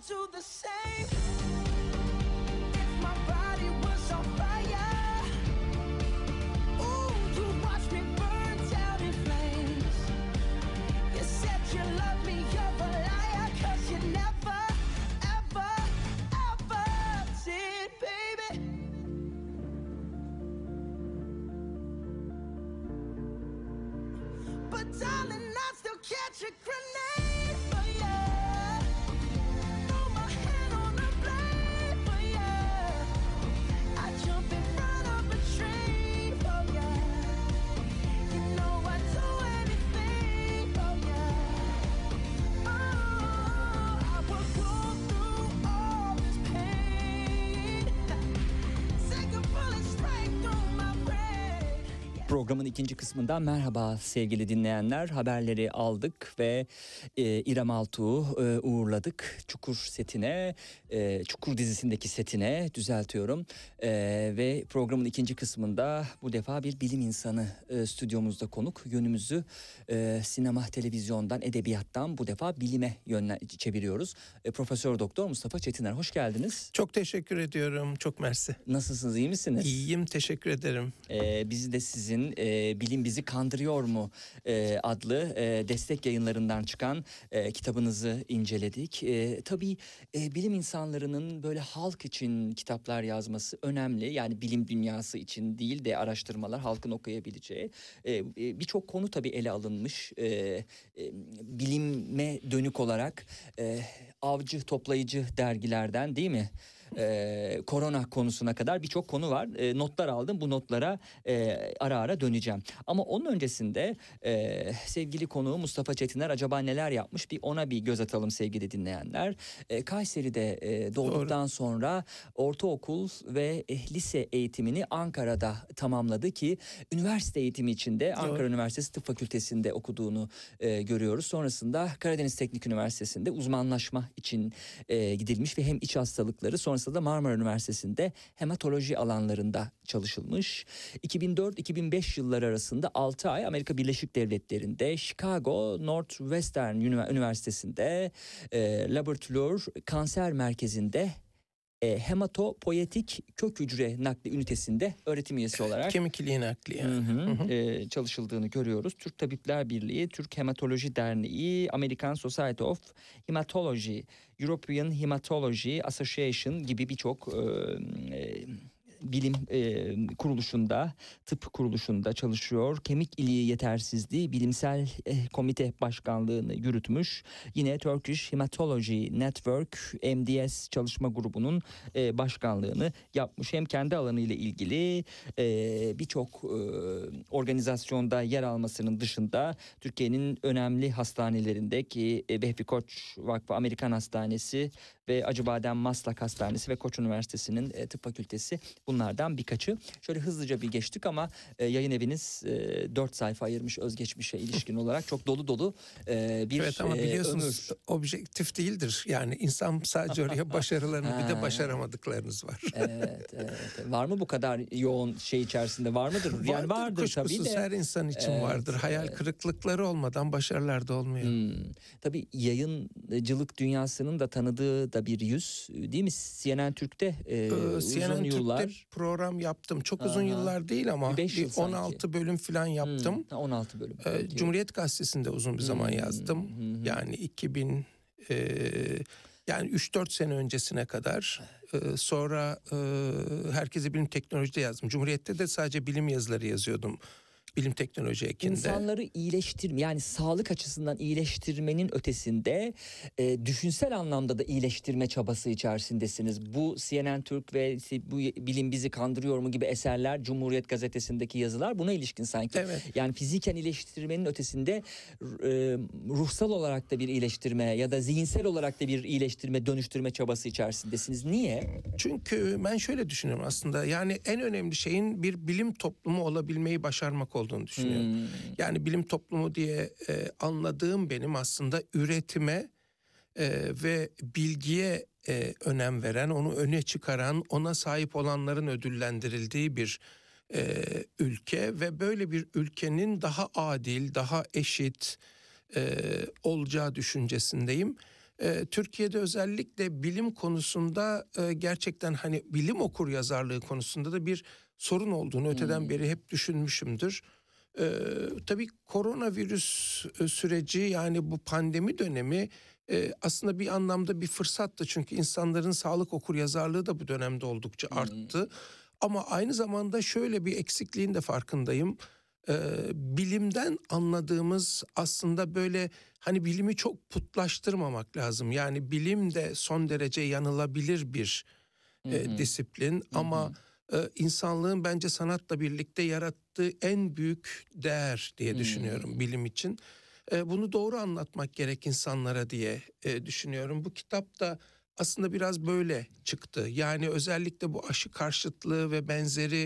do the same. If my body was on fire, ooh, you watch me burn down in flames. You said you love me, you're a liar, 'cause you never, ever, ever did, baby. But darling, I still catch a grenade for you. Throw my hand on the blade for you. I jump in front of a train for you. You know I'd do anything for you. Oh, I will go through all this pain. Take a bullet straight through my brain. Programın ikinci kısmından merhaba sevgili dinleyenler. Haberleri aldık ve İrem Altuğ'u uğurladık Çukur setine, Çukur dizisindeki setine düzeltiyorum. Ve programın ikinci kısmında bu defa bir bilim insanı stüdyomuzda konuk. Yönümüzü sinema, televizyondan, edebiyattan bu defa bilime çeviriyoruz. Profesör Doktor Mustafa Çetiner, hoş geldiniz. Çok teşekkür ediyorum. Çok mersi. Nasılsınız, iyi misiniz? İyiyim, teşekkür ederim. Bizi de sizin Bilim Bizi Kandırıyor mu adlı destek yayınlarından çıkan kitabınızı inceledik. Tabii bilim insanlarının böyle halk için kitaplar yazması önemli. Yani bilim dünyası için değil de araştırmalar halkın okuyabileceği. Birçok konu tabii ele alınmış. Bilime dönük olarak avcı toplayıcı dergilerden, değil mi? Korona konusuna kadar birçok konu var. Notlar aldım. Bu notlara ara ara döneceğim. Ama onun öncesinde sevgili konuğu Mustafa Çetiner acaba neler yapmış? Ona bir göz atalım sevgili dinleyenler. Kayseri'de doğduktan sonra ortaokul ve lise eğitimini Ankara'da tamamladı ki üniversite eğitimi içinde Ankara Üniversitesi Tıp Fakültesi'nde okuduğunu görüyoruz. Sonrasında Karadeniz Teknik Üniversitesi'nde uzmanlaşma için gidilmiş ve hem iç hastalıkları, sonrasında da Marmara Üniversitesi'nde hematoloji alanlarında çalışılmış. 2004-2005 yılları arasında 6 ay Amerika Birleşik Devletleri'nde Chicago Northwestern Üniversitesi'nde Laborator Kanser Merkezi'nde hematopoietik kök hücre nakli ünitesinde öğretim üyesi olarak Kemik iliği nakli yani. Çalışıldığını görüyoruz. Türk Tabipler Birliği, Türk Hematoloji Derneği, American Society of Hematology, European Hematology Association gibi birçok bilim kuruluşunda, tıp kuruluşunda çalışıyor. Kemik iliği yetersizliği bilimsel komite başkanlığını yürütmüş. Yine Turkish Hematology Network MDS çalışma grubunun başkanlığını yapmış. Hem kendi alanı ile ilgili birçok organizasyonda yer almasının dışında Türkiye'nin önemli hastanelerindeki Vehbi Koç Vakfı Amerikan Hastanesi ve Acıbadem Maslak Hastanesi ve Koç Üniversitesi'nin tıp fakültesi bunlardan birkaçı. Şöyle hızlıca bir geçtik ama yayın eviniz 4 sayfa ayırmış özgeçmişe ilişkin olarak çok dolu dolu bir evet, ama biliyorsunuz objektif değildir. Yani insan sadece oraya başarılarını bir de başaramadıklarınız var. Evet. Var mı bu kadar yoğun şey içerisinde? Var mıdır? Vardır, Yani vardır kuşkusuz, tabii de. her insan için vardır. Hayal kırıklıkları olmadan başarılar da olmuyor. Tabii yayıncılık dünyasının da tanıdığı da bir yüz, değil mi? CNN Türk'te uzun yıllar. Türk'te program yaptım. Çok uzun yıllar değil ama bir 16 bölüm falan yaptım. 16 bölüm. Cumhuriyet Gazetesi'nde uzun bir zaman yazdım. Yani 2000 yani 3-4 sene öncesine kadar. Sonra Herkese Bilim Teknoloji'de yazdım. Cumhuriyet'te de sadece bilim yazıları yazıyordum. Bilim teknoloji ekinde. İnsanları iyileştirme, yani sağlık açısından iyileştirmenin ötesinde düşünsel anlamda da iyileştirme çabası içerisindesiniz. Bu CNN Türk ve bu Bilim Bizi Kandırıyor mu gibi eserler, Cumhuriyet Gazetesi'ndeki yazılar buna ilişkin sanki. Evet. Yani fiziken iyileştirmenin ötesinde ruhsal olarak da bir iyileştirme ya da zihinsel olarak da bir iyileştirme, dönüştürme çabası içerisindesiniz. Niye? Çünkü ben şöyle düşünüyorum aslında. Yani en önemli şeyin bir bilim toplumu olabilmeyi başarmak olduğunu düşünüyorum. Yani bilim toplumu diye anladığım benim aslında üretime ve bilgiye önem veren, onu öne çıkaran, ona sahip olanların ödüllendirildiği bir ülke ve böyle bir ülkenin daha adil, daha eşit olacağı düşüncesindeyim. Türkiye'de özellikle bilim konusunda gerçekten hani bilim okuryazarlığı konusunda da bir sorun olduğunu öteden beri hep düşünmüşümdür. Tabii koronavirüs süreci, yani bu pandemi dönemi aslında bir anlamda bir fırsattı. Çünkü insanların sağlık okuryazarlığı da bu dönemde oldukça arttı. Ama aynı zamanda şöyle bir eksikliğin de farkındayım. Bilimden anladığımız aslında böyle hani bilimi çok putlaştırmamak lazım. Yani bilim de son derece yanılabilir bir disiplin ama insanlığın bence sanatla birlikte yarattığı en büyük değer diye düşünüyorum bilim için. Bunu doğru anlatmak gerek insanlara diye düşünüyorum. Bu kitap da aslında biraz böyle çıktı. Yani özellikle bu aşı karşıtlığı ve benzeri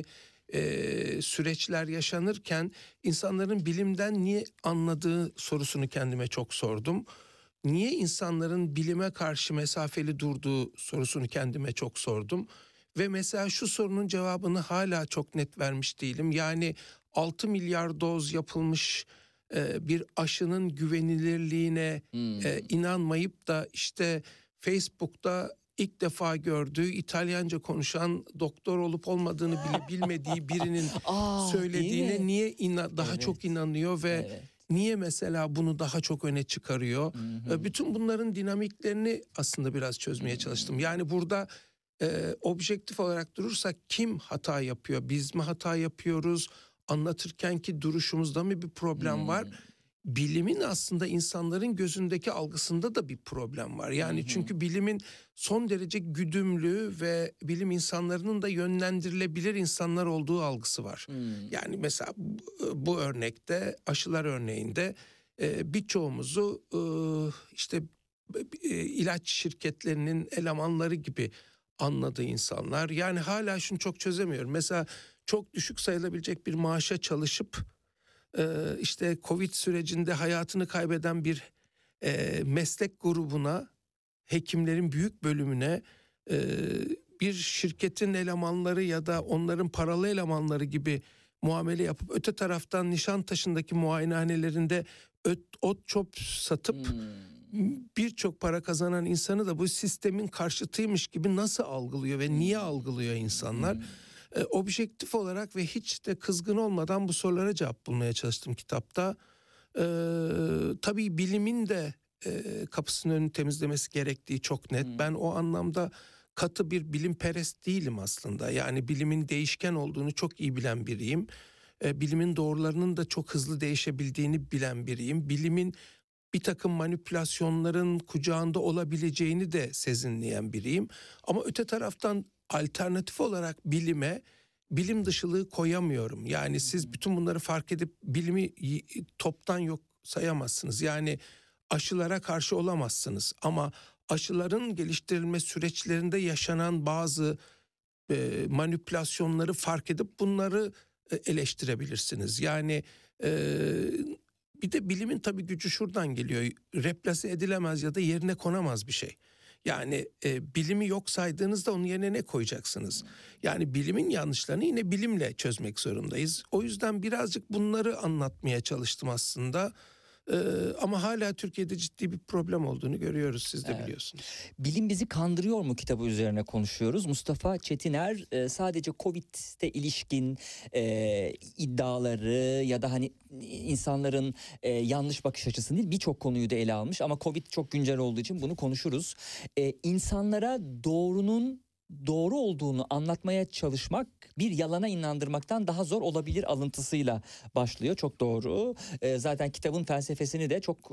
süreçler yaşanırken insanların bilimden niye anladığı sorusunu kendime çok sordum. Niye insanların bilime karşı mesafeli durduğu sorusunu kendime çok sordum. Ve mesela şu sorunun cevabını hala çok net vermiş değilim. Yani 6 milyar doz yapılmış bir aşının güvenilirliğine inanmayıp da işte Facebook'ta ilk defa gördüğü İtalyanca konuşan doktor olup olmadığını bile bilmediği birinin söylediğine niye daha çok inanıyor ve niye mesela bunu daha çok öne çıkarıyor? Bütün bunların dinamiklerini aslında biraz çözmeye çalıştım. Yani burada objektif olarak durursak kim hata yapıyor? Biz mi hata yapıyoruz? Anlatırkenki duruşumuzda mı bir problem var? Bilimin aslında insanların gözündeki algısında da bir problem var. Yani çünkü bilimin son derece güdümlü ve bilim insanlarının da yönlendirilebilir insanlar olduğu algısı var. Yani mesela bu örnekte, aşılar örneğinde birçoğumuzu işte ilaç şirketlerinin elemanları gibi anladığı insanlar. Yani hala şunu çok çözemiyorum. Mesela çok düşük sayılabilecek bir maaşa çalışıp işte Covid sürecinde hayatını kaybeden bir meslek grubuna, hekimlerin büyük bölümüne bir şirketin elemanları ya da onların paralı elemanları gibi muamele yapıp öte taraftan Nişantaşı'ndaki muayenehanelerinde ot çöp satıp birçok para kazanan insanı da bu sistemin karşıtıymış gibi nasıl algılıyor ve niye algılıyor insanlar? Objektif olarak ve hiç de kızgın olmadan bu sorulara cevap bulmaya çalıştım kitapta. Tabii bilimin de kapısının önünü temizlemesi gerektiği çok net. Ben o anlamda katı bir bilimperest değilim aslında. Yani bilimin değişken olduğunu çok iyi bilen biriyim. Bilimin doğrularının da çok hızlı değişebildiğini bilen biriyim. Bilimin bir takım manipülasyonların kucağında olabileceğini de sezinleyen biriyim. Ama öte taraftan alternatif olarak bilime bilim dışılığı koyamıyorum. Yani siz bütün bunları fark edip bilimi toptan yok sayamazsınız. Yani aşılara karşı olamazsınız ama aşıların geliştirilme süreçlerinde yaşanan bazı manipülasyonları fark edip bunları eleştirebilirsiniz. Yani bir de bilimin tabii gücü şuradan geliyor. Replase edilemez ya da yerine konamaz bir şey. Yani bilimi yok saydığınızda onun yerine ne koyacaksınız? Yani bilimin yanlışlarını yine bilimle çözmek zorundayız. O yüzden birazcık bunları anlatmaya çalıştım aslında. Ama hala Türkiye'de ciddi bir problem olduğunu görüyoruz, siz de biliyorsunuz. Bilim bizi kandırıyor mu kitabı üzerine konuşuyoruz. Mustafa Çetiner sadece Covid'de ilişkin iddiaları ya da hani insanların yanlış bakış açısı değil, birçok konuyu da ele almış ama Covid çok güncel olduğu için bunu konuşuruz. İnsanlara doğrunun doğru olduğunu anlatmaya çalışmak bir yalana inandırmaktan daha zor olabilir alıntısıyla başlıyor. Çok doğru. Zaten kitabın felsefesini de çok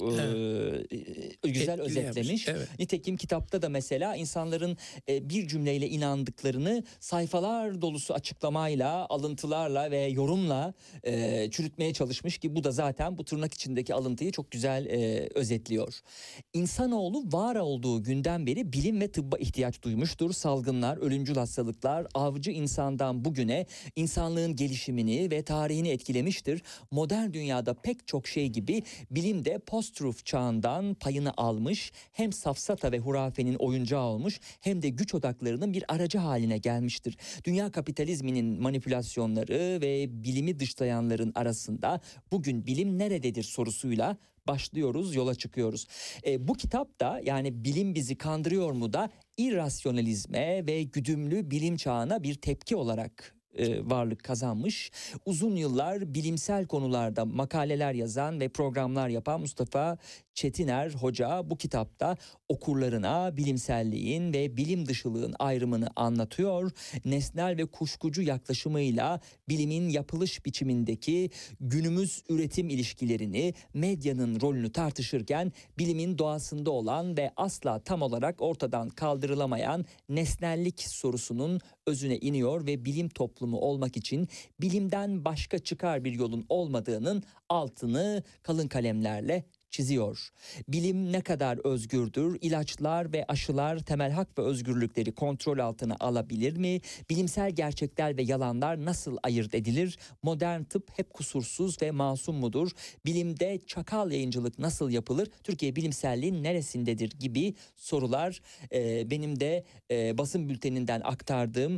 güzel özetlemiş. Evet. Nitekim kitapta da mesela insanların bir cümleyle inandıklarını sayfalar dolusu açıklamayla, alıntılarla ve yorumla çürütmeye çalışmış ki bu da zaten bu tırnak içindeki alıntıyı çok güzel özetliyor. İnsanoğlu var olduğu günden beri bilim ve tıbba ihtiyaç duymuştur. Salgınlar, salgınlar, ölümcül hastalıklar avcı insandan bugüne insanlığın gelişimini ve tarihini etkilemiştir. Modern dünyada pek çok şey gibi bilim de post-truth çağından payını almış, hem safsata ve hurafenin oyuncağı olmuş hem de güç odaklarının bir aracı haline gelmiştir. Dünya kapitalizminin manipülasyonları ve bilimi dışlayanların arasında bugün bilim nerededir sorusuyla başlıyoruz, yola çıkıyoruz. Bu kitap da, yani Bilim Bizi Kandırıyor mu da, irrasyonalizme ve güdümlü bilim çağına bir tepki olarak varlık kazanmış. Uzun yıllar bilimsel konularda makaleler yazan ve programlar yapan Mustafa Çetiner Hoca bu kitapta okurlarına bilimselliğin ve bilim dışılığın ayrımını anlatıyor. Nesnel ve kuşkucu yaklaşımıyla bilimin yapılış biçimindeki günümüz üretim ilişkilerini, medyanın rolünü tartışırken bilimin doğasında olan ve asla tam olarak ortadan kaldırılamayan nesnellik sorusunun özüne iniyor ve bilim toplumu olmak için bilimden başka çıkar bir yolun olmadığının altını kalın kalemlerle çiziyor. Bilim ne kadar özgürdür? İlaçlar ve aşılar temel hak ve özgürlükleri kontrol altına alabilir mi? Bilimsel gerçekler ve yalanlar nasıl ayırt edilir? Modern tıp hep kusursuz ve masum mudur? Bilimde çakal yayıncılık nasıl yapılır? Türkiye bilimselliğin neresindedir gibi sorular benim de basın bülteninden aktardığım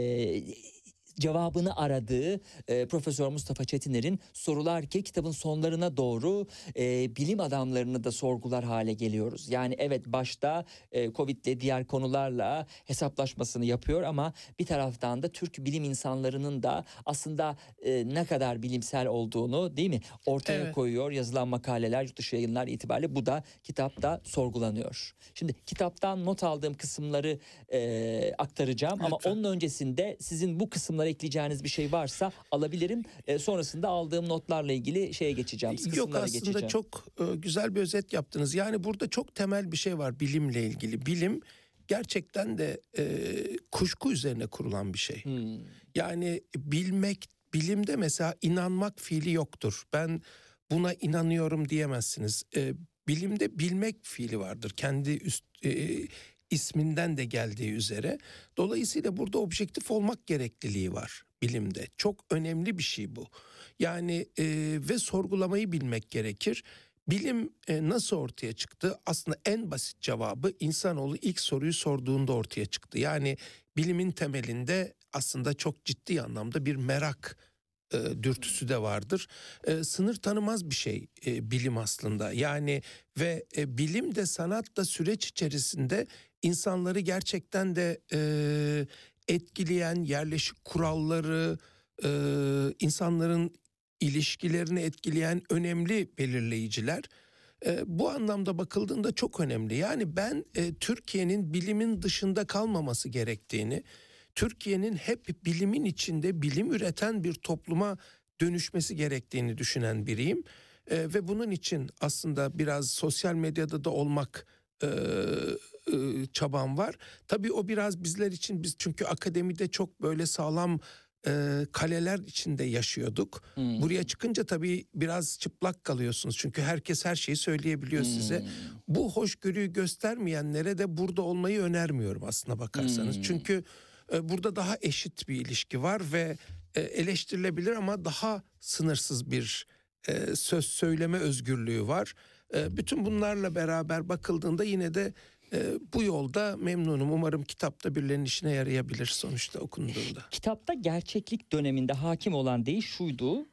cevabını aradığı Profesör Mustafa Çetiner'in sorular ki kitabın sonlarına doğru bilim adamlarını da sorgular hale geliyoruz. Yani evet, başta Covid'le diğer konularla hesaplaşmasını yapıyor ama bir taraftan da Türk bilim insanlarının da aslında ne kadar bilimsel olduğunu, değil mi, ortaya koyuyor. Yazılan makaleler, yurt dışı yayınlar itibariyle bu da kitapta sorgulanıyor. Şimdi kitaptan not aldığım kısımları aktaracağım ama onun öncesinde sizin bu kısımlara ekleyeceğiniz bir şey varsa alabilirim. Sonrasında aldığım notlarla ilgili şeye geçeceğim. Yok, aslında çok güzel bir özet yaptınız. Yani burada çok temel bir şey var bilimle ilgili. Bilim gerçekten de kuşku üzerine kurulan bir şey. Yani bilimde mesela inanmak fiili yoktur. Ben buna inanıyorum diyemezsiniz. Bilimde bilmek fiili vardır. Kendi isminden de geldiği üzere. Dolayısıyla burada objektif olmak gerekliliği var bilimde. Çok önemli bir şey bu. Yani ve sorgulamayı bilmek gerekir. Bilim nasıl ortaya çıktı? Aslında en basit cevabı insanoğlu ilk soruyu sorduğunda ortaya çıktı. Yani bilimin temelinde aslında çok ciddi anlamda bir merak dürtüsü de vardır. Sınır tanımaz bir şey bilim aslında. Yani ve bilim de sanat da süreç içerisinde insanları gerçekten de etkileyen yerleşik kuralları, insanların ilişkilerini etkileyen önemli belirleyiciler. Bu anlamda bakıldığında çok önemli. Yani ben Türkiye'nin bilimin dışında kalmaması gerektiğini, Türkiye'nin hep bilimin içinde bilim üreten bir topluma dönüşmesi gerektiğini düşünen biriyim. Ve bunun için aslında biraz sosyal medyada da olmak çabam var. Tabii o biraz bizler için, biz çünkü akademide çok böyle sağlam kaleler içinde yaşıyorduk. Buraya çıkınca tabii biraz çıplak kalıyorsunuz. Çünkü herkes her şeyi söyleyebiliyor size. Bu hoşgörüyü göstermeyenlere de burada olmayı önermiyorum aslına bakarsanız. Çünkü burada daha eşit bir ilişki var ve eleştirilebilir ama daha sınırsız bir söz söyleme özgürlüğü var. Bütün bunlarla beraber bakıldığında yine de bu yolda memnunum. Umarım kitapta birilerinin işine yarayabilir sonuçta okunduğunda. Kitapta gerçeklik döneminde hakim olan deyiş şuydu: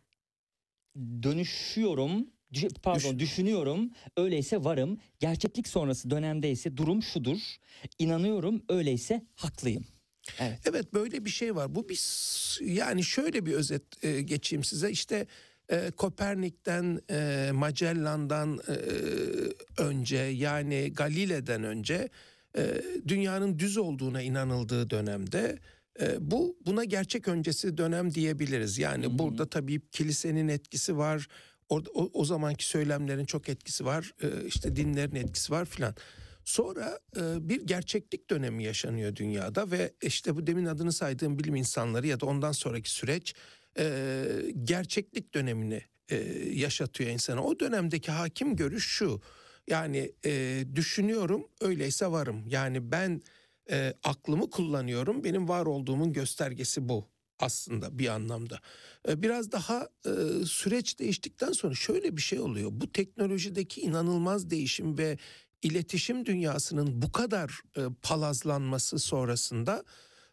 düşünüyorum, öyleyse varım. Gerçeklik sonrası dönemde ise durum şudur: inanıyorum, öyleyse haklıyım. Evet, böyle bir şey var. Bu yani şöyle bir özet geçeyim size. İşte Kopernik'ten, Magellan'dan önce, yani Galile'den önce dünyanın düz olduğuna inanıldığı dönemde buna gerçek öncesi dönem diyebiliriz. Yani burada tabii kilisenin etkisi var. O zamanki söylemlerin çok etkisi var. İşte dinlerin etkisi var filan. Sonra bir gerçeklik dönemi yaşanıyor dünyada ve işte bu demin adını saydığım bilim insanları ya da ondan sonraki süreç gerçeklik dönemini yaşatıyor insana. O dönemdeki hakim görüş şu: yani düşünüyorum, öyleyse varım. Yani ben aklımı kullanıyorum. Benim var olduğumun göstergesi bu aslında bir anlamda. Biraz daha süreç değiştikten sonra şöyle bir şey oluyor. Bu teknolojideki inanılmaz değişim ve iletişim dünyasının bu kadar palazlanması sonrasında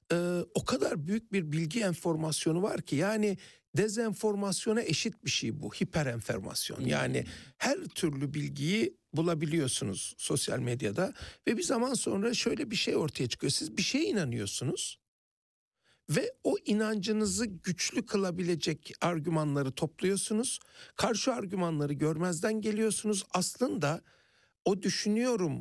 o kadar büyük bir bilgi enformasyonu var ki, yani dezenformasyona eşit bir şey bu, hiperenformasyon. Yani her türlü bilgiyi bulabiliyorsunuz sosyal medyada ve bir zaman sonra şöyle bir şey ortaya çıkıyor. Siz bir şeye inanıyorsunuz ve o inancınızı güçlü kılabilecek argümanları topluyorsunuz. Karşı argümanları görmezden geliyorsunuz. Aslında o düşünüyorum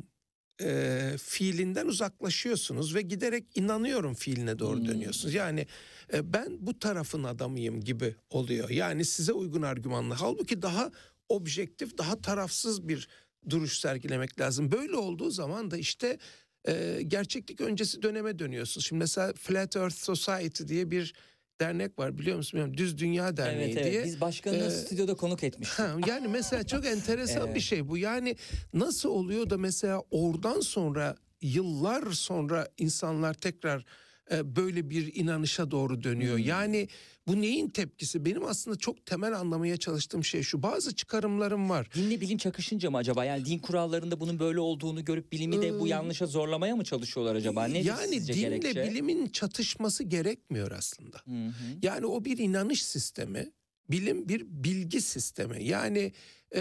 fiilinden uzaklaşıyorsunuz ve giderek inanıyorum fiiline doğru dönüyorsunuz. Yani ben bu tarafın adamıyım gibi oluyor. Yani size uygun argümanla. Halbuki daha objektif, daha tarafsız bir duruş sergilemek lazım. Böyle olduğu zaman da işte gerçeklik öncesi döneme dönüyorsunuz. Şimdi mesela Flat Earth Society diye bir dernek var, biliyor musun? Bilmiyorum, Düz Dünya Derneği Evet, diye. biz başkanını stüdyoda konuk etmiştik. Yani mesela çok enteresan bir şey bu. Yani nasıl oluyor da mesela oradan sonra, yıllar sonra insanlar tekrar böyle bir inanışa doğru dönüyor. Yani bu neyin tepkisi? Benim aslında çok temel anlamaya çalıştığım şey şu: bazı çıkarımlarım var. Dinle bilim çakışınca mı acaba? Yani din kurallarında bunun böyle olduğunu görüp bilimi de bu yanlışa zorlamaya mı çalışıyorlar acaba? Nedir Yani sizce dinle gerekçe? bilimin çatışması gerekmiyor aslında. Yani o bir inanış sistemi, bilim bir bilgi sistemi. Yani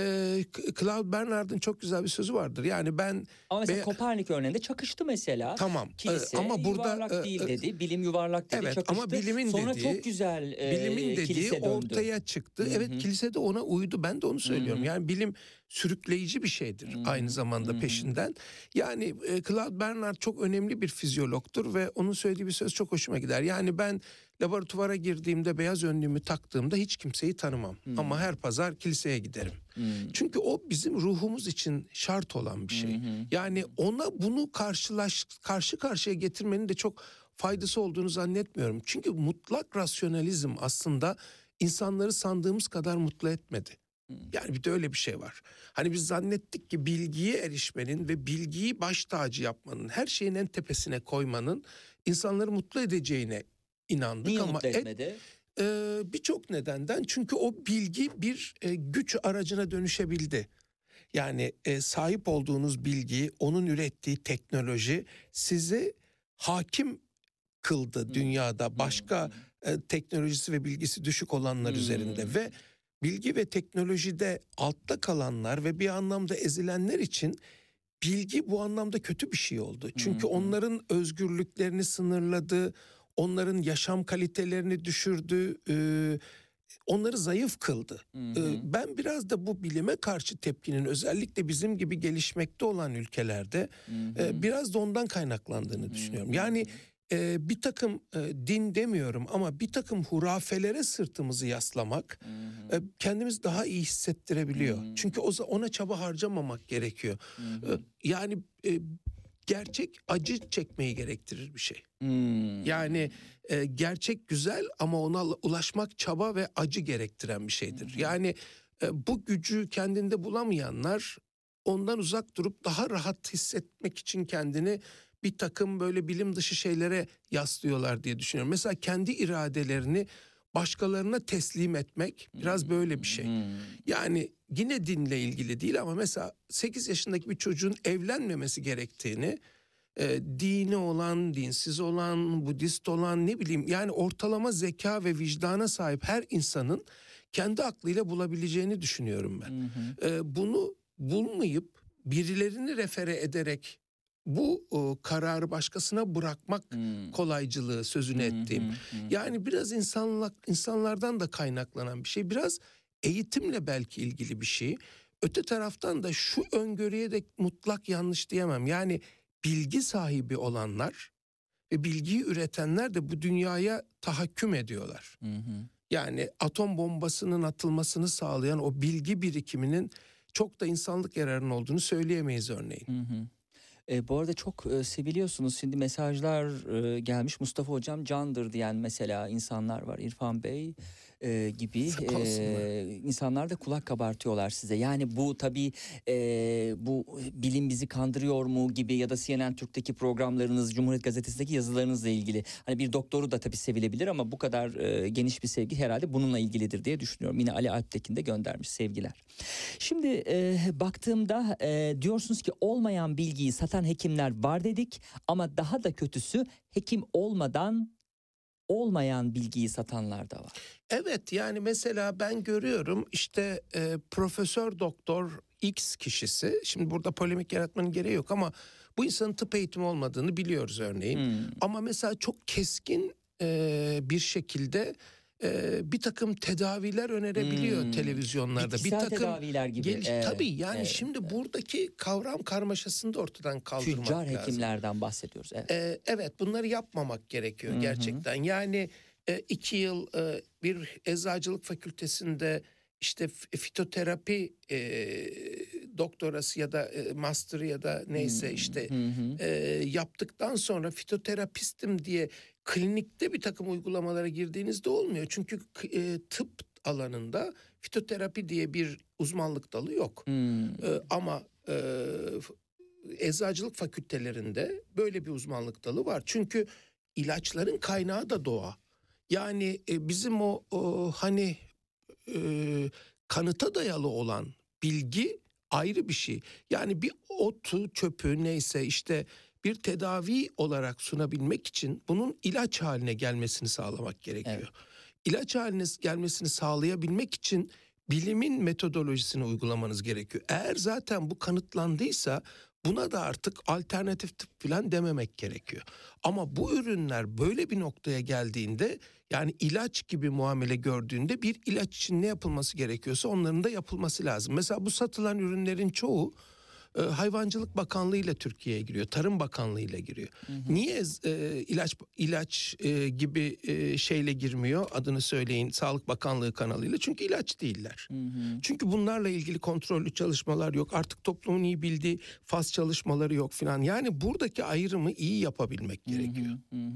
Claude Bernard'ın çok güzel bir sözü vardır. Yani ben Ama mesela Kopernik örneğinde çakıştı mesela. Tamam. Kilise Ama burada yuvarlak değil dedi. Bilim yuvarlak dedi. evet, Çakıştı. ama bilimin Sonra dediği, çok güzel bilimin dediği kilise döndü. ortaya çıktı. Evet, kilise de ona uydu. Ben de onu söylüyorum. Yani bilim sürükleyici bir şeydir aynı zamanda peşinden. Yani Claude Bernard çok önemli bir fizyologtur ve onun söylediği bir söz çok hoşuma gider. Yani ben laboratuvara girdiğimde, beyaz önlüğümü taktığımda hiç kimseyi tanımam. Ama her pazar kiliseye giderim. Çünkü o bizim ruhumuz için şart olan bir şey. Yani ona bunu karşı karşıya getirmenin de çok faydası olduğunu zannetmiyorum. Çünkü mutlak rasyonalizm aslında insanları sandığımız kadar mutlu etmedi. Yani bir de öyle bir şey var. Hani biz zannettik ki bilgiye erişmenin ve bilgiyi baş tacı yapmanın, her şeyin en tepesine koymanın insanları mutlu edeceğine inandık. Niye ama mutlu etmedi? birçok nedenden, çünkü o bilgi bir güç aracına dönüşebildi. Yani sahip olduğunuz bilgi, onun ürettiği teknoloji sizi hakim kıldı dünyada başka teknolojisi ve bilgisi düşük olanlar üzerinde ve bilgi ve teknolojide altta kalanlar ve bir anlamda ezilenler için bilgi bu anlamda kötü bir şey oldu. Çünkü onların özgürlüklerini sınırladı, onların yaşam kalitelerini düşürdü, onları zayıf kıldı. Ben biraz da bu bilime karşı tepkinin özellikle bizim gibi gelişmekte olan ülkelerde biraz da ondan kaynaklandığını düşünüyorum. Yani bir takım din demiyorum ama bir takım hurafelere sırtımızı yaslamak kendimizi daha iyi hissettirebiliyor. Çünkü ona çaba harcamamak gerekiyor. Yani gerçek acı çekmeyi gerektirir bir şey. Yani gerçek güzel ama ona ulaşmak çaba ve acı gerektiren bir şeydir. Yani bu gücü kendinde bulamayanlar ondan uzak durup daha rahat hissetmek için kendini bir takım böyle bilim dışı şeylere yaslıyorlar diye düşünüyorum. Mesela kendi iradelerini başkalarına teslim etmek biraz böyle bir şey. Yani yine dinle ilgili değil ama mesela 8 yaşındaki bir çocuğun evlenmemesi gerektiğini dini olan, dinsiz olan, Budist olan, ne bileyim, yani ortalama zeka ve vicdana sahip her insanın kendi aklıyla bulabileceğini düşünüyorum ben. Bunu bulmayıp birilerini refere ederek bu kararı başkasına bırakmak kolaycılığı sözünü ettiğim. Yani biraz insanlardan da kaynaklanan bir şey. Biraz eğitimle belki ilgili bir şey. Öte taraftan da şu öngörüye de mutlak yanlış diyemem. Yani bilgi sahibi olanlar ve bilgiyi üretenler de bu dünyaya tahakküm ediyorlar. Yani atom bombasının atılmasını sağlayan o bilgi birikiminin çok da insanlık yararının olduğunu söyleyemeyiz örneğin. Bu arada çok seviliyorsunuz. Şimdi mesajlar gelmiş. Mustafa Hocam candır diyen mesela insanlar var. İrfan Bey gibi insanlar da kulak kabartıyorlar size. Yani bu tabii bu bilim bizi kandırıyor mu gibi ya da CNN Türk'teki programlarınız, Cumhuriyet Gazetesi'ndeki yazılarınızla ilgili. Hani bir doktoru da tabii sevilebilir ama bu kadar geniş bir sevgi herhalde bununla ilgilidir diye düşünüyorum. Yine Ali Alptekin de göndermiş, sevgiler. Şimdi baktığımda diyorsunuz ki olmayan bilgiyi satan hekimler var dedik ama daha da kötüsü hekim olmadan olmayan bilgiyi satanlar da var. Evet, yani mesela ben görüyorum işte Profesör Doktor X kişisi, şimdi burada polemik yaratmanın gereği yok ama bu insanın tıp eğitimi olmadığını biliyoruz örneğin. Ama mesela çok keskin bir şekilde bir takım tedaviler önerebiliyor televizyonlarda. Bitkisel bir takım tedaviler gibi. Tabii yani şimdi buradaki kavram karmaşasını da ortadan kaldırmak Tüccar lazım. hekimlerden bahsediyoruz. Evet, evet, bunları yapmamak gerekiyor gerçekten. Yani 2 yıl bir eczacılık fakültesinde işte fitoterapi doktorası ya da master ya da neyse işte yaptıktan sonra fitoterapistim diye klinikte bir takım uygulamalara girdiğinizde olmuyor. Çünkü tıp alanında fitoterapi diye bir uzmanlık dalı yok. Ama eczacılık fakültelerinde böyle bir uzmanlık dalı var. Çünkü ilaçların kaynağı da doğa. Yani bizim o hani kanıta dayalı olan bilgi ayrı bir şey. Yani bir otu, çöpü neyse işte bir tedavi olarak sunabilmek için bunun ilaç haline gelmesini sağlamak gerekiyor. Evet. İlaç haline gelmesini sağlayabilmek için bilimin metodolojisini uygulamanız gerekiyor. Eğer zaten bu kanıtlandıysa buna da artık alternatif tıp falan dememek gerekiyor. Ama bu ürünler böyle bir noktaya geldiğinde, yani ilaç gibi muamele gördüğünde bir ilaç için ne yapılması gerekiyorsa onların da yapılması lazım. Mesela bu satılan ürünlerin çoğu Hayvancılık Bakanlığı ile Türkiye'ye giriyor. Tarım Bakanlığı ile giriyor. Niye ilaç gibi şeyle girmiyor? Adını söyleyin, Sağlık Bakanlığı kanalıyla. Çünkü ilaç değiller. Çünkü bunlarla ilgili kontrollü çalışmalar yok. Artık toplumun iyi bildiği faz çalışmaları yok filan. Yani buradaki ayrımı iyi yapabilmek gerekiyor.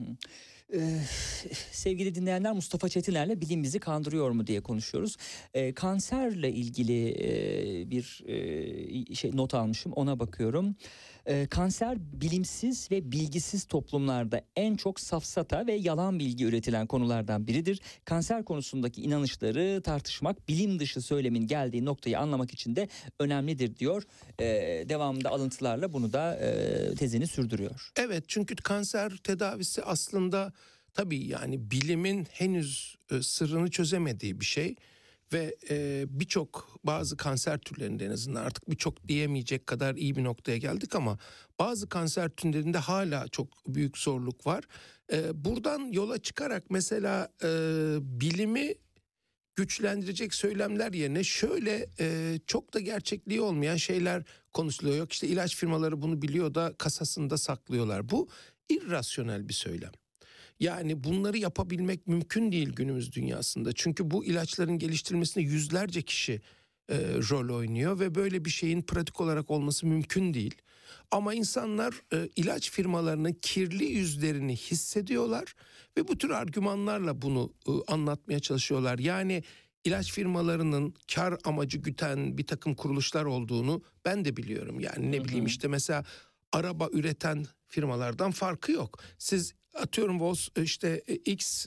Sevgili dinleyenler, Mustafa Çetiner'le bilim bizi kandırıyor mu diye konuşuyoruz. Kanserle ilgili bir şey not almışım, ona bakıyorum. Kanser bilimsiz ve bilgisiz toplumlarda en çok safsata ve yalan bilgi üretilen konulardan biridir. Kanser konusundaki inanışları tartışmak bilim dışı söylemin geldiği noktayı anlamak için de önemlidir diyor. Devamında alıntılarla bunu da tezini sürdürüyor. Evet, çünkü kanser tedavisi aslında tabii yani bilimin henüz sırrını çözemediği bir şey. Ve bazı kanser türlerinde, en azından artık birçok diyemeyecek kadar iyi bir noktaya geldik ama bazı kanser türlerinde hala çok büyük zorluk var. Buradan yola çıkarak mesela bilimi güçlendirecek söylemler yerine şöyle çok da gerçekliği olmayan şeyler konuşuluyor. Yok işte ilaç firmaları bunu biliyor da kasasında saklıyorlar. Bu irrasyonel bir söylem. Yani bunları yapabilmek mümkün değil günümüz dünyasında. Çünkü bu ilaçların geliştirilmesinde yüzlerce kişi rol oynuyor ve böyle bir şeyin pratik olarak olması mümkün değil. Ama insanlar ilaç firmalarının kirli yüzlerini hissediyorlar ve bu tür argümanlarla bunu anlatmaya çalışıyorlar. Yani ilaç firmalarının kar amacı güten bir takım kuruluşlar olduğunu ben de biliyorum. Yani ne bileyim işte mesela araba üreten firmalardan farkı yok. Siz atıyorum işte X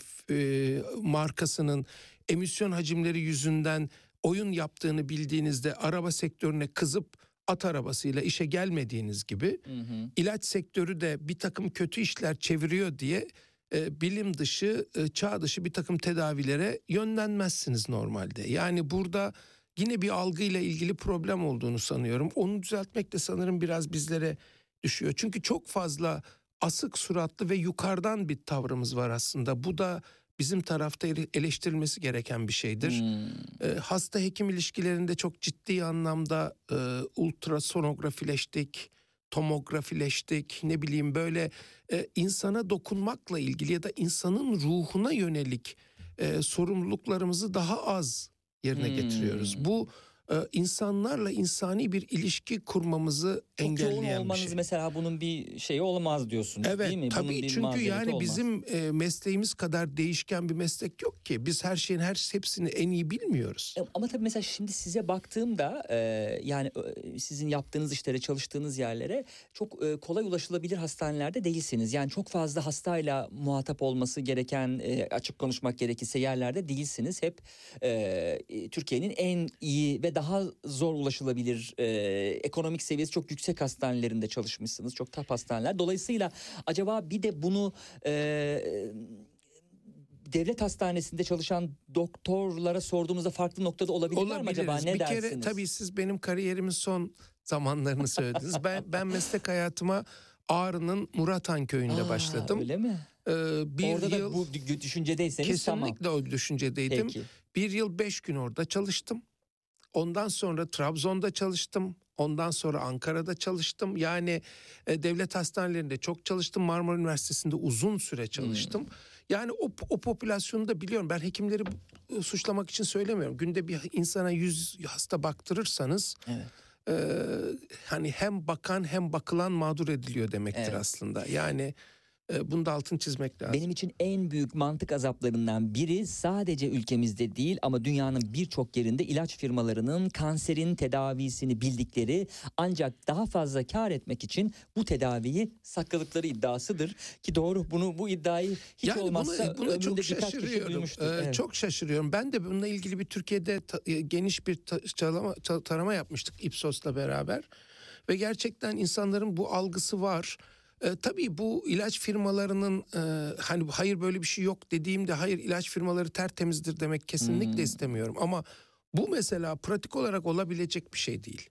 markasının emisyon hacimleri yüzünden oyun yaptığını bildiğinizde araba sektörüne kızıp at arabasıyla işe gelmediğiniz gibi ilaç sektörü de bir takım kötü işler çeviriyor diye bilim dışı, çağ dışı bir takım tedavilere yönlenmezsiniz normalde. Yani burada yine bir algıyla ilgili problem olduğunu sanıyorum. Onu düzeltmek de sanırım biraz bizlere düşüyor. Çünkü çok fazla asık suratlı ve yukarıdan bir tavrımız var aslında. Bu da bizim tarafta eleştirilmesi gereken bir şeydir. Hasta hekim ilişkilerinde çok ciddi anlamda ultrasonografileştik, tomografileştik, ne bileyim böyle insana dokunmakla ilgili ya da insanın ruhuna yönelik sorumluluklarımızı daha az yerine getiriyoruz. Bu insanlarla insani bir ilişki kurmamızı Çok yoğun engelleyen bir olmanız şey. mesela bunun bir şeyi olmaz diyorsunuz, Evet, değil mi? Bunun tabii bir çünkü mazereti yani olmaz. bizim mesleğimiz kadar değişken bir meslek yok ki. Biz her şeyin hepsini en iyi bilmiyoruz. Ama tabii mesela şimdi size baktığımda yani sizin yaptığınız işlere, çalıştığınız yerlere çok kolay ulaşılabilir hastanelerde değilsiniz. Yani çok fazla hastayla muhatap olması gereken, açık konuşmak gerekirse yerlerde değilsiniz. Hep Türkiye'nin en iyi ve daha zor ulaşılabilir, ekonomik seviyesi çok yüksek hastanelerinde çalışmışsınız. Çok top hastaneler. Dolayısıyla acaba bir de bunu devlet hastanesinde çalışan doktorlara sorduğumuzda farklı noktada olabilirler mi acaba? Ne bir dersiniz? kere tabii siz benim kariyerimin son zamanlarını söylediniz. ben meslek hayatıma Ağrı'nın Murathan köyünde başladım. Öyle mi? Bir Orada yıl da bu düşüncedeyseniz tamam. kesinlikle o düşüncedeydim. Peki. 1 yıl 5 gün orada çalıştım. Ondan sonra Trabzon'da çalıştım. Ondan sonra Ankara'da çalıştım. Yani devlet hastanelerinde çok çalıştım. Marmara Üniversitesi'nde uzun süre çalıştım. Yani o popülasyonu da biliyorum. Ben hekimleri suçlamak için söylemiyorum. Günde bir insana 100 hasta baktırırsanız hani hem bakan hem bakılan mağdur ediliyor demektir aslında. Yani bunu da altını çizmek lazım. Benim için en büyük mantık azaplarından biri sadece ülkemizde değil ama dünyanın birçok yerinde ilaç firmalarının kanserin tedavisini bildikleri ancak daha fazla kar etmek için bu tedaviyi sakladıkları iddiasıdır. Ki doğru, bu iddiayı hiç yani olmazsa buna çok ömrümde birkaç kişi şaşırıyorum. duymuştur. Evet. Çok şaşırıyorum. Ben de bununla ilgili bir Türkiye'de geniş bir tarama yapmıştık Ipsos'la beraber. Ve gerçekten insanların bu algısı var. Tabii bu ilaç firmalarının hani hayır böyle bir şey yok dediğimde hayır ilaç firmaları tertemizdir demek kesinlikle istemiyorum. Ama bu mesela pratik olarak olabilecek bir şey değil.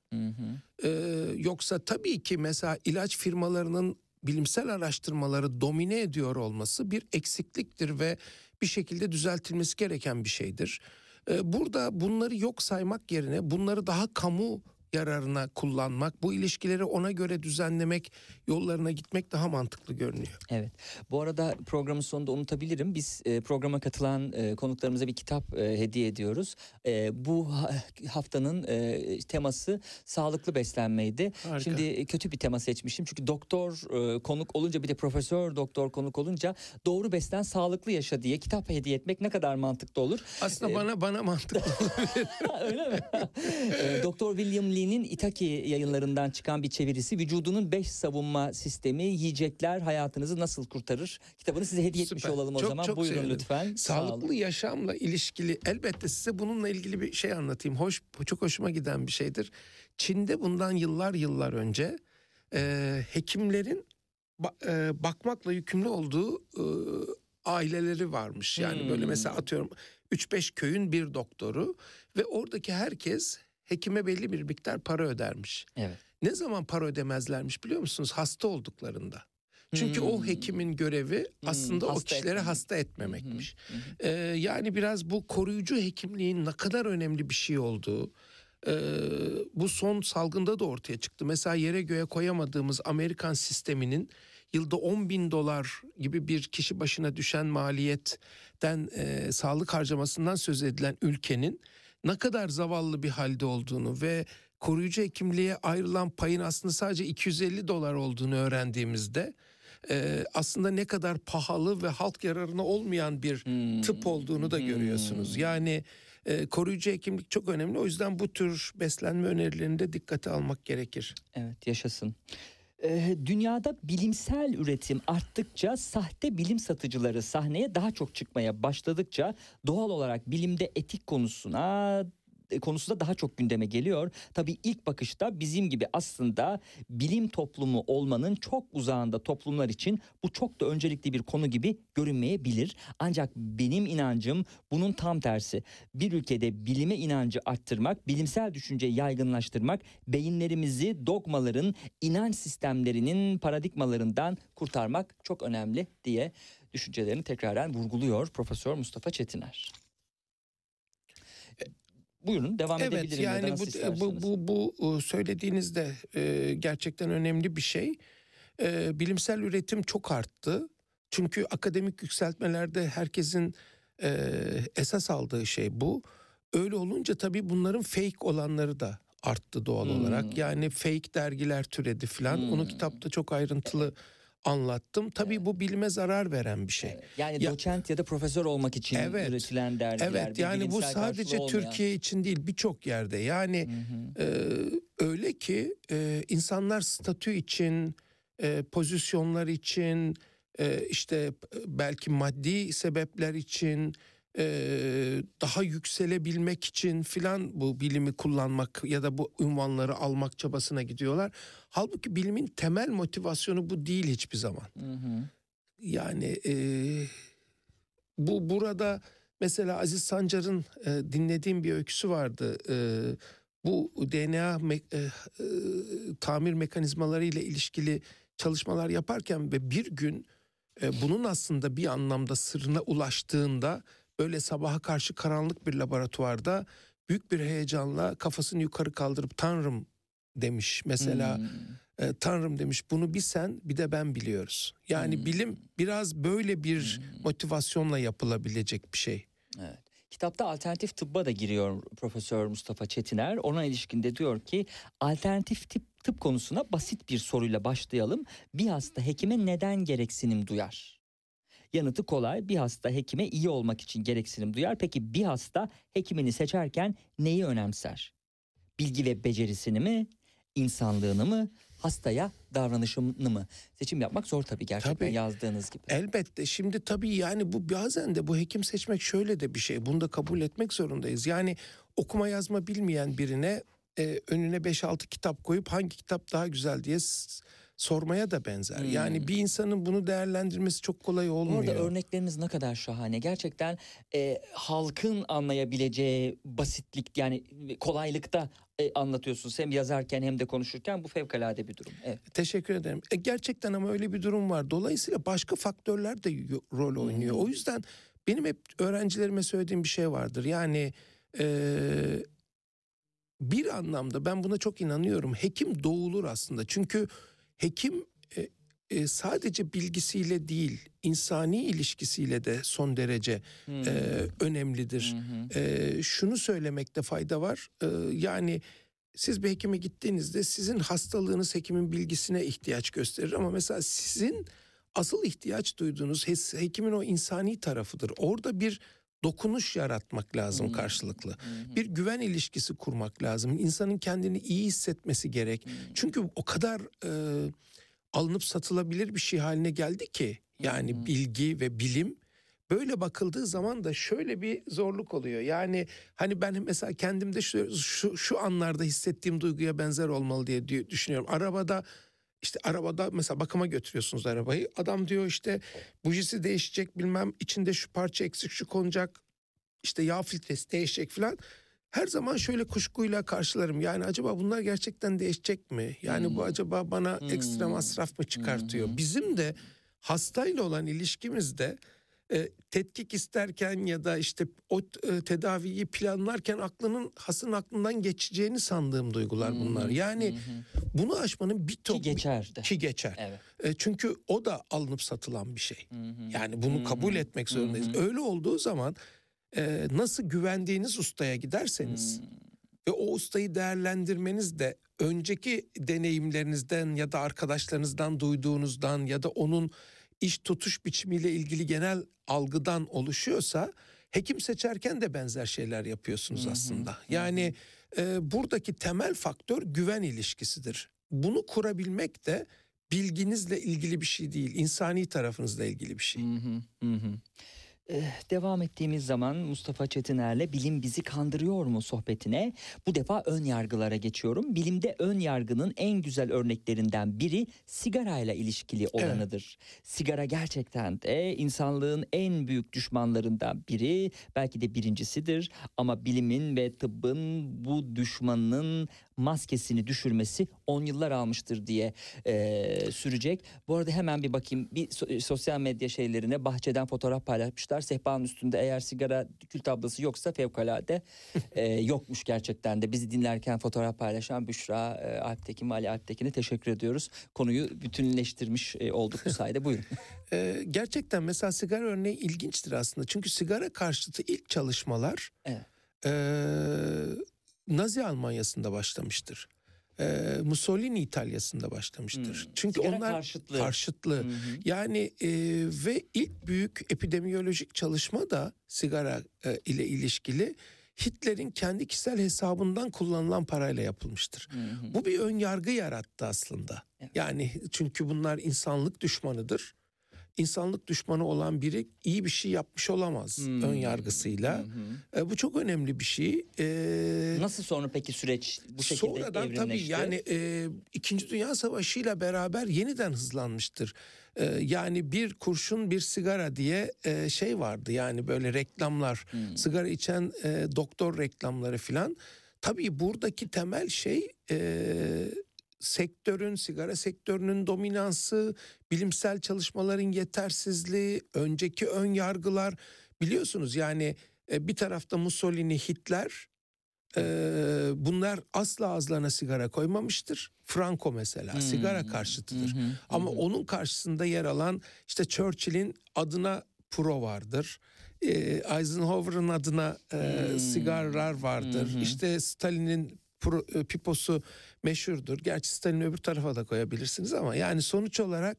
Yoksa tabii ki mesela ilaç firmalarının bilimsel araştırmaları domine ediyor olması bir eksikliktir ve bir şekilde düzeltilmesi gereken bir şeydir. Burada bunları yok saymak yerine bunları daha kamu yararına kullanmak, bu ilişkileri ona göre düzenlemek, yollarına gitmek daha mantıklı görünüyor. Evet. Bu arada programın sonunda unutabilirim. Biz programa katılan konuklarımıza bir kitap hediye ediyoruz. Bu haftanın teması sağlıklı beslenmeydi. Harika. Şimdi kötü bir tema seçmişim. Çünkü doktor konuk olunca, bir de profesör doktor konuk olunca doğru beslen, sağlıklı yaşa diye kitap hediye etmek ne kadar mantıklı olur? Aslında bana mantıklı olabilir. Öyle mi? Doktor William Lee'nin Itaki yayınlarından çıkan bir çevirisi, vücudunun 5 savunma sistemi, yiyecekler hayatınızı nasıl kurtarır kitabını size hediye etmiş Süper. olalım o zaman. Buyurun sevindim. lütfen. Sağlıklı yaşamla ilişkili elbette size bununla ilgili bir şey anlatayım. Çok hoşuma giden bir şeydir. Çin'de bundan yıllar önce hekimlerin bakmakla yükümlü olduğu aileleri varmış. Yani böyle mesela atıyorum 3-5 köyün bir doktoru ve oradaki herkes hekime belli bir miktar para ödermiş. Evet. Ne zaman para ödemezlermiş biliyor musunuz? Hasta olduklarında. Çünkü o hekimin görevi aslında o kişileri hasta etmemekmiş. Yani biraz bu koruyucu hekimliğin ne kadar önemli bir şey olduğu bu son salgında da ortaya çıktı. Mesela yere göğe koyamadığımız Amerikan sisteminin yılda $10.000 gibi bir kişi başına düşen maliyetten sağlık harcamasından söz edilen ülkenin ne kadar zavallı bir halde olduğunu ve koruyucu hekimliğe ayrılan payın aslında sadece $250 olduğunu öğrendiğimizde aslında ne kadar pahalı ve halk yararına olmayan bir tıp olduğunu da görüyorsunuz. Yani koruyucu hekimlik çok önemli. O yüzden bu tür beslenme önerilerini de dikkate almak gerekir. Evet, yaşasın. Dünyada bilimsel üretim arttıkça, sahte bilim satıcıları sahneye daha çok çıkmaya başladıkça doğal olarak bilimde etik konusu da daha çok gündeme geliyor. Tabii ilk bakışta bizim gibi aslında bilim toplumu olmanın çok uzağında toplumlar için bu çok da öncelikli bir konu gibi görünmeyebilir. Ancak benim inancım bunun tam tersi. Bir ülkede bilime inancı arttırmak, bilimsel düşünceyi yaygınlaştırmak, beyinlerimizi dogmaların, inanç sistemlerinin paradigmalarından kurtarmak çok önemli diye düşüncelerini tekraren vurguluyor Profesör Mustafa Çetiner. Buyurun, devam edebilirim. Yani bu söylediğinizde gerçekten önemli bir şey. Bilimsel üretim çok arttı. Çünkü akademik yükseltmelerde herkesin esas aldığı şey bu. öyle olunca tabii bunların fake olanları da arttı doğal olarak. Yani fake dergiler türedi falan. Onu kitapta çok ayrıntılı anlattım. Tabii bu bilime zarar veren bir şey. Yani doçent ya da profesör olmak için üretilen dergiler. Evet, yani bu bilimsel sadece karşılığı olmayan. Türkiye için değil, birçok yerde. Yani öyle ki insanlar statü için, pozisyonlar için, işte belki maddi sebepler için, daha yükselebilmek için filan bu bilimi kullanmak ya da bu unvanları almak çabasına gidiyorlar. Halbuki bilimin temel motivasyonu bu değil hiçbir zaman. Yani bu burada mesela Aziz Sancar'ın dinlediğim bir öyküsü vardı. Bu DNA tamir mekanizmaları ile ilişkili çalışmalar yaparken ve bir gün bunun aslında bir anlamda sırrına ulaştığında böyle sabaha karşı karanlık bir laboratuvarda büyük bir heyecanla kafasını yukarı kaldırıp Tanrım demiş. Mesela Tanrım demiş, bunu bir sen bir de ben biliyoruz. Yani bilim biraz böyle bir motivasyonla yapılabilecek bir şey. Evet. Kitapta alternatif tıbba da giriyor Profesör Mustafa Çetiner. Ona ilişkinde diyor ki alternatif tıp konusuna basit bir soruyla başlayalım. Bir hasta hekime neden gereksinim duyar? Yanıtı kolay. Bir hasta hekime iyi olmak için gereksinim duyar. Peki bir hasta hekimini seçerken neyi önemser? Bilgi ve becerisini mi? İnsanlığını mı? Hastaya davranışını mı? Seçim yapmak zor tabii gerçekten, yazdığınız gibi. Elbette. Şimdi tabii yani bu bazen de bu hekim seçmek şöyle de bir şey. Bunu da kabul etmek zorundayız. Yani okuma yazma bilmeyen birine önüne 5-6 kitap koyup hangi kitap daha güzel diye sormaya da benzer. Yani bir insanın bunu değerlendirmesi çok kolay olmuyor. Orada örnekleriniz ne kadar şahane. Gerçekten halkın anlayabileceği basitlik, yani kolaylıkta anlatıyorsunuz. Hem yazarken hem de konuşurken bu fevkalade bir durum. Evet. Teşekkür ederim. Gerçekten ama öyle bir durum var. Dolayısıyla başka faktörler de rol oynuyor. O yüzden benim hep öğrencilerime söylediğim bir şey vardır. Yani bir anlamda ben buna çok inanıyorum. Hekim doğulur aslında. Çünkü hekim sadece bilgisiyle değil, insani ilişkisiyle de son derece önemlidir. Şunu söylemekte fayda var. Yani siz bir hekime gittiğinizde sizin hastalığınız hekimin bilgisine ihtiyaç gösterir. Ama mesela sizin asıl ihtiyaç duyduğunuz hekimin o insani tarafıdır. Orada bir dokunuş yaratmak lazım karşılıklı. Bir güven ilişkisi kurmak lazım. İnsanın kendini iyi hissetmesi gerek. Çünkü o kadar alınıp satılabilir bir şey haline geldi ki. Yani bilgi ve bilim. Böyle bakıldığı zaman da şöyle bir zorluk oluyor. Yani hani ben mesela kendimde şu anlarda hissettiğim duyguya benzer olmalı diye düşünüyorum. Arabada mesela bakıma götürüyorsunuz arabayı. Adam diyor işte bujisi değişecek, bilmem içinde şu parça eksik, şu konacak, işte yağ filtresi değişecek falan. Her zaman şöyle kuşkuyla karşılarım. Yani acaba bunlar gerçekten değişecek mi? Yani bu acaba bana ekstra masraf mı çıkartıyor? Bizim de hastayla olan ilişkimizde tetkik isterken ya da işte o tedaviyi planlarken hasın aklından geçeceğini sandığım duygular bunlar. Yani bunu aşmanın Ki geçerdi. Ki geçer. Evet. Çünkü o da alınıp satılan bir şey. Yani bunu kabul etmek zorundayız. Öyle olduğu zaman nasıl güvendiğiniz ustaya giderseniz ve o ustayı değerlendirmeniz de önceki deneyimlerinizden ya da arkadaşlarınızdan duyduğunuzdan ya da onun iş tutuş biçimiyle ilgili genel algıdan oluşuyorsa hekim seçerken de benzer şeyler yapıyorsunuz aslında. Yani buradaki temel faktör güven ilişkisidir. Bunu kurabilmek de bilginizle ilgili bir şey değil, insani tarafınızla ilgili bir şey. Devam ettiğimiz zaman Mustafa Çetiner'le Bilim Bizi Kandırıyor mu sohbetine bu defa ön yargılara geçiyorum. Bilimde ön yargının en güzel örneklerinden biri sigarayla ilişkili olanıdır. Evet. Sigara gerçekten de insanlığın en büyük düşmanlarından biri, belki de birincisidir. Ama bilimin ve tıbbın bu düşmanının maskesini düşürmesi 10 yıllar almıştır diye sürecek. Bu arada hemen bir bakayım, bir sosyal medya şeylerine bahçeden fotoğraf paylaşmışlar. Sehpanın üstünde eğer sigara kül tablası yoksa fevkalade yokmuş gerçekten de. Bizi dinlerken fotoğraf paylaşan Büşra Alptekin ve Ali Alptekin'e teşekkür ediyoruz. Konuyu bütünleştirmiş olduk bu sayede. Buyurun. Gerçekten mesela sigara örneği ilginçtir aslında. Çünkü sigara karşıtı ilk çalışmalar Nazi Almanya'sında başlamıştır. Mussolini İtalya'sında başlamıştır. Çünkü Sigara onlar karşıtlı. Yani ve ilk büyük epidemiyolojik çalışma da sigara ile ilişkili Hitler'in kendi kişisel hesabından kullanılan parayla yapılmıştır. Bu bir ön yargı yarattı aslında. Evet. Yani çünkü bunlar insanlık düşmanıdır. İnsanlık düşmanı olan biri iyi bir şey yapmış olamaz ön yargısıyla. Bu çok önemli bir şey. Nasıl sonra peki süreç bu şekilde Sonradan tabii evrimleşti? yani İkinci Dünya Savaşı ile beraber yeniden hızlanmıştır. Yani bir kurşun bir sigara diye şey vardı, yani böyle reklamlar, sigara içen doktor reklamları filan. Tabii buradaki temel şey sigara sektörünün dominansı, bilimsel çalışmaların yetersizliği, önceki ön yargılar. Biliyorsunuz yani bir tarafta Mussolini, Hitler, bunlar asla ağızlarına sigara koymamıştır. Franco mesela sigara karşıtıdır. Ama onun karşısında yer alan işte Churchill'in adına pro vardır. Eisenhower'ın adına sigarlar vardır. İşte Stalin'in piposu meşhurdur. Gerçi Stalin'i öbür tarafa da koyabilirsiniz ama yani sonuç olarak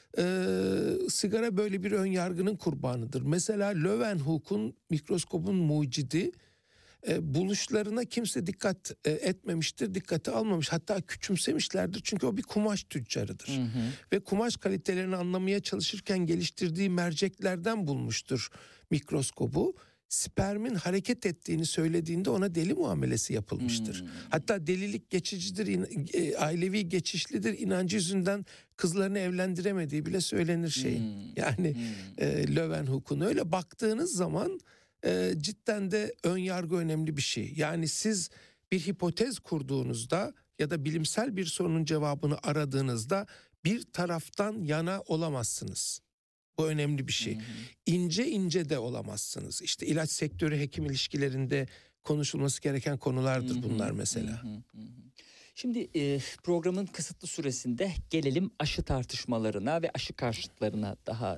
sigara böyle bir ön yargının kurbanıdır. Mesela Leeuwenhoek'un mikroskopun mucidi, buluşlarına kimse dikkat etmemiştir, dikkate almamış. Hatta küçümsemişlerdir çünkü o bir kumaş tüccarıdır. Ve kumaş kalitelerini anlamaya çalışırken geliştirdiği merceklerden bulmuştur mikroskobu. Spermin hareket ettiğini söylediğinde ona deli muamelesi yapılmıştır. Hatta delilik geçicidir, ailevi geçişlidir, inancı yüzünden kızlarını evlendiremediği bile söylenir şeyin. Yani Leeuwenhoek'un öyle baktığınız zaman cidden de ön yargı önemli bir şey. Yani siz bir hipotez kurduğunuzda ya da bilimsel bir sorunun cevabını aradığınızda bir taraftan yana olamazsınız. Bu önemli bir şey. İnce ince de olamazsınız. İşte ilaç sektörü hekim ilişkilerinde konuşulması gereken konulardır bunlar mesela. Şimdi programın kısıtlı süresinde gelelim aşı tartışmalarına ve aşı karşıtlarına daha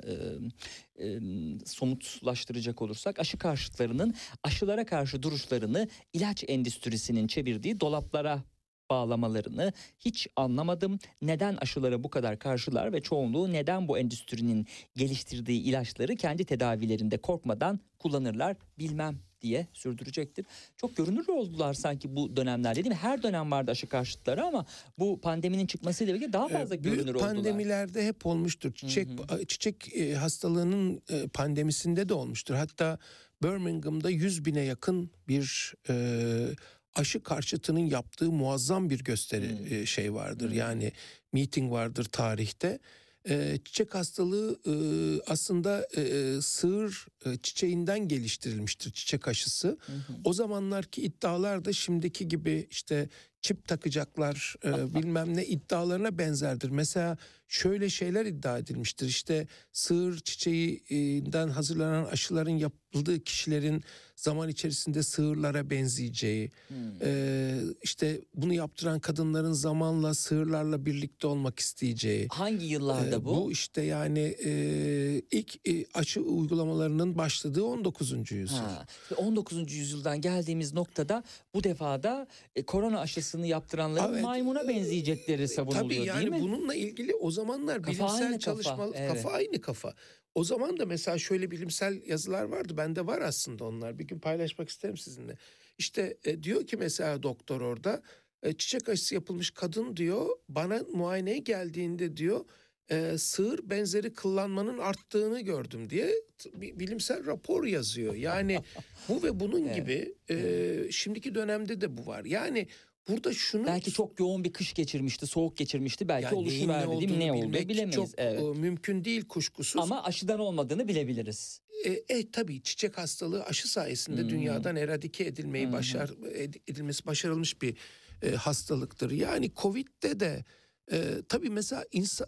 somutlaştıracak olursak. Aşı karşıtlarının aşılara karşı duruşlarını ilaç endüstrisinin çevirdiği dolaplara bağlamalarını hiç anlamadım. Neden aşılara bu kadar karşılar ve çoğunluğu neden bu endüstrinin geliştirdiği ilaçları kendi tedavilerinde korkmadan kullanırlar bilmem diye sürdürecektir. Çok görünür oldular sanki bu dönemlerde, değil mi? Her dönem vardı aşı karşıtları ama bu pandeminin çıkmasıyla birlikte daha fazla görünür büyük oldular. Pandemilerde hep olmuştur. Çiçek hastalığının pandemisinde de olmuştur. Hatta Birmingham'da 100.000'e yakın bir aşı karşıtının yaptığı muazzam bir gösteri şey vardır. Yani meeting vardır tarihte. Çiçek hastalığı aslında sığır çiçeğinden geliştirilmiştir, çiçek aşısı. O zamanlarki iddialar da şimdiki gibi işte çip takacaklar bilmem ne iddialarına benzerdir. Mesela şöyle şeyler iddia edilmiştir. İşte sığır çiçeğinden hazırlanan aşıların yapıldığı kişilerin zaman içerisinde sığırlara benzeyeceği, işte bunu yaptıran kadınların zamanla sığırlarla birlikte olmak isteyeceği. Hangi yıllarda bu? Bu işte yani ilk aşı uygulamalarının başladığı 19. yüzyıl. 19. yüzyıldan geldiğimiz noktada bu defada korona aşısını yaptıranların maymuna benzeyecekleri savunuluyor, tabii yani değil mi? Bununla ilgili o zamanlar bilimsel çalışmalar, kafa aynı kafa. O zaman da mesela şöyle bilimsel yazılar vardı. Bende var aslında onlar. Bir gün paylaşmak isterim sizinle. İşte diyor ki mesela doktor orada çiçek aşısı yapılmış kadın diyor bana muayeneye geldiğinde diyor sığır benzeri kıllanmanın arttığını gördüm diye bilimsel rapor yazıyor. Yani bu ve bunun gibi şimdiki dönemde de bu var. Yani burada şunu... Belki çok yoğun bir kış geçirmişti, soğuk geçirmişti. Belki oluşuverdi, değil mi? Ne oldu bilemeyiz. Çok mümkün değil kuşkusuz. Ama aşıdan olmadığını bilebiliriz. Tabii çiçek hastalığı aşı sayesinde dünyadan eradike edilmesi başarılmış bir hastalıktır. Yani Covid'de de tabii mesela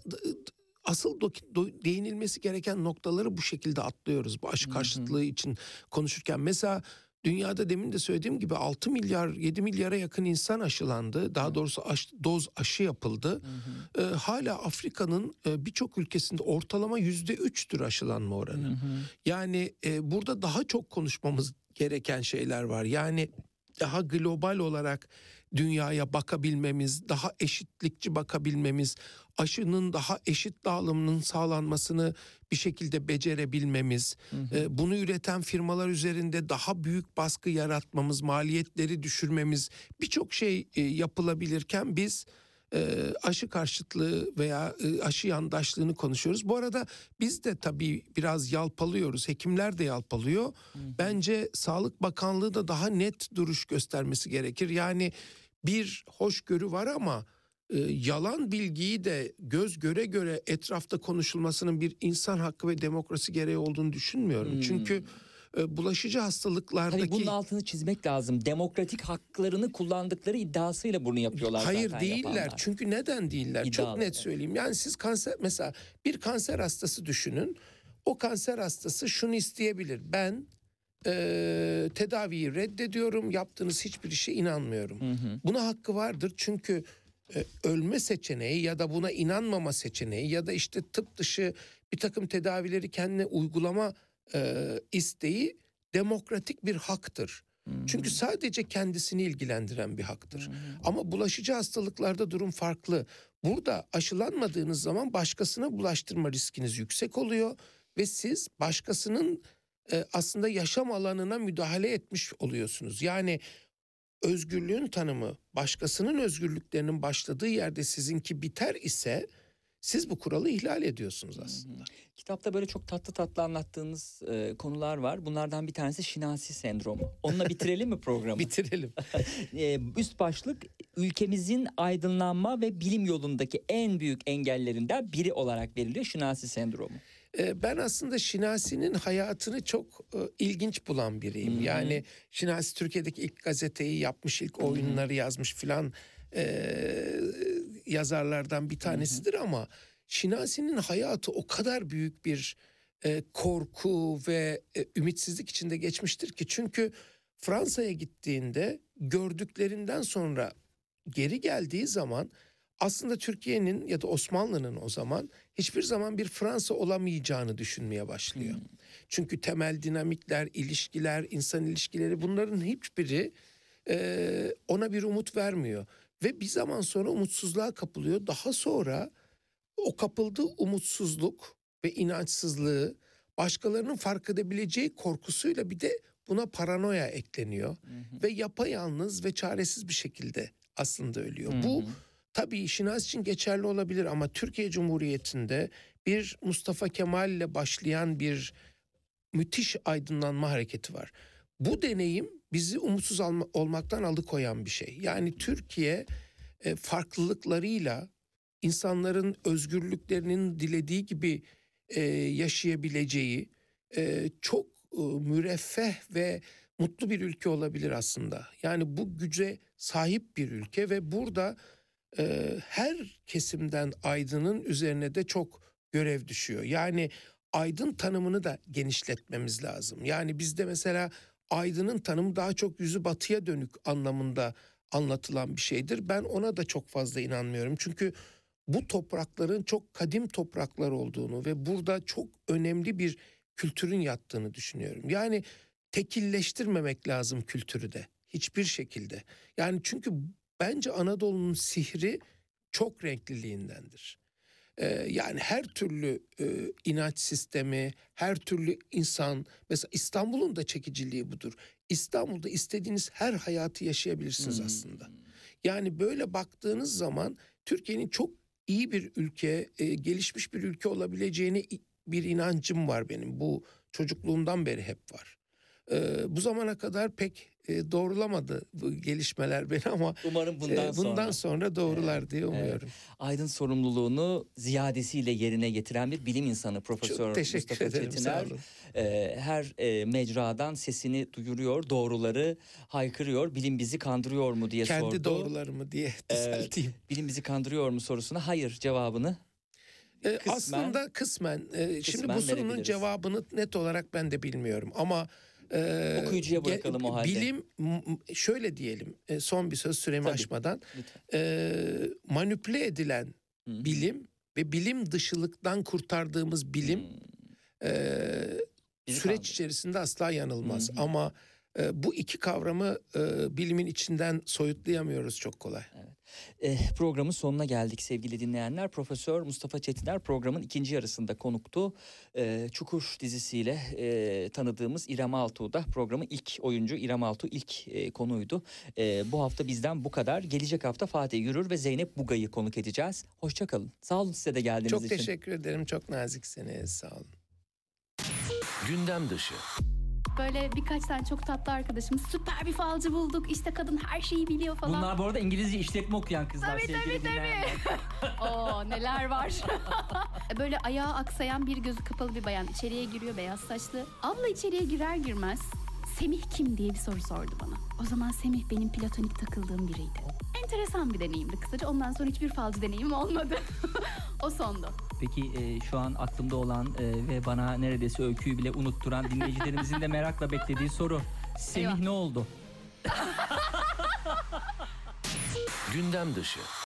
asıl değinilmesi gereken noktaları bu şekilde atlıyoruz. Bu aşı karşıtlığı için konuşurken mesela dünyada demin de söylediğim gibi 6 milyar 7 milyara yakın insan aşılandı. Daha doğrusu doz aşı yapıldı. Hala Afrika'nın birçok ülkesinde ortalama %3'tür aşılanma oranı. Yani burada daha çok konuşmamız gereken şeyler var. Yani daha global olarak dünyaya bakabilmemiz, daha eşitlikçi bakabilmemiz, aşının daha eşit dağılımının sağlanmasını bir şekilde becerebilmemiz, bunu üreten firmalar üzerinde daha büyük baskı yaratmamız, maliyetleri düşürmemiz, birçok şey yapılabilirken biz aşı karşıtlığı veya aşı yandaşlığını konuşuyoruz. Bu arada biz de tabii biraz yalpalıyoruz. Hekimler de yalpalıyor. Bence Sağlık Bakanlığı da daha net duruş göstermesi gerekir. Yani bir hoşgörü var ama yalan bilgiyi de göz göre göre etrafta konuşulmasının bir insan hakkı ve demokrasi gereği olduğunu düşünmüyorum. Çünkü bulaşıcı hastalıklardaki... Tabii bunun altını çizmek lazım. Demokratik haklarını kullandıkları iddiasıyla bunu yapıyorlar. Hayır zaten değiller. yapanlar. Çünkü neden değiller? İddialı, Çok net söyleyeyim. Yani siz mesela bir kanser hastası düşünün. O kanser hastası şunu isteyebilir. Ben tedaviyi reddediyorum. Yaptığınız hiçbir işe inanmıyorum. Buna hakkı vardır. Çünkü ölme seçeneği ya da buna inanmama seçeneği ya da işte tıp dışı bir takım tedavileri kendine uygulama isteği demokratik bir haktır. Çünkü sadece kendisini ilgilendiren bir haktır. Ama bulaşıcı hastalıklarda durum farklı. Burada aşılanmadığınız zaman başkasına bulaştırma riskiniz yüksek oluyor ve siz başkasının aslında yaşam alanına müdahale etmiş oluyorsunuz. Yani özgürlüğün tanımı başkasının özgürlüklerinin başladığı yerde sizinki biter ise siz bu kuralı ihlal ediyorsunuz aslında. Kitapta böyle çok tatlı tatlı anlattığınız konular var. Bunlardan bir tanesi Şinasi sendromu. Onunla bitirelim mi programı? Bitirelim. Üst başlık ülkemizin aydınlanma ve bilim yolundaki en büyük engellerinden biri olarak veriliyor Şinasi sendromu. Ben aslında Şinasi'nin hayatını çok ilginç bulan biriyim. Yani Şinasi Türkiye'deki ilk gazeteyi yapmış, ilk oyunları yazmış filan yazarlardan bir tanesidir ama Şinasi'nin hayatı o kadar büyük bir korku ve ümitsizlik içinde geçmiştir ki, çünkü Fransa'ya gittiğinde gördüklerinden sonra geri geldiği zaman aslında Türkiye'nin ya da Osmanlı'nın o zaman hiçbir zaman bir Fransa olamayacağını düşünmeye başlıyor. Çünkü temel dinamikler, ilişkiler, insan ilişkileri, bunların hiçbiri ona bir umut vermiyor. Ve bir zaman sonra umutsuzluğa kapılıyor. Daha sonra o kapıldığı umutsuzluk ve inançsızlığı başkalarının fark edebileceği korkusuyla bir de buna paranoya ekleniyor. Ve yapayalnız ve çaresiz bir şekilde aslında ölüyor. Bu tabii Şinasi için geçerli olabilir ama Türkiye Cumhuriyeti'nde bir Mustafa Kemal ile başlayan bir müthiş aydınlanma hareketi var. Bu deneyim bizi umutsuz olmaktan alıkoyan bir şey. Yani Türkiye farklılıklarıyla insanların özgürlüklerinin dilediği gibi yaşayabileceği çok müreffeh ve mutlu bir ülke olabilir aslında. Yani bu güce sahip bir ülke ve burada her kesimden aydının üzerine de çok görev düşüyor. Yani aydın tanımını da genişletmemiz lazım. Yani bizde mesela aydının tanımı daha çok yüzü batıya dönük anlamında anlatılan bir şeydir. Ben ona da çok fazla inanmıyorum. Çünkü bu toprakların çok kadim topraklar olduğunu ve burada çok önemli bir kültürün yattığını düşünüyorum. Yani tekilleştirmemek lazım kültürü de hiçbir şekilde. Yani çünkü bence Anadolu'nun sihri çok renkliliğindendir. Yani her türlü inanç sistemi, her türlü insan, mesela İstanbul'un da çekiciliği budur. İstanbul'da istediğiniz her hayatı yaşayabilirsiniz aslında. Yani böyle baktığınız zaman Türkiye'nin çok iyi bir ülke, gelişmiş bir ülke olabileceğine bir inancım var benim. Bu çocukluğumdan beri hep var. Bu zamana kadar pek doğrulamadı bu gelişmeler beni ama umarım bundan sonra doğrular diye umuyorum. Evet. Aydın sorumluluğunu ziyadesiyle yerine getiren bir bilim insanı Profesör Mustafa Çetiner. Her mecradan sesini duyuruyor, doğruları haykırıyor. Bilim bizi kandırıyor mu diye sordu. Kendi doğrularımı diye düzelteyim. Bilim bizi kandırıyor mu sorusuna hayır cevabını aslında kısmen. Şimdi bu sorunun cevabını net olarak ben de bilmiyorum ama Okuyucuya bırakalım o halde. Bilim, şöyle diyelim, son bir söz süremi Tabii. aşmadan, manipüle edilen bilim ve bilim dışılıktan kurtardığımız bilim süreç içerisinde asla yanılmaz. Ama bu iki kavramı bilimin içinden soyutlayamıyoruz çok kolay. Programın sonuna geldik sevgili dinleyenler. Profesör Mustafa Çetiner programın ikinci yarısında konuktu. Çukur dizisiyle tanıdığımız İrem Altuğ da programın ilk oyuncu. İrem Altuğ ilk konuydu. Bu hafta bizden bu kadar. Gelecek hafta Fatih Yürür ve Zeynep Bugay'ı konuk edeceğiz. Hoşçakalın. Sağ olun size de geldiğiniz Çok için. teşekkür ederim. Çok naziksiniz. Sağ olun. Gündem dışı. Böyle birkaç tane çok tatlı arkadaşım süper bir falcı bulduk. İşte kadın her şeyi biliyor falan. Bunlar bu arada İngilizce işletme okuyan kızlar. Tabii. Oo neler var. Böyle ayağı aksayan bir gözü kapalı bir bayan içeriye giriyor, beyaz saçlı. Abla içeriye girer girmez Semih kim diye bir soru sordu bana. O zaman Semih benim platonik takıldığım biriydi. Enteresan bir deneyimdi kısaca. Ondan sonra hiçbir falcı deneyimim olmadı. O sondu. Peki şu an aklımda olan ve bana neredeyse öyküyü bile unutturan dinleyicilerimizin de merakla beklediği soru. Semih Eyvah. ne oldu? Gündem dışı.